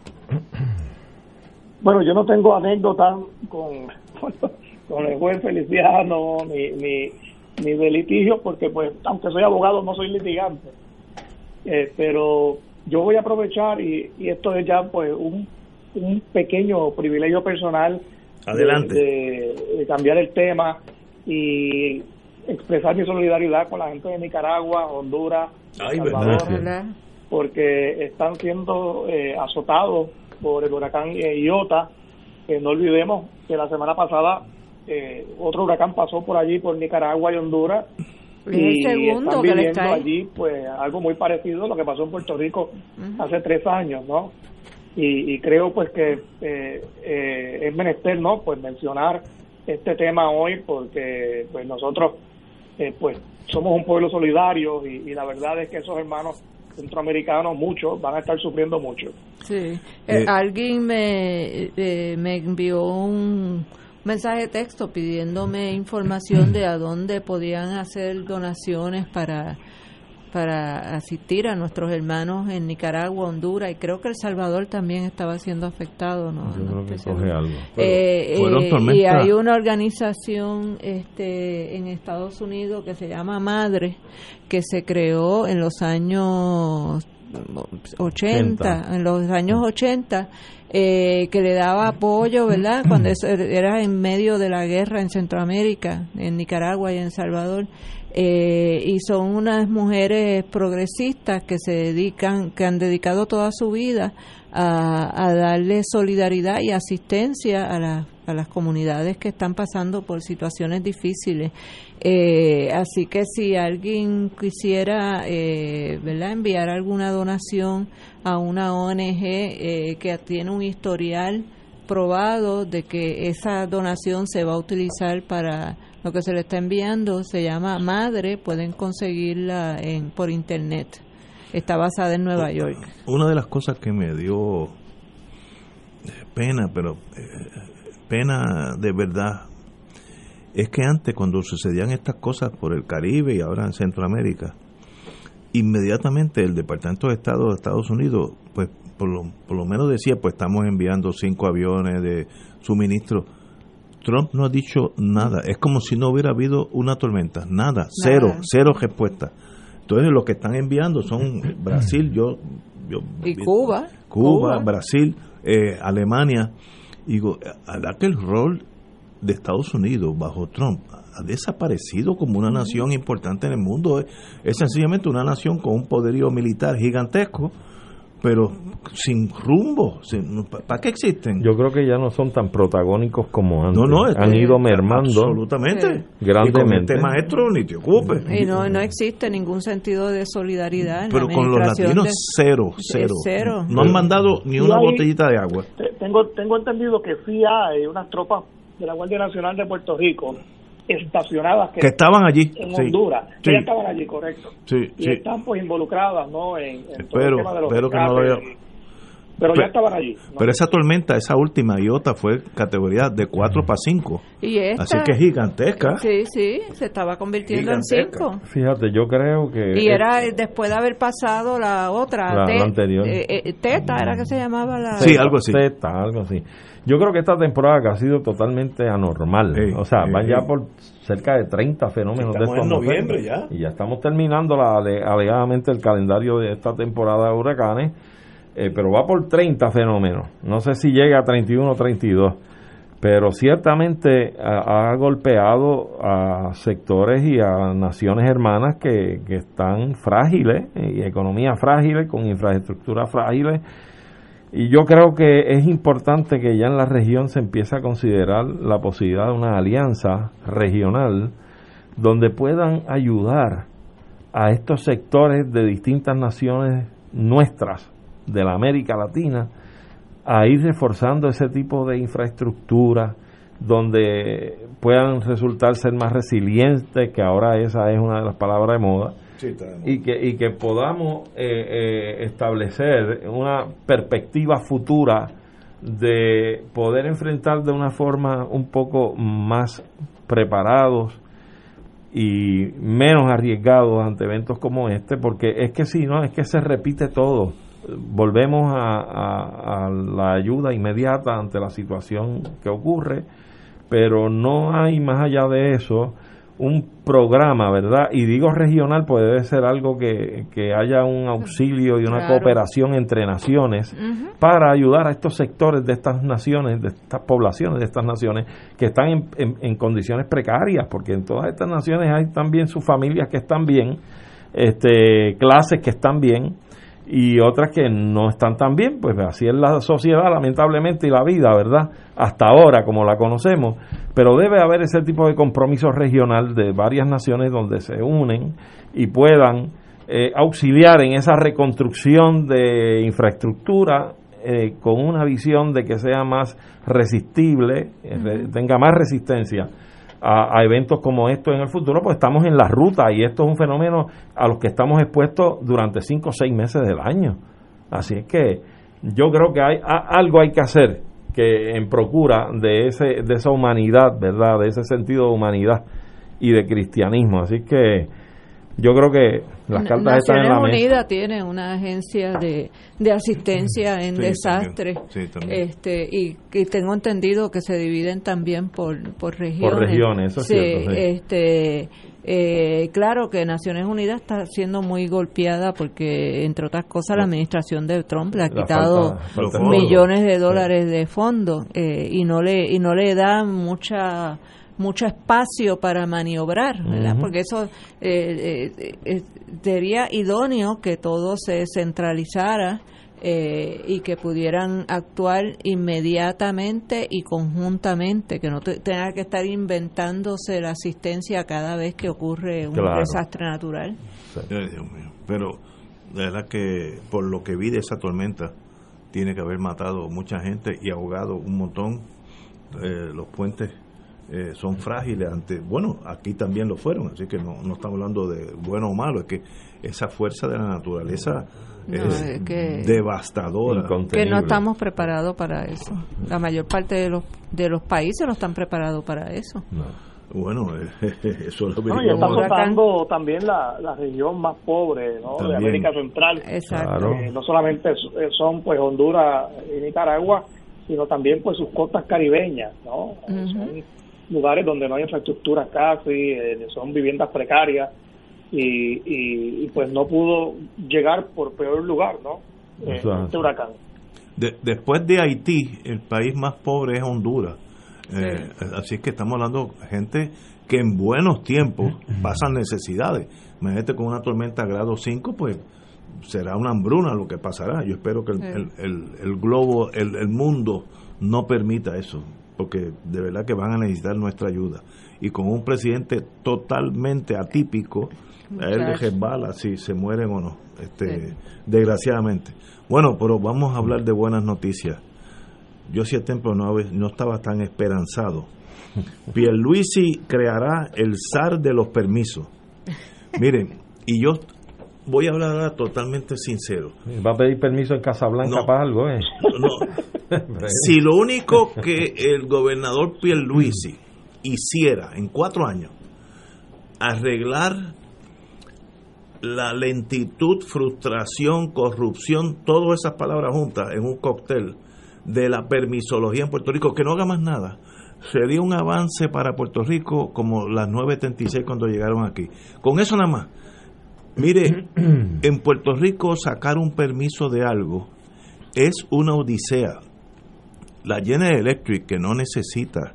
Bueno, yo no tengo anécdotas con el juez Feliciano ni de litigio, porque pues aunque soy abogado no soy litigante, pero yo voy a aprovechar, y esto es ya pues un pequeño privilegio personal. Adelante. De cambiar el tema y expresar mi solidaridad con la gente de Nicaragua, Honduras, Salvador, porque están siendo azotados por el huracán Iota. No olvidemos que la semana pasada otro huracán pasó por allí, por Nicaragua y Honduras, y están viviendo allí pues algo muy parecido a lo que pasó en Puerto Rico hace 3 años, ¿no? Y creo pues que es menester, ¿no?, pues mencionar este tema hoy, porque pues nosotros pues somos un pueblo solidario, y la verdad es que esos hermanos centroamericanos, muchos van a estar sufriendo mucho. Sí. Alguien me envió un mensaje de texto pidiéndome información de a dónde podían hacer donaciones para asistir a nuestros hermanos en Nicaragua, Honduras, y creo que El Salvador también estaba siendo afectado, ¿no? Yo creo que coge algo. Y hay una organización en Estados Unidos que se llama Madre, que se creó en los años 80, en los años 80, que le daba apoyo, ¿verdad? Cuando era en medio de la guerra en Centroamérica, en Nicaragua y en Salvador. Y son unas mujeres progresistas que que han dedicado toda su vida a darle solidaridad y asistencia a las comunidades que están pasando por situaciones difíciles. Así que si alguien quisiera, ¿verdad?, enviar alguna donación a una ONG que tiene un historial probado de que esa donación se va a utilizar para lo que se le está enviando, se llama Madre, pueden conseguirla por internet. Está basada en Nueva York. Una de las cosas que me dio pena, pero pena de verdad, es que antes, cuando sucedían estas cosas por el Caribe y ahora en Centroamérica, inmediatamente el Departamento de Estado de Estados Unidos, pues por lo menos decía, pues estamos enviando 5 aviones de suministro. Trump no ha dicho nada, es como si no hubiera habido una tormenta, nada. Cero respuesta. Entonces lo que están enviando son Brasil, y Cuba, Brasil, Alemania. Digo, ¿hará que el rol de Estados Unidos bajo Trump ha desaparecido como una nación importante en el mundo? Es sencillamente una nación con un poderío militar gigantesco, pero sin rumbo. ¿Para qué existen? Yo creo que ya no son tan protagónicos como antes. Han ido mermando absolutamente grandemente. Y con este maestro ni te ocupes. Y no existe ningún sentido de solidaridad. Pero con los latinos cero. No han mandado ni una botellita de agua. Tengo entendido que sí hay unas tropas de la Guardia Nacional de Puerto Rico estacionadas que estaban allí en Honduras, que ya estaban allí, correcto, y están pues involucradas, ¿no?, en todo el tema de los rescates, pero ya estaban allí, ¿no? Pero esa tormenta, esa última Iota, fue categoría de 4 para 5, así que es gigantesca. Sí, se estaba convirtiendo en 5. Fíjate, yo creo que y era después de haber pasado la otra, la anterior, Teta, era que se llamaba la... Sí, algo así. Teta, algo así. Yo creo que esta temporada que ha sido totalmente anormal, o sea, van ya por cerca de 30 fenómenos de estos. Estamos en noviembre ya. Y ya estamos terminando alegadamente el calendario de esta temporada de huracanes, pero va por 30 fenómenos. No sé si llega a 31 o 32, pero ciertamente ha golpeado a sectores y a naciones hermanas que están frágiles, y economías frágiles, con infraestructuras frágiles. Y yo creo que es importante que ya en la región se empiece a considerar la posibilidad de una alianza regional donde puedan ayudar a estos sectores de distintas naciones nuestras de la América Latina a ir reforzando ese tipo de infraestructura, donde puedan resultar ser más resilientes, que ahora esa es una de las palabras de moda. Y que podamos establecer una perspectiva futura de poder enfrentar de una forma un poco más preparados y menos arriesgados ante eventos como este, porque es que si no, es que se repite todo. Volvemos a la ayuda inmediata ante la situación que ocurre, pero no hay más allá de eso un programa, ¿verdad? Y digo regional, pues debe ser algo que haya un auxilio y una cooperación entre naciones para ayudar a estos sectores de estas naciones, de estas poblaciones de estas naciones que están en condiciones precarias, porque en todas estas naciones hay también sus familias que están bien, clases que están bien y otras que no están tan bien. Pues así es la sociedad, lamentablemente, y la vida, ¿verdad? Hasta ahora, como la conocemos. Pero debe haber ese tipo de compromiso regional de varias naciones donde se unen y puedan auxiliar en esa reconstrucción de infraestructura con una visión de que sea más resistible, tenga más resistencia a eventos como estos en el futuro, pues estamos en la ruta y esto es un fenómeno a los que estamos expuestos durante 5 o 6 meses del año. Así es que yo creo que algo hay que hacer que en procura de esa humanidad, ¿verdad? De ese sentido de humanidad y de cristianismo. Así que yo creo que las cartas están en la mesa. Naciones Unidas tiene una agencia de asistencia en desastres, y tengo entendido que se dividen también por regiones. Por regiones, eso es cierto. Claro que Naciones Unidas está siendo muy golpeada porque, entre otras cosas, la administración de Trump le ha quitado millones de dólares de fondos y no le da mucho espacio para maniobrar, ¿verdad? Porque eso sería idóneo que todo se centralizara y que pudieran actuar inmediatamente y conjuntamente, que no tenga que estar inventándose la asistencia cada vez que ocurre un desastre natural. Dios mío. Pero la verdad que por lo que vi de esa tormenta tiene que haber matado mucha gente y ahogado un montón. Los puentes son frágiles bueno, aquí también lo fueron, así que no estamos hablando de bueno o malo, es que esa fuerza de la naturaleza es devastadora. Que no estamos preparados para eso. La mayor parte de los países no están preparados para eso. No. Bueno, eso lo y está afectando también la región más pobre, ¿no? De América Central. Exacto. No solamente son pues Honduras y Nicaragua, sino también pues sus costas caribeñas, ¿no? Son lugares donde no hay infraestructura casi, son viviendas precarias y pues no pudo llegar por peor lugar, ¿no? Este huracán. Después de Haití, el país más pobre es Honduras. Así que estamos hablando de gente que en buenos tiempos pasan necesidades. Imagínate con una tormenta grado 5, pues será una hambruna lo que pasará. Yo espero que el globo, el mundo no permita eso, porque de verdad que van a necesitar nuestra ayuda. Y con un presidente totalmente atípico, a él le resbala si se mueren o no, desgraciadamente. Bueno, pero vamos a hablar de buenas noticias. Yo hacía tiempo no estaba tan esperanzado. Pierluisi creará el zar de los permisos. Miren, y yo voy a hablar ahora totalmente sincero. ¿Va a pedir permiso en Casablanca para algo? Si lo único que el gobernador Pierluisi hiciera en 4 años, arreglar la lentitud, frustración, corrupción, todas esas palabras juntas en un cóctel de la permisología en Puerto Rico, que no haga más nada, sería un avance para Puerto Rico como las 976 cuando llegaron aquí. Con eso nada más. Mire, en Puerto Rico sacar un permiso de algo es una odisea. La General Electric, que no necesita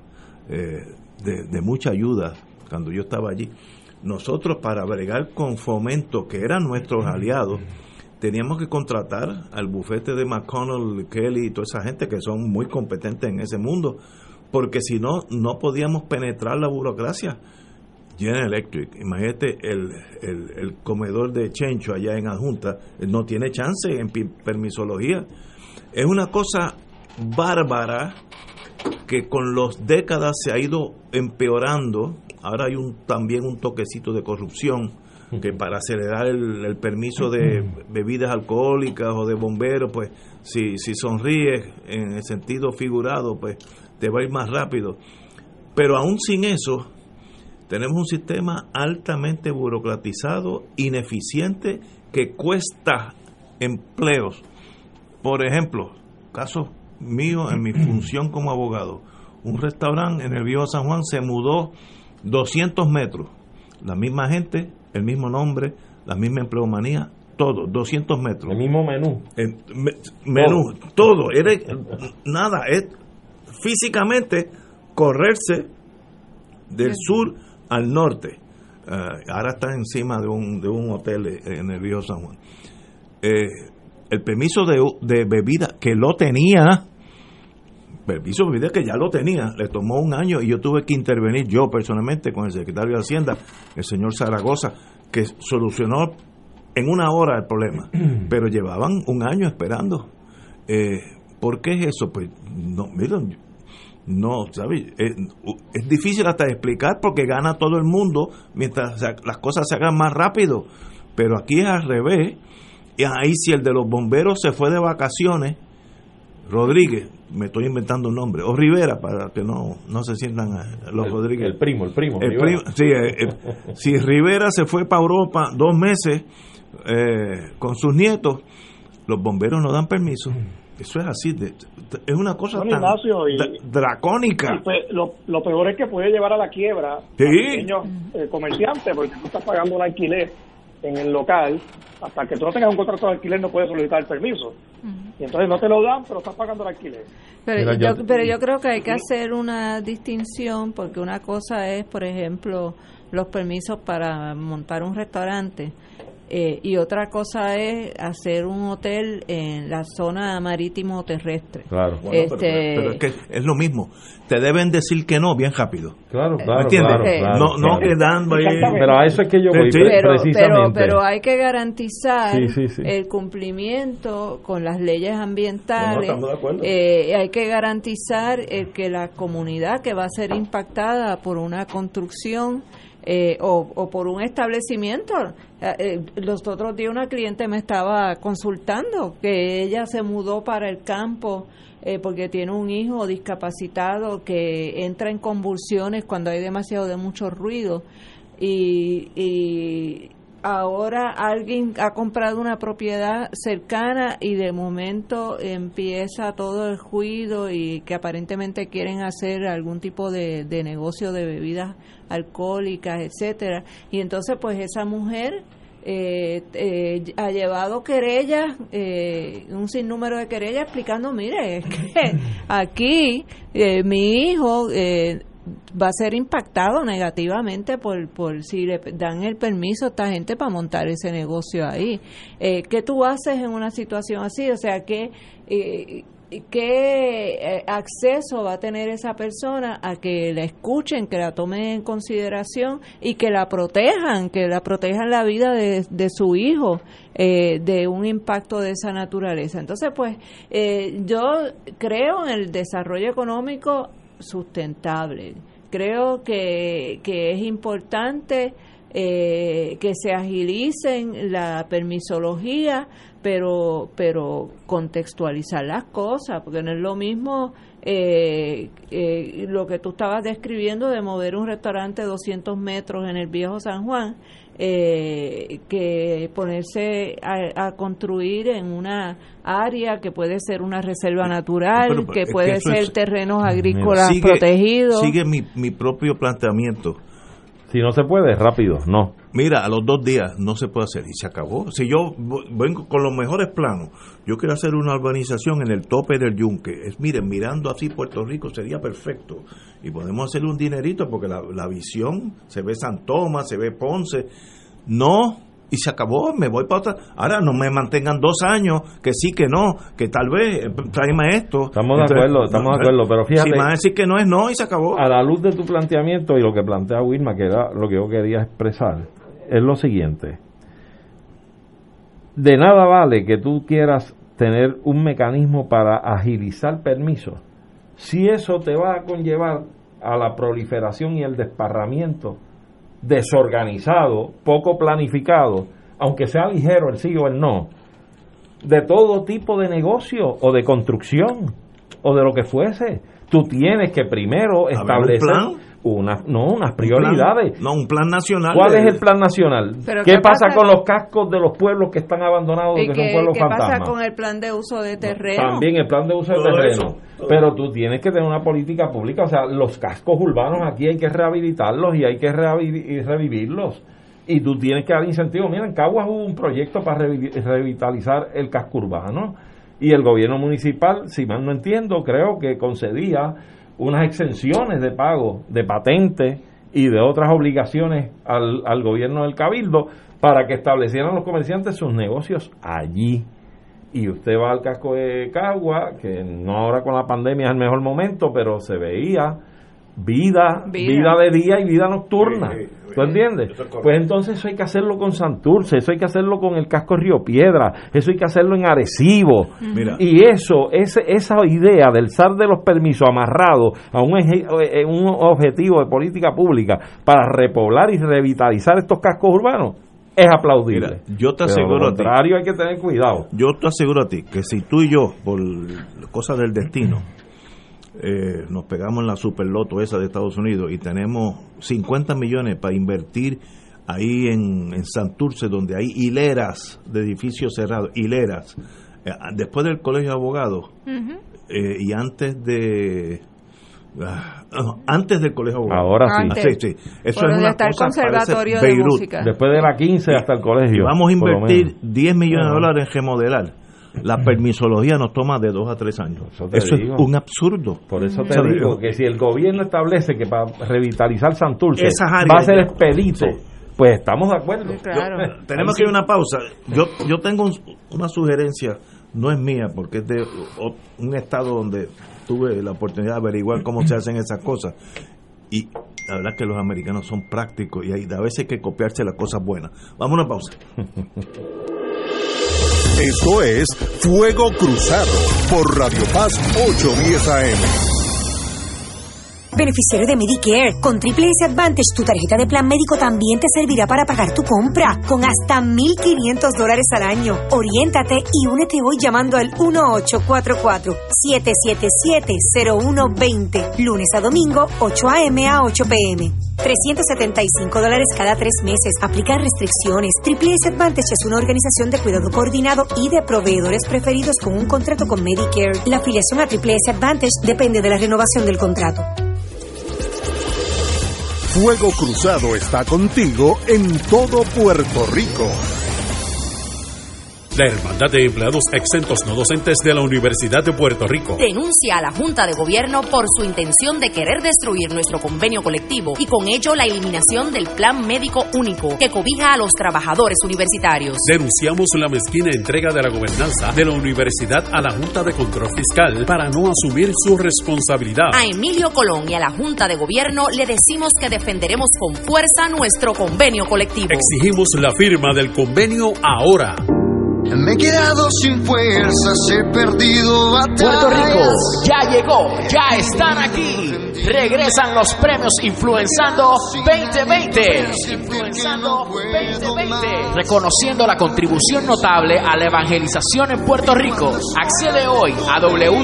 de mucha ayuda, cuando yo estaba allí, nosotros para bregar con Fomento, que eran nuestros aliados, teníamos que contratar al bufete de McConnell, Kelly y toda esa gente que son muy competentes en ese mundo, porque si no, no podíamos penetrar la burocracia. General Electric, imagínate el comedor de Chencho allá en Adjunta, no tiene chance en permisología. Es una cosa bárbara que con las décadas se ha ido empeorando. Ahora hay también un toquecito de corrupción, que para acelerar el permiso de bebidas alcohólicas o de bomberos, pues si sonríes en el sentido figurado, pues te va a ir más rápido. Pero aún sin eso, tenemos un sistema altamente burocratizado, ineficiente, que cuesta empleos. Por ejemplo, caso mío en mi función como abogado, un restaurante en el Viejo San Juan se mudó 200 metros, la misma gente, el mismo nombre, la misma empleomanía, todo, 200 metros. El mismo menú. Menú, todo. Era nada, es físicamente correrse del sur al norte. Ahora está encima de un hotel en el Viejo San Juan. El permiso de bebida, que lo tenía, permiso de bebida que ya lo tenía, le tomó 1 año y yo tuve que intervenir yo personalmente con el secretario de Hacienda, el señor Zaragoza, que solucionó en 1 hora el problema, pero llevaban 1 año esperando. ¿Por qué es eso? Pues no, miren, no, ¿sabes? Es difícil hasta de explicar porque gana todo el mundo mientras las cosas se hagan más rápido, pero aquí es al revés. Y ahí si el de los bomberos se fue de vacaciones, Rodríguez, me estoy inventando un nombre, o Rivera, para que no se sientan los Rodríguez. El primo. Sí, si Rivera se fue para Europa 2 meses con sus nietos, los bomberos no dan permiso. Eso es así, es una cosa tan Ignacio, dracónica. Y pues, lo peor es que puede llevar a la quiebra a pequeños comerciantes, porque tú estás pagando un alquiler en el local, hasta que tú no tengas un contrato de alquiler no puedes solicitar el permiso. Y entonces no te lo dan, pero estás pagando el alquiler. Pero yo creo que hay que hacer una distinción, porque una cosa es, por ejemplo, los permisos para montar un restaurante, y otra cosa es hacer un hotel en la zona marítimo terrestre. Claro. Bueno, pero es que es lo mismo. Te deben decir que no bien rápido. Claro. ¿Me entiendes? Claro, no quedando ahí. Pero a eso es que yo voy, precisamente. Pero hay que garantizar el cumplimiento con las leyes ambientales. No, estamos de acuerdo. Hay que garantizar que la comunidad que va a ser impactada por una construcción o por un establecimiento. Los otros días una cliente me estaba consultando que ella se mudó para el campo porque tiene un hijo discapacitado que entra en convulsiones cuando hay de mucho ruido, y ahora alguien ha comprado una propiedad cercana y de momento empieza todo el ruido, y que aparentemente quieren hacer algún tipo de negocio de bebidas alcohólicas, etcétera, y entonces pues esa mujer ha llevado querellas, un sinnúmero de querellas explicando, mire, es que aquí mi hijo va a ser impactado negativamente por si le dan el permiso a esta gente para montar ese negocio ahí. ¿Qué tú haces en una situación así? O sea, ¿qué acceso va a tener esa persona a que la escuchen, que la tomen en consideración y que la protejan la vida de su hijo de un impacto de esa naturaleza? Entonces, pues, yo creo en el desarrollo económico sustentable. Creo que es importante que se agilicen la permisología, pero contextualizar las cosas, porque no es lo mismo lo que tú estabas describiendo de mover un restaurante 200 metros en el viejo San Juan, que ponerse a construir en una área que puede ser una reserva natural, que puede ser terrenos agrícolas protegidos. Sigue mi propio planteamiento. Si no se puede, rápido, no. Mira, a los 2 días no se puede hacer y se acabó. Si yo vengo con los mejores planos, yo quiero hacer una urbanización en el tope del Yunque. Miren, mirando así Puerto Rico sería perfecto. Y podemos hacerle un dinerito porque la visión, se ve San Tomás, se ve Ponce. No, y se acabó, me voy para otra. Ahora no me mantengan 2 años, que sí, que no, que tal vez, tráeme esto. Estamos de acuerdo, pero fíjate. Si me van a decir que no es no, y se acabó. A la luz de tu planteamiento y lo que plantea Wilma, que era lo que yo quería expresar, es lo siguiente. De nada vale que tú quieras tener un mecanismo para agilizar permisos, si eso te va a conllevar a la proliferación y el desparramiento desorganizado, poco planificado, aunque sea ligero el sí o el no, de todo tipo de negocio o de construcción o de lo que fuese. Tú tienes que primero establecer unas prioridades. Un plan nacional. ¿Cuál es el plan nacional? ¿Qué pasa con los cascos de los pueblos que están abandonados, que son pueblos fantasmas? ¿Qué pasa con el plan de uso de terreno? También el plan de uso de terreno. Pero tú tienes que tener una política pública. O sea, los cascos urbanos aquí hay que rehabilitarlos y hay que revivirlos. Y tú tienes que dar incentivos. Mira, en Caguas hubo un proyecto para revitalizar el casco urbano. Y el gobierno municipal, si mal no entiendo, creo que concedía unas exenciones de pago de patentes y de otras obligaciones al gobierno del Cabildo para que establecieran los comerciantes sus negocios allí. Y usted va al casco de Cagua, que no ahora con la pandemia es el mejor momento, pero se veía vida de día y vida nocturna. ¿Tú entiendes? Pues entonces eso hay que hacerlo con Santurce, eso hay que hacerlo con el casco Río Piedra, eso hay que hacerlo en Arecibo. Y esa idea del SAR de los permisos amarrado a un objetivo de política pública para repoblar y revitalizar estos cascos urbanos es aplaudible. Mira, yo te aseguro a ti, hay que tener cuidado. Yo te aseguro a ti que si tú y yo, por cosas del destino, nos pegamos en la superloto esa de Estados Unidos y tenemos 50 millones para invertir ahí en Santurce, donde hay hileras de edificios cerrados, hileras, después del colegio de abogados y antes del colegio de abogados. Ahora sí. Sí. Eso es una cosa, conservatorio Beirut. de música. Después de la 15 hasta el colegio. Y vamos a invertir $10 millones en remodelar. La permisología nos toma de 2 a 3 años. Eso es un absurdo. Por eso te digo que si el gobierno establece que para revitalizar Santurce áreas va a ser expedito, pues estamos de acuerdo. Claro. Tenemos que ir a una pausa. Yo tengo una sugerencia, no es mía, porque es de un estado donde tuve la oportunidad de averiguar cómo se hacen esas cosas. Y la verdad que los americanos son prácticos y a veces hay que copiarse las cosas buenas. Vamos a una pausa. Esto es Fuego Cruzado por Radio Paz 810 AM. Beneficiario de Medicare, con Triple S Advantage, tu tarjeta de plan médico también te servirá para pagar tu compra, con hasta $1,500 al año. Oriéntate y únete hoy llamando al 1844-777-0120, lunes a domingo, 8 a.m. a 8 p.m. $375 cada 3 meses. Aplican restricciones. Triple S Advantage es una organización de cuidado coordinado y de proveedores preferidos con un contrato con Medicare. La afiliación a Triple S Advantage depende de la renovación del contrato. Fuego Cruzado está contigo en todo Puerto Rico. La Hermandad de Empleados Exentos No Docentes de la Universidad de Puerto Rico denuncia a la Junta de Gobierno por su intención de querer destruir nuestro convenio colectivo y con ello la eliminación del Plan Médico Único que cobija a los trabajadores universitarios. Denunciamos la mezquina entrega de la gobernanza de la universidad a la Junta de Control Fiscal para no asumir su responsabilidad. A Emilio Colón y a la Junta de Gobierno le decimos que defenderemos con fuerza nuestro convenio colectivo. Exigimos la firma del convenio ahora. Me he quedado sin fuerzas, he perdido batallas. Puerto Rico ya llegó, ya están aquí. Regresan los premios Influenzando 2020. Reconociendo la contribución notable a la evangelización en Puerto Rico. Accede hoy a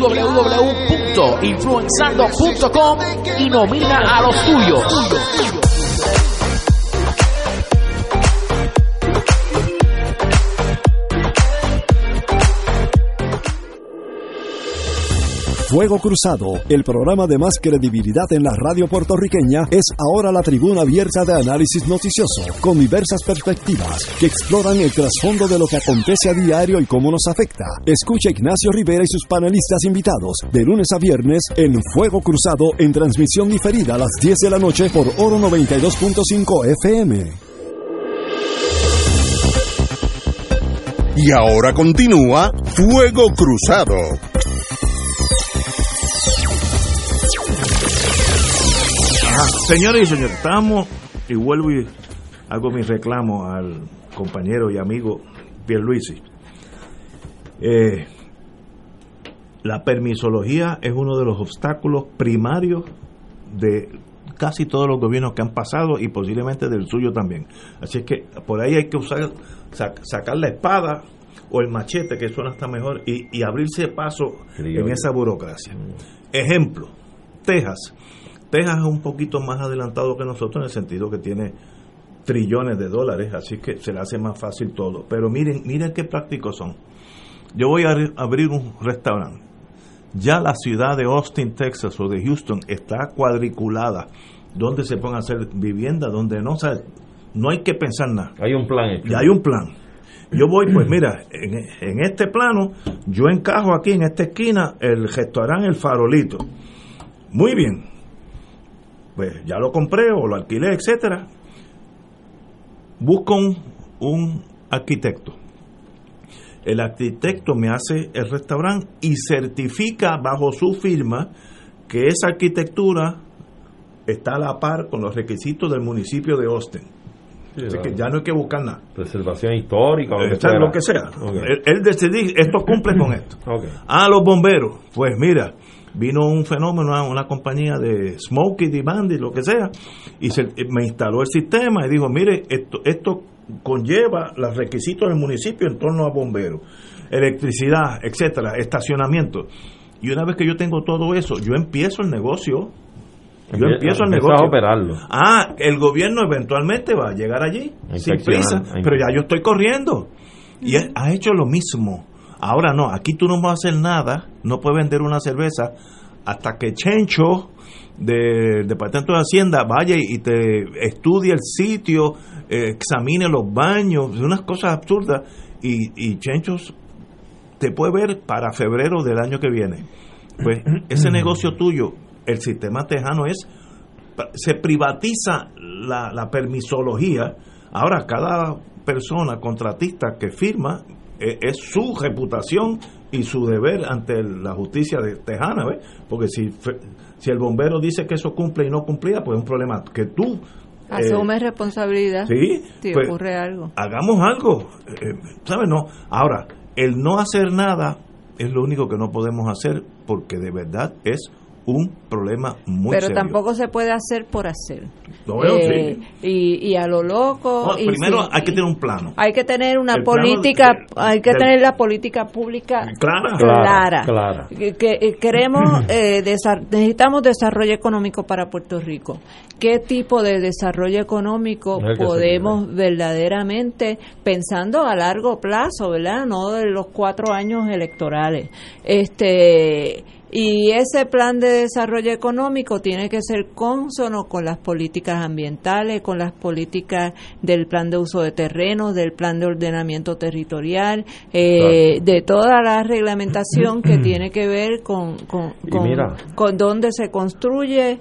www.influenzando.com y nomina a los tuyos. Fuego Cruzado, el programa de más credibilidad en la radio puertorriqueña, es ahora la tribuna abierta de análisis noticioso, con diversas perspectivas que exploran el trasfondo de lo que acontece a diario y cómo nos afecta. Escucha Ignacio Rivera y sus panelistas invitados de lunes a viernes en Fuego Cruzado, en transmisión diferida a las 10 de la noche por Oro 92.5 FM. Y ahora continúa Fuego Cruzado. Señores y señores, estamos, y vuelvo y hago mi reclamo al compañero y amigo Pierluisi. La permisología es uno de los obstáculos primarios de casi todos los gobiernos que han pasado y posiblemente del suyo también. Así es que por ahí hay que sacar la espada o el machete, que suena hasta mejor, y abrirse paso en esa burocracia. Ejemplo, Texas es un poquito más adelantado que nosotros en el sentido que tiene trillones de dólares, así que se le hace más fácil todo. Pero miren qué prácticos son. Yo voy a abrir un restaurante. Ya la ciudad de Austin, Texas, o de Houston está cuadriculada, donde se pueden hacer viviendas, donde no hay que pensar nada. Hay un plan. Ya hay un plan. Yo voy, pues mira, en este plano, yo encajo aquí en esta esquina el restaurante El Farolito. Muy bien. Pues ya lo compré o lo alquilé, etcétera. Busco un arquitecto. El arquitecto me hace el restaurante y certifica bajo su firma que esa arquitectura está a la par con los requisitos del municipio de Austin. Sí, así que ya no hay que buscar nada. Preservación histórica, lo que sea. Okay. Él decidió, esto cumple con esto. Okay. Los bomberos. Pues mira, vino un fenómeno, una compañía de Smokey, de Bandy, lo que sea, y me instaló el sistema y dijo, mire, esto conlleva los requisitos del municipio en torno a bomberos, electricidad, etcétera, estacionamiento. Y una vez que yo tengo todo eso, yo empiezo el negocio. A operarlo. El gobierno eventualmente va a llegar allí, sin prisa, pero ya yo estoy corriendo. Y ha hecho lo mismo. Ahora no, aquí tú no vas a hacer nada, no puedes vender una cerveza hasta que Chencho del Departamento de Hacienda vaya y te estudie el sitio, examine los baños, unas cosas absurdas, y Chencho te puede ver para febrero del año que viene. Pues ese negocio tuyo, el sistema tejano se privatiza la permisología. Ahora cada persona contratista que firma es su reputación y su deber ante la justicia tejana, ¿ves? Porque si el bombero dice que eso cumple y no cumplía, pues es un problema que tú asumes responsabilidad. Sí, si pues, ocurre algo. Hagamos algo, ¿sabes? No. Ahora, el no hacer nada es lo único que no podemos hacer, porque de verdad es un problema muy pero serio. Tampoco se puede hacer por hacer. Sí. Y a lo loco. No, primero hay que tener un plano. Hay que tener una política, tener la política pública clara. Que queremos, necesitamos desarrollo económico para Puerto Rico. ¿Qué tipo de desarrollo económico podemos verdaderamente, pensando a largo plazo, ¿verdad? No de los 4 años electorales. Y ese plan de desarrollo económico tiene que ser cónsono con las políticas ambientales, con las políticas del plan de uso de terrenos, del plan de ordenamiento territorial, de toda la reglamentación que tiene que ver con dónde se construye,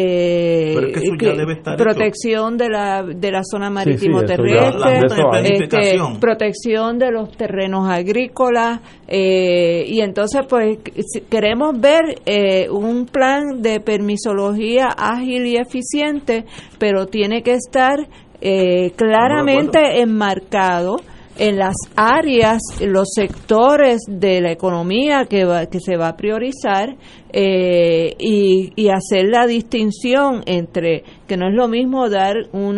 protección de la zona marítimo terrestre, protección de los terrenos agrícolas, y entonces pues queremos ver un plan de permisología ágil y eficiente, pero tiene que estar claramente enmarcado en las áreas, los sectores de la economía que se va a priorizar, y hacer la distinción entre que no es lo mismo dar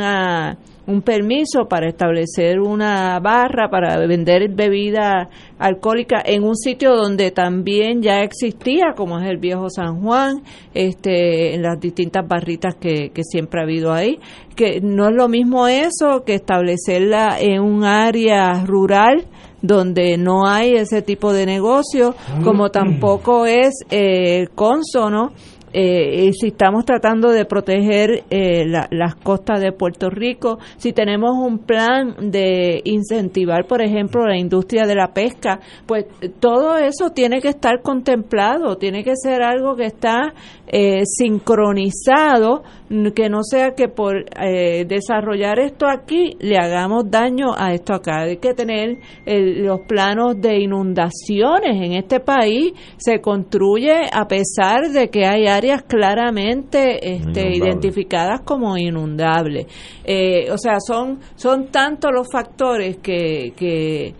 un permiso para establecer una barra para vender bebida alcohólica en un sitio donde también ya existía, como es el Viejo San Juan, en las distintas barritas que siempre ha habido ahí, que no es lo mismo eso que establecerla en un área rural donde no hay ese tipo de negocio, como tampoco es cónsono si estamos tratando de proteger las costas de Puerto Rico, si tenemos un plan de incentivar, por ejemplo, la industria de la pesca, pues todo eso tiene que estar contemplado, tiene que ser algo que está sincronizado, que no sea que por desarrollar esto aquí le hagamos daño a esto acá. Hay que tener los planos de inundaciones en este país, se construye a pesar de que hay áreas claramente identificadas como inundables. O sea, son tantos los factores que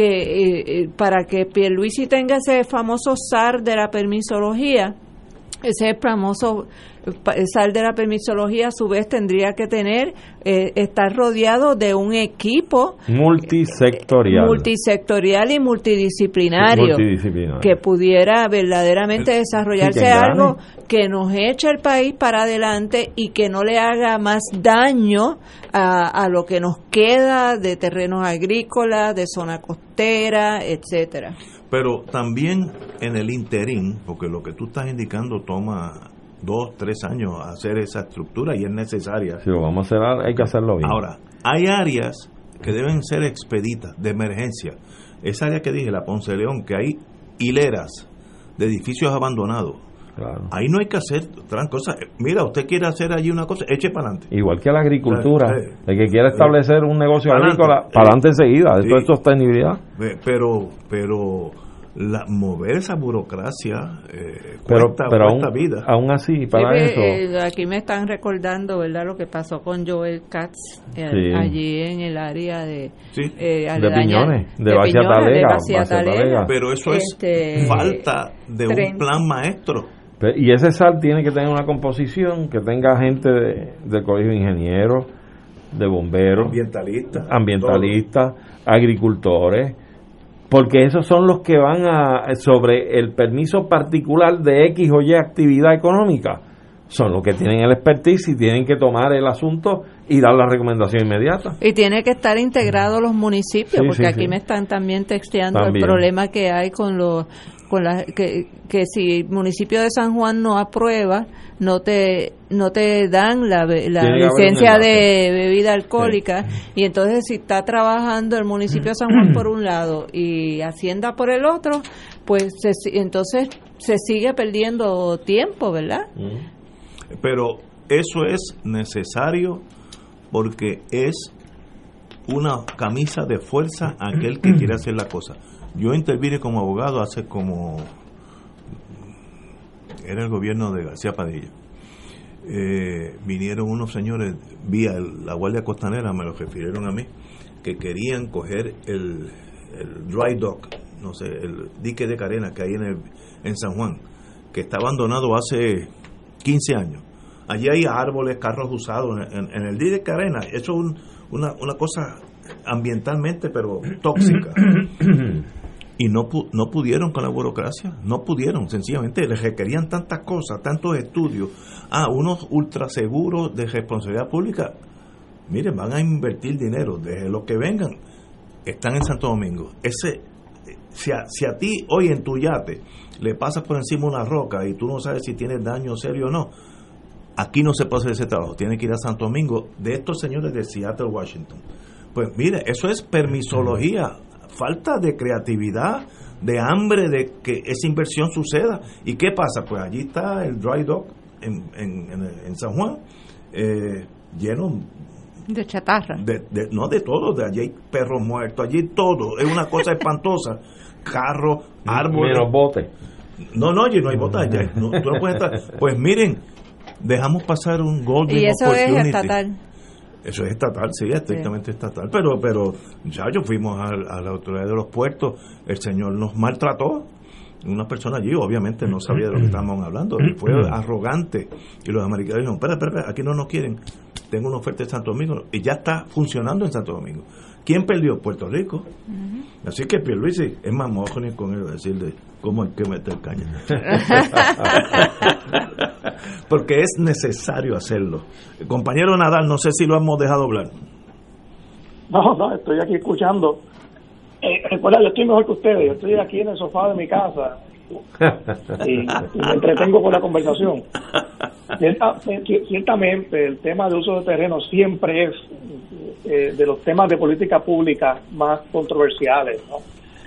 para que Pierluisi tenga ese famoso zar de la permisología, ese famoso zar de la permisología, a su vez tendría que tener estar rodeado de un equipo multisectorial y multidisciplinario que pudiera verdaderamente desarrollarse algo que nos eche el país para adelante y que no le haga más daño a lo que nos queda de terrenos agrícolas, de zona costera, etcétera. Pero también en el interín, porque lo que tú estás indicando toma 2-3 años hacer esa estructura y es necesaria. Si lo vamos a hacer, hay que hacerlo bien. Ahora, hay áreas que deben ser expeditas, de emergencia. Esa área que dije, la Ponce León, que hay hileras de edificios abandonados. Claro. Ahí no hay que hacer otras cosas. Mira, usted quiere hacer allí una cosa, eche para adelante. Igual que la agricultura, el que quiera establecer un negocio agrícola, para adelante enseguida. Esto es sostenibilidad. Pero mover esa burocracia cuesta aún, vida. Aún así, para eso. Aquí me están recordando, ¿verdad?, lo que pasó con Joel Katz allí en el área de Piñones, de Baciatalega. Pero eso es falta de un plan maestro. Y ese SAL tiene que tener una composición que tenga gente del colegio de ingenieros, de bomberos, ambientalistas, agricultores, porque esos son los que van sobre el permiso particular de X o Y actividad económica. son los que tienen el expertise y tienen que tomar el asunto y dar la recomendación inmediata. Y tiene que estar integrado los municipios, porque aquí me están también texteando el problema que hay con que si el municipio de San Juan no aprueba, no te dan la licencia de bebida alcohólica, y entonces si está trabajando el municipio de San Juan por un lado y Hacienda por el otro, pues entonces se sigue perdiendo tiempo, ¿verdad? Pero eso es necesario porque es una camisa de fuerza a aquel que quiere hacer la cosa. Yo intervine como abogado hace era el gobierno de García Padilla. Vinieron unos señores vía la Guardia Costanera, me lo refirieron a mí, que querían coger el dry dock, no sé, el dique de Carena que hay en San Juan, que está abandonado hace 15 años. Allí hay árboles, carros usados en el dique de Carena. Eso es una cosa ambientalmente pero tóxica. Y no pudieron con la burocracia, no pudieron, sencillamente les requerían tantas cosas, tantos estudios, unos ultraseguros de responsabilidad pública. Miren, van a invertir dinero, desde los que vengan, están en Santo Domingo. Si a ti hoy en tu yate le pasas por encima una roca y tú no sabes si tienes daño serio o no, aquí no se puede hacer ese trabajo, tiene que ir a Santo Domingo, de estos señores de Seattle, Washington. Pues mire, eso es permisología, falta de creatividad, de hambre de que esa inversión suceda. ¿Y qué pasa? Pues allí está el dry dock en San Juan, lleno de chatarra, no de todo, de allí hay perros muertos, allí todo, es una cosa espantosa, carros, árboles, menos botes. No, allí no hay botes, tú no puedes estar. Pues miren, dejamos pasar un golden opportunity. Y eso es estatal. Eso es estatal, sí, estrictamente estatal, pero ya fuimos a la autoridad de los puertos, el señor nos maltrató, una persona allí obviamente no sabía de lo que estábamos hablando, y fue arrogante, y los americanos dijeron, espera, aquí no nos quieren, tengo una oferta en Santo Domingo, y ya está funcionando en Santo Domingo. ¿Quién perdió? Puerto Rico. Así que Pierluisi es más mojón con él decirle cómo hay que meter caña. Porque es necesario hacerlo. El compañero Nadal, no sé si lo hemos dejado hablar. No, estoy aquí escuchando. Recuerda, yo estoy mejor que ustedes. Yo estoy aquí en el sofá de mi casa y me entretengo con la conversación. Ciertamente, el tema de uso de terreno siempre es de los temas de política pública más controversiales, ¿no?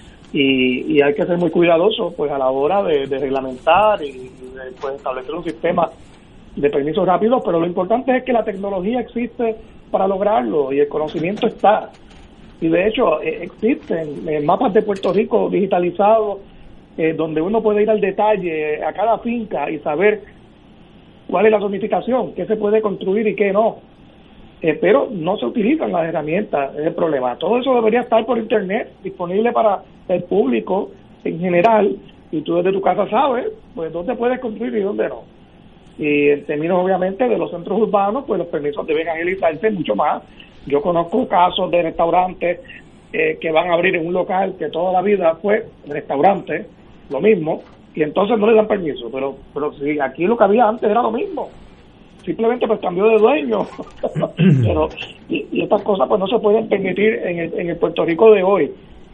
Y hay que ser muy cuidadoso pues a la hora de reglamentar y de pues, establecer un sistema de permisos rápidos, pero lo importante es que la tecnología existe para lograrlo y el conocimiento está. Y de hecho existen mapas de Puerto Rico digitalizados donde uno puede ir al detalle a cada finca y saber cuál es la zonificación, qué se puede construir y qué no. Pero no se utilizan las herramientas, es el problema. Todo eso debería estar por internet, disponible para el público en general, y tú desde tu casa sabes pues dónde puedes construir y dónde no. Y en términos obviamente de los centros urbanos, pues los permisos deben agilizarse mucho más. Yo conozco casos de restaurantes que van a abrir en un local que toda la vida fue restaurante, lo mismo, y entonces no le dan permiso, pero si aquí lo que había antes era lo mismo, simplemente pues cambió de dueño. Pero y estas cosas pues no se pueden permitir en el Puerto Rico de hoy.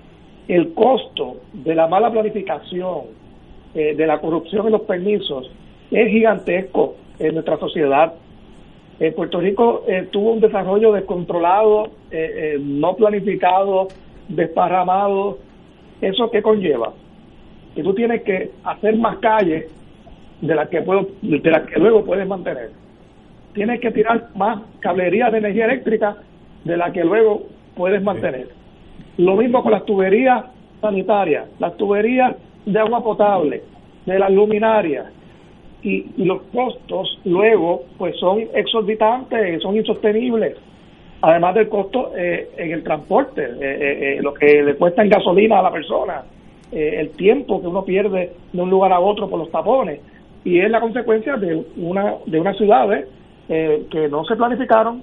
El costo de la mala planificación, de la corrupción en los permisos es gigantesco en nuestra sociedad. Puerto Rico tuvo un desarrollo descontrolado, no planificado, desparramado. ¿Eso qué conlleva? Que tú tienes que hacer más calles de las que luego puedes mantener. Tienes que tirar más cablerías de energía eléctrica de la que luego puedes mantener. Lo mismo con las tuberías sanitarias, las tuberías de agua potable, de las luminarias, y los costos luego pues son exorbitantes, son insostenibles, además del costo en el transporte, lo que le cuesta en gasolina a la persona, el tiempo que uno pierde de un lugar a otro por los tapones, y es la consecuencia de unas ciudades que no se planificaron.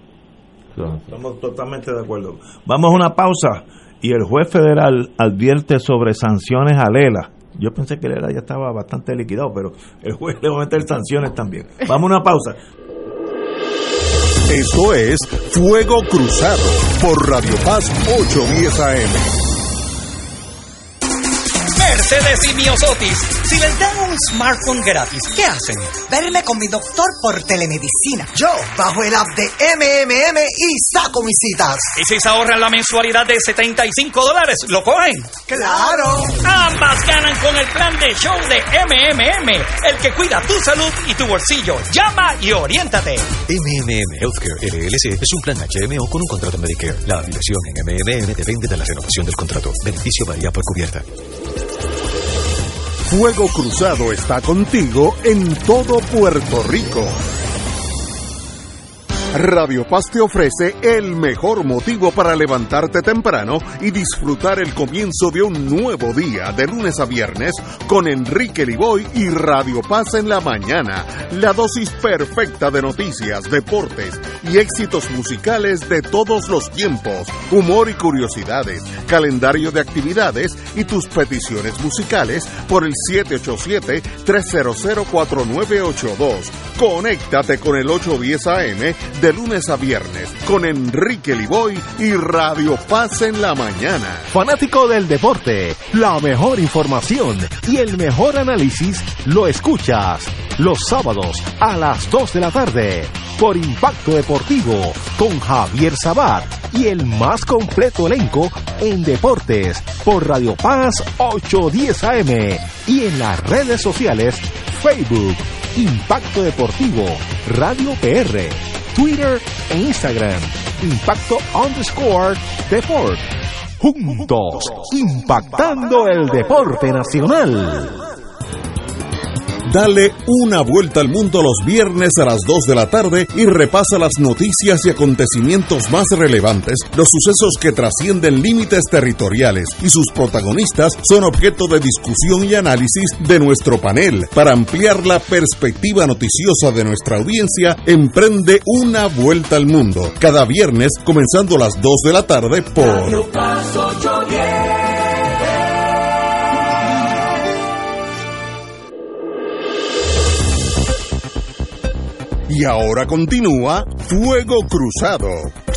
Estamos totalmente de acuerdo. Vamos a una pausa y el juez federal advierte sobre sanciones a Lela Yo pensé que él ya estaba bastante liquidado, pero el juez le va a meter sanciones también. Vamos a una pausa. Esto es Fuego Cruzado por Radio Paz 810 AM. Mercedes y Miosotis, si les dan un smartphone gratis, ¿qué hacen? Verme con mi doctor por telemedicina. Yo bajo el app de MMM y saco mis citas. ¿Y si se ahorran la mensualidad de $75, lo cogen? ¡Claro! Ambas ganan con el plan de show de MMM, el que cuida tu salud y tu bolsillo. Llama y oriéntate. MMM Healthcare LLC es un plan HMO con un contrato Medicare. La afiliación en MMM depende de la renovación del contrato. Beneficio varía por cubierta. Fuego Cruzado está contigo en todo Puerto Rico. Radio Paz te ofrece el mejor motivo para levantarte temprano y disfrutar el comienzo de un nuevo día de lunes a viernes con Enrique Liboy y Radio Paz en la mañana. La dosis perfecta de noticias, deportes y éxitos musicales de todos los tiempos, humor y curiosidades, calendario de actividades y tus peticiones musicales por el 787-300-4982. Conéctate con el 810 AM de lunes a viernes con Enrique Liboy y Radio Paz en la mañana. Fanático del deporte, la mejor información y el mejor análisis lo escuchas los sábados a las 2 de la tarde por Impacto Deportivo con Javier Sabat y el más completo elenco en deportes por Radio Paz 810 AM y en las redes sociales Facebook, Impacto Deportivo, Radio PR, Twitter e Instagram, Impacto_Deport. Juntos, impactando el deporte nacional. Dale una vuelta al mundo los viernes a las 2 de la tarde y repasa las noticias y acontecimientos más relevantes, los sucesos que trascienden límites territoriales y sus protagonistas son objeto de discusión y análisis de nuestro panel. Para ampliar la perspectiva noticiosa de nuestra audiencia, emprende una vuelta al mundo. Cada viernes, comenzando a las 2 de la tarde por Radio Paz 810. Y ahora continúa Fuego Cruzado.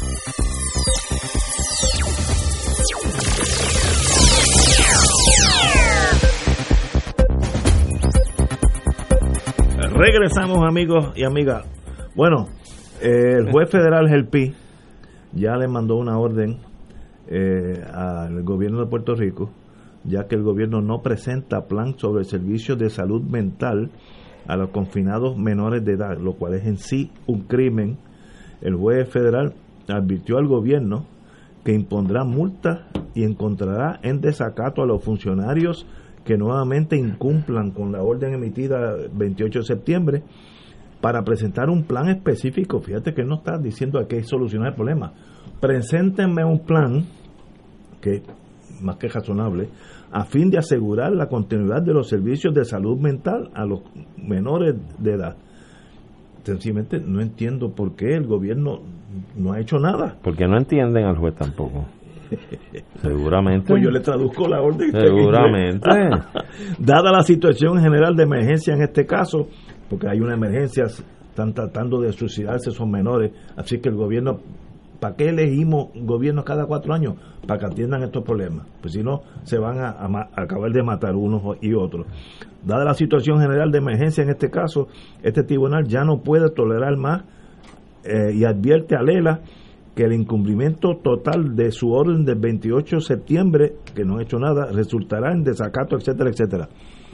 Regresamos, amigos y amigas. Bueno, el juez federal Gelpi ya le mandó una orden al gobierno de Puerto Rico, ya que el gobierno no presenta plan sobre servicios de salud mental a los confinados menores de edad, lo cual es en sí un crimen. El juez federal advirtió al gobierno que impondrá multas y encontrará en desacato a los funcionarios que nuevamente incumplan con la orden emitida el 28 de septiembre para presentar un plan específico. Fíjate que él no está diciendo que hay que solucionar el problema. Preséntenme un plan, que es más que razonable, a fin de asegurar la continuidad de los servicios de salud mental a los menores de edad. Sencillamente no entiendo por qué el gobierno no ha hecho nada. Porque no entienden al juez tampoco. Seguramente. Pues yo le traduzco la orden. Seguramente. Dada la situación general de emergencia en este caso, porque hay una emergencia, están tratando de suicidarse esos menores, así que el gobierno, ¿para qué elegimos gobiernos cada 4 años? Para que atiendan estos problemas. Pues si no, se van a acabar de matar unos y otros. Dada la situación general de emergencia en este caso, este tribunal ya no puede tolerar más y advierte a Lela que el incumplimiento total de su orden del 28 de septiembre, que no ha hecho nada, resultará en desacato, etcétera, etcétera.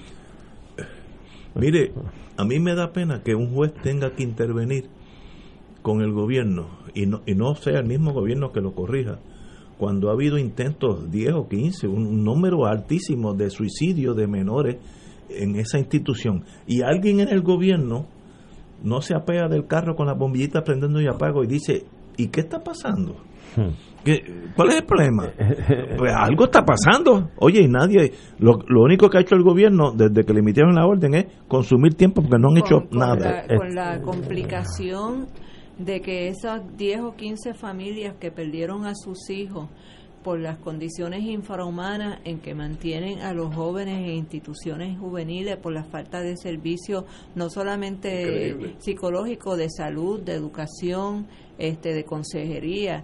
Mire, a mí me da pena que un juez tenga que intervenir con el gobierno y no sea el mismo gobierno que lo corrija, cuando ha habido intentos 10 o 15, un número altísimo de suicidios de menores en esa institución, y alguien en el gobierno no se apea del carro con la bombillita prendiendo y apago y dice, ¿y qué está pasando? ¿Cuál es el problema? Pues algo está pasando. Oye, y nadie, lo único que ha hecho el gobierno desde que le emitieron la orden es consumir tiempo, porque no han hecho nada. Con la complicación de que esas 10 o 15 familias que perdieron a sus hijos por las condiciones infrahumanas en que mantienen a los jóvenes en instituciones juveniles, por la falta de servicios no solamente psicológicos, de salud, de educación, de consejería.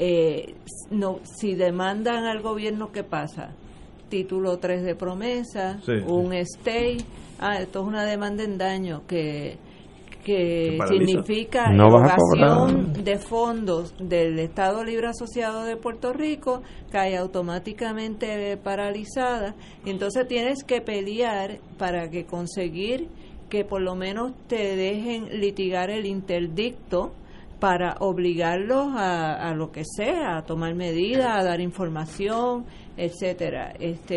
Si demandan al gobierno, ¿qué pasa? Título 3 de promesa, un stay. Esto es una demanda en daño que significa erogación de fondos del Estado Libre Asociado de Puerto Rico, cae automáticamente paralizada, y entonces tienes que pelear para que conseguir que por lo menos te dejen litigar el interdicto para obligarlos a lo que sea, a tomar medidas, a dar información, etcétera.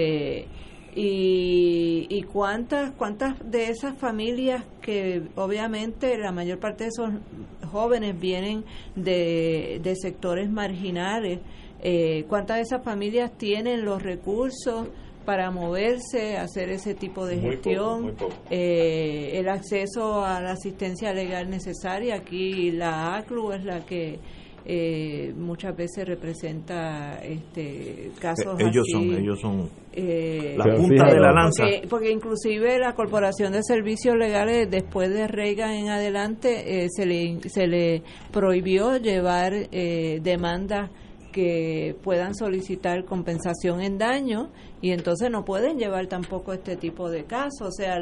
Y cuántas de esas familias, que obviamente la mayor parte de esos jóvenes vienen de sectores marginales, cuántas de esas familias tienen los recursos para moverse, hacer ese tipo de gestión, muy poco. El acceso a la asistencia legal necesaria. Aquí la ACLU es la que muchas veces representa casos ellos son la punta de la lanza, porque inclusive la Corporación de Servicios Legales, después de Reagan en adelante, se le prohibió llevar demandas que puedan solicitar compensación en daño, y entonces no pueden llevar tampoco este tipo de casos. O sea,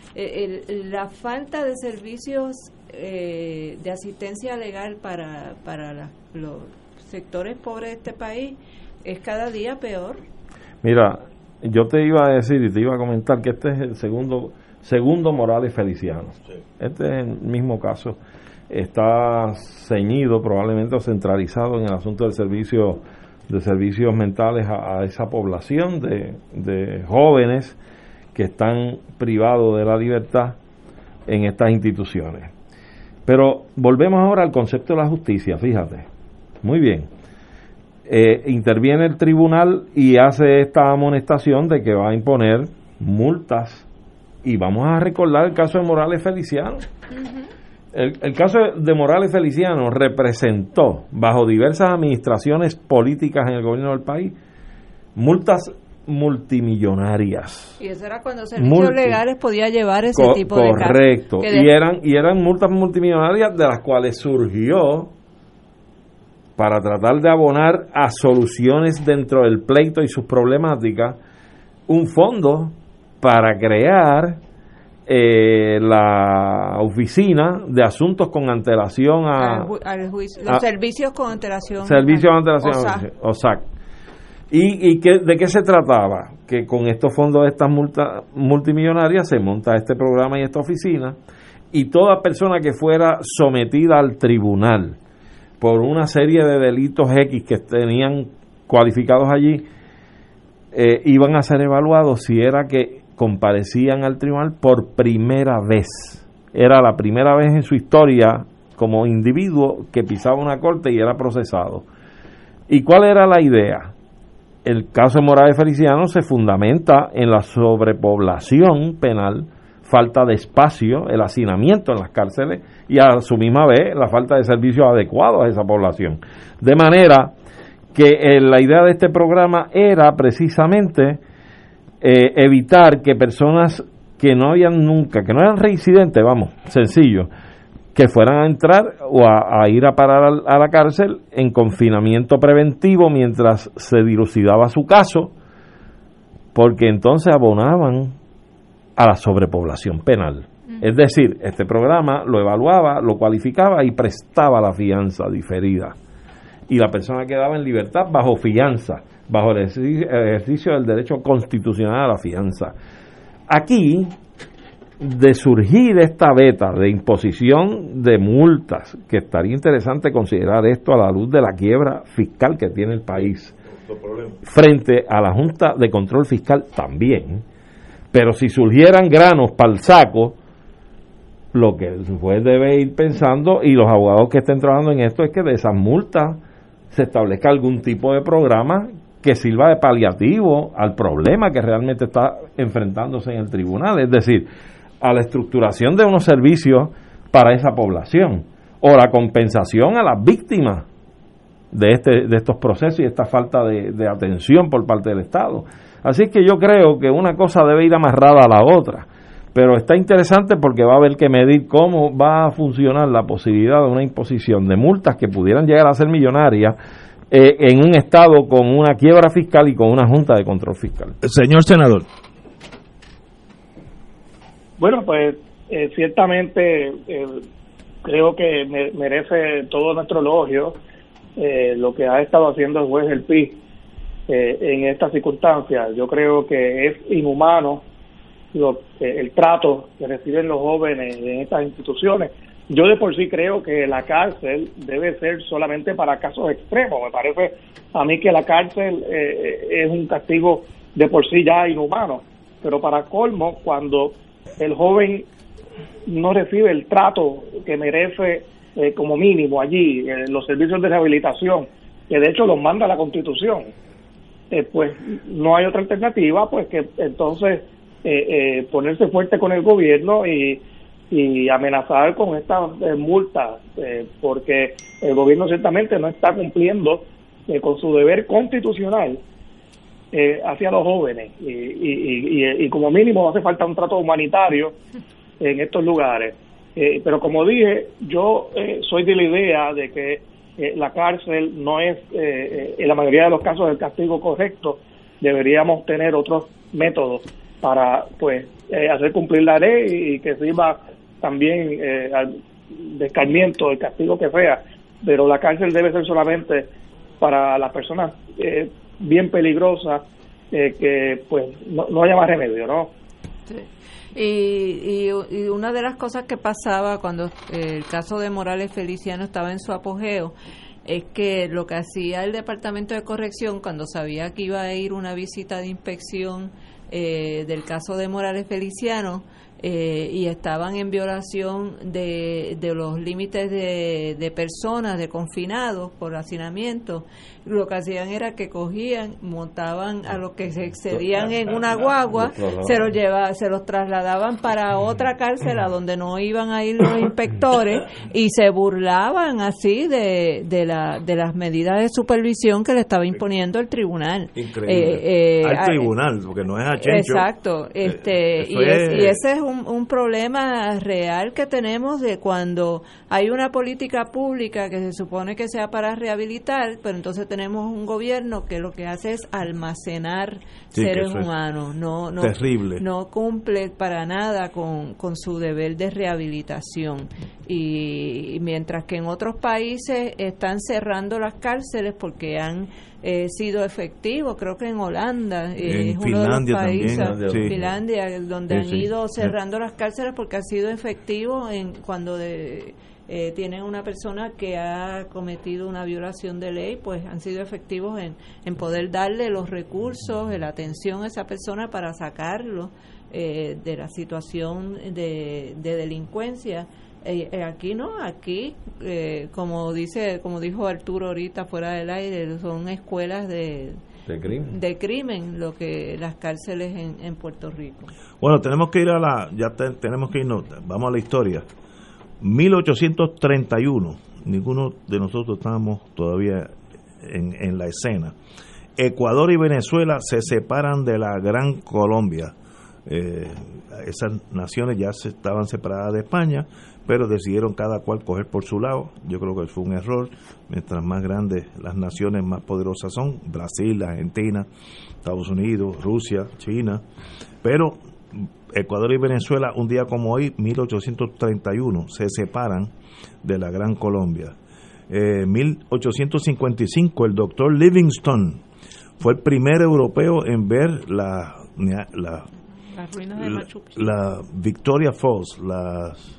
la falta de servicios de asistencia legal para los sectores pobres de este país es cada día peor. Mira, yo te iba a decir y te iba a comentar que este es el segundo Morales Feliciano. Sí. Este es el mismo caso. Está ceñido probablemente o centralizado en el asunto de servicios mentales a esa población de jóvenes que están privados de la libertad en estas instituciones. Pero volvemos ahora al concepto de la justicia, fíjate, muy bien. Interviene el tribunal y hace esta amonestación de que va a imponer multas, y vamos a recordar el caso de Morales Feliciano. Uh-huh. El caso de Morales Feliciano representó, bajo diversas administraciones políticas en el gobierno del país, multas multimillonarias. Y eso era cuando servicios legales podía llevar ese tipo de casos. Correcto. Y eran multas multimillonarias, de las cuales surgió, para tratar de abonar a soluciones dentro del pleito y sus problemáticas, un fondo para crear la oficina de asuntos con antelación al juicio, los servicios con antelación. Servicios con antelación, OSAC. ¿Y de qué se trataba? Que con estos fondos de estas multas multimillonarias se monta este programa y esta oficina, y toda persona que fuera sometida al tribunal por una serie de delitos X que tenían cualificados allí, iban a ser evaluados si era que comparecían al tribunal por primera vez. Era la primera vez en su historia como individuo que pisaba una corte y era procesado. ¿Y cuál era la idea? El caso de Morales Feliciano se fundamenta en la sobrepoblación penal, falta de espacio, el hacinamiento en las cárceles y a su misma vez la falta de servicios adecuados a esa población. De manera que la idea de este programa era precisamente evitar que personas que no habían nunca, que no eran reincidentes, sencillo, que fueran a entrar o a ir a parar a la cárcel en confinamiento preventivo mientras se dilucidaba su caso, porque entonces abonaban a la sobrepoblación penal. Es decir, este programa lo evaluaba, lo cualificaba y prestaba la fianza diferida, y la persona quedaba en libertad bajo fianza, bajo el ejercicio del derecho constitucional a la fianza. Aquí, de surgir esta veta de imposición de multas, que estaría interesante considerar esto a la luz de la quiebra fiscal que tiene el país frente a la Junta de Control Fiscal también, pero si surgieran granos para el saco, lo que el juez debe ir pensando, y los abogados que estén trabajando en esto, es que de esas multas se establezca algún tipo de programa que sirva de paliativo al problema que realmente está enfrentándose en el tribunal, es decir, a la estructuración de unos servicios para esa población, o la compensación a las víctimas de estos procesos y esta falta de atención por parte del Estado. Así que yo creo que una cosa debe ir amarrada a la otra, pero está interesante porque va a haber que medir cómo va a funcionar la posibilidad de una imposición de multas que pudieran llegar a ser millonarias en un Estado con una quiebra fiscal y con una Junta de Control Fiscal. Señor senador. Bueno, pues ciertamente creo que merece todo nuestro elogio lo que ha estado haciendo el juez El Pi en estas circunstancias. Yo creo que es inhumano el trato que reciben los jóvenes en estas instituciones. Yo de por sí creo que la cárcel debe ser solamente para casos extremos. Me parece a mí que la cárcel es un castigo de por sí ya inhumano, pero para colmo, cuando el joven no recibe el trato que merece como mínimo allí, los servicios de rehabilitación, que de hecho los manda la Constitución, pues no hay otra alternativa pues que entonces ponerse fuerte con el gobierno y amenazar con estas multas, porque el gobierno ciertamente no está cumpliendo con su deber constitucional hacia los jóvenes y como mínimo hace falta un trato humanitario en estos lugares. Pero como dije, yo soy de la idea de que la cárcel no es en la mayoría de los casos el castigo correcto. Deberíamos tener otros métodos para pues hacer cumplir la ley y que sirva también al descarmiento, el castigo que sea, pero la cárcel debe ser solamente para las personas bien peligrosas que pues no haya más remedio, ¿no? Sí. Y una de las cosas que pasaba cuando el caso de Morales Feliciano estaba en su apogeo es que lo que hacía el Departamento de Corrección cuando sabía que iba a ir una visita de inspección del caso de Morales Feliciano y estaban en violación de los límites de personas, de confinados por hacinamiento, lo que hacían era que cogían, montaban a los que se excedían en una guagua, se los trasladaban para otra cárcel a donde no iban a ir los inspectores y se burlaban así de las medidas de supervisión que le estaba imponiendo el tribunal. Increíble. Al tribunal, porque no es a Chencho. Exacto. Y ese es un problema real que tenemos de cuando hay una política pública que se supone que sea para rehabilitar, pero entonces tenemos un gobierno que lo que hace es almacenar seres humanos, terrible. No cumple para nada con su deber de rehabilitación. Y mientras que en otros países están cerrando las cárceles porque han sido efectivos, creo que en Holanda es uno de los países, también, Finlandia, donde han ido cerrando las cárceles porque han sido efectivos cuando tienen una persona que ha cometido una violación de ley, pues han sido efectivos en poder darle los recursos, la atención a esa persona para sacarlo de la situación de delincuencia. Aquí no, aquí como dijo Arturo ahorita fuera del aire, son escuelas de crimen lo que las cárceles en Puerto Rico. Bueno, tenemos que ir tenemos que irnos, vamos a la historia. 1831, ninguno de nosotros estábamos todavía en la escena. Ecuador y Venezuela se separan de la Gran Colombia. Esas naciones ya estaban separadas de España, pero decidieron cada cual coger por su lado. Yo creo que fue un error. Mientras más grandes las naciones, más poderosas son: Brasil, Argentina, Estados Unidos, Rusia, China. Pero Ecuador y Venezuela, un día como hoy, 1831, se separan de la Gran Colombia. 1855, el doctor Livingstone fue el primer europeo en ver las ruinas de Machu Picchu, la Victoria Falls, las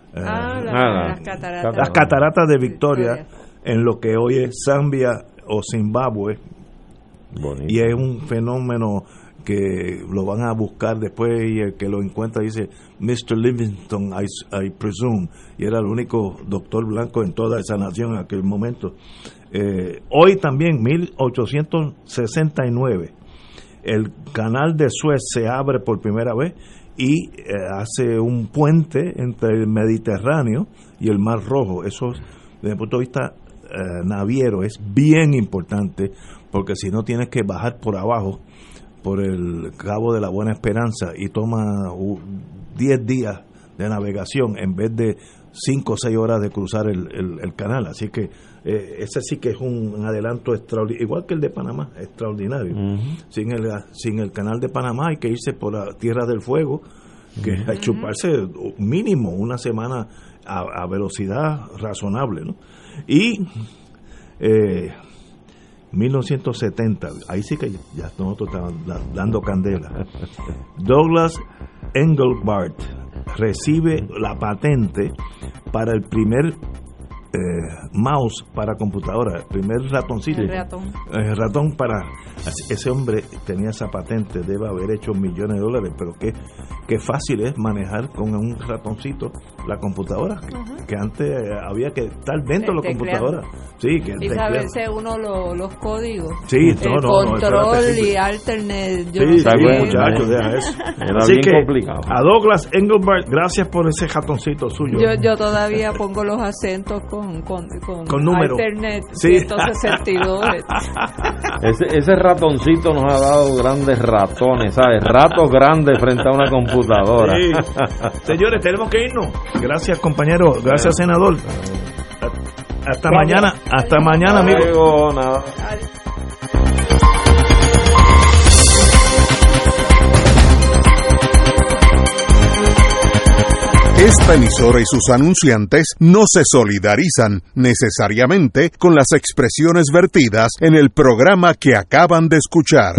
cataratas de Victoria, en lo que hoy es Zambia o Zimbabue. Bonito. Y es un fenómeno que lo van a buscar después, y el que lo encuentra dice Mr. Livingstone, I presume, y era el único doctor blanco en toda esa nación en aquel momento. Hoy también, 1869, el canal de Suez se abre por primera vez y hace un puente entre el Mediterráneo y el Mar Rojo. Eso, desde el punto de vista naviero es bien importante, porque si no tienes que bajar por abajo, por el Cabo de la Buena Esperanza, y toma 10 días de navegación en vez de 5 o 6 horas de cruzar el canal. Así que ese sí que es un adelanto extraordinario, igual que el de Panamá, extraordinario. Sin el canal de Panamá hay que irse por la Tierra del Fuego, que hay que chuparse mínimo una semana a velocidad razonable, ¿no? Y 1970, ahí sí que ya nosotros estamos dando candela. Douglas Engelbart recibe la patente para el primer mouse para computadora, el primer ratoncito. El ratón para... Ese hombre tenía esa patente, debe haber hecho millones de dólares, pero qué fácil es manejar con un ratoncito la computadora, que antes había que estar dentro de la computadora. Sí, que y saberse uno los códigos. Sí, control y alternate. Muchachos, deja eso. Era así bien que complicado. A Douglas Engelbart, gracias por ese ratoncito suyo. Yo todavía pongo los acentos con números. Alternate 162. Ese ratoncito nos ha dado grandes ratones, ¿sabes? Ratos grandes frente a una computadora. Sí. Señores, tenemos que irnos. Gracias, compañero. Gracias, senador. Hasta mañana. Hasta mañana, amigos. Esta emisora y sus anunciantes no se solidarizan necesariamente con las expresiones vertidas en el programa que acaban de escuchar.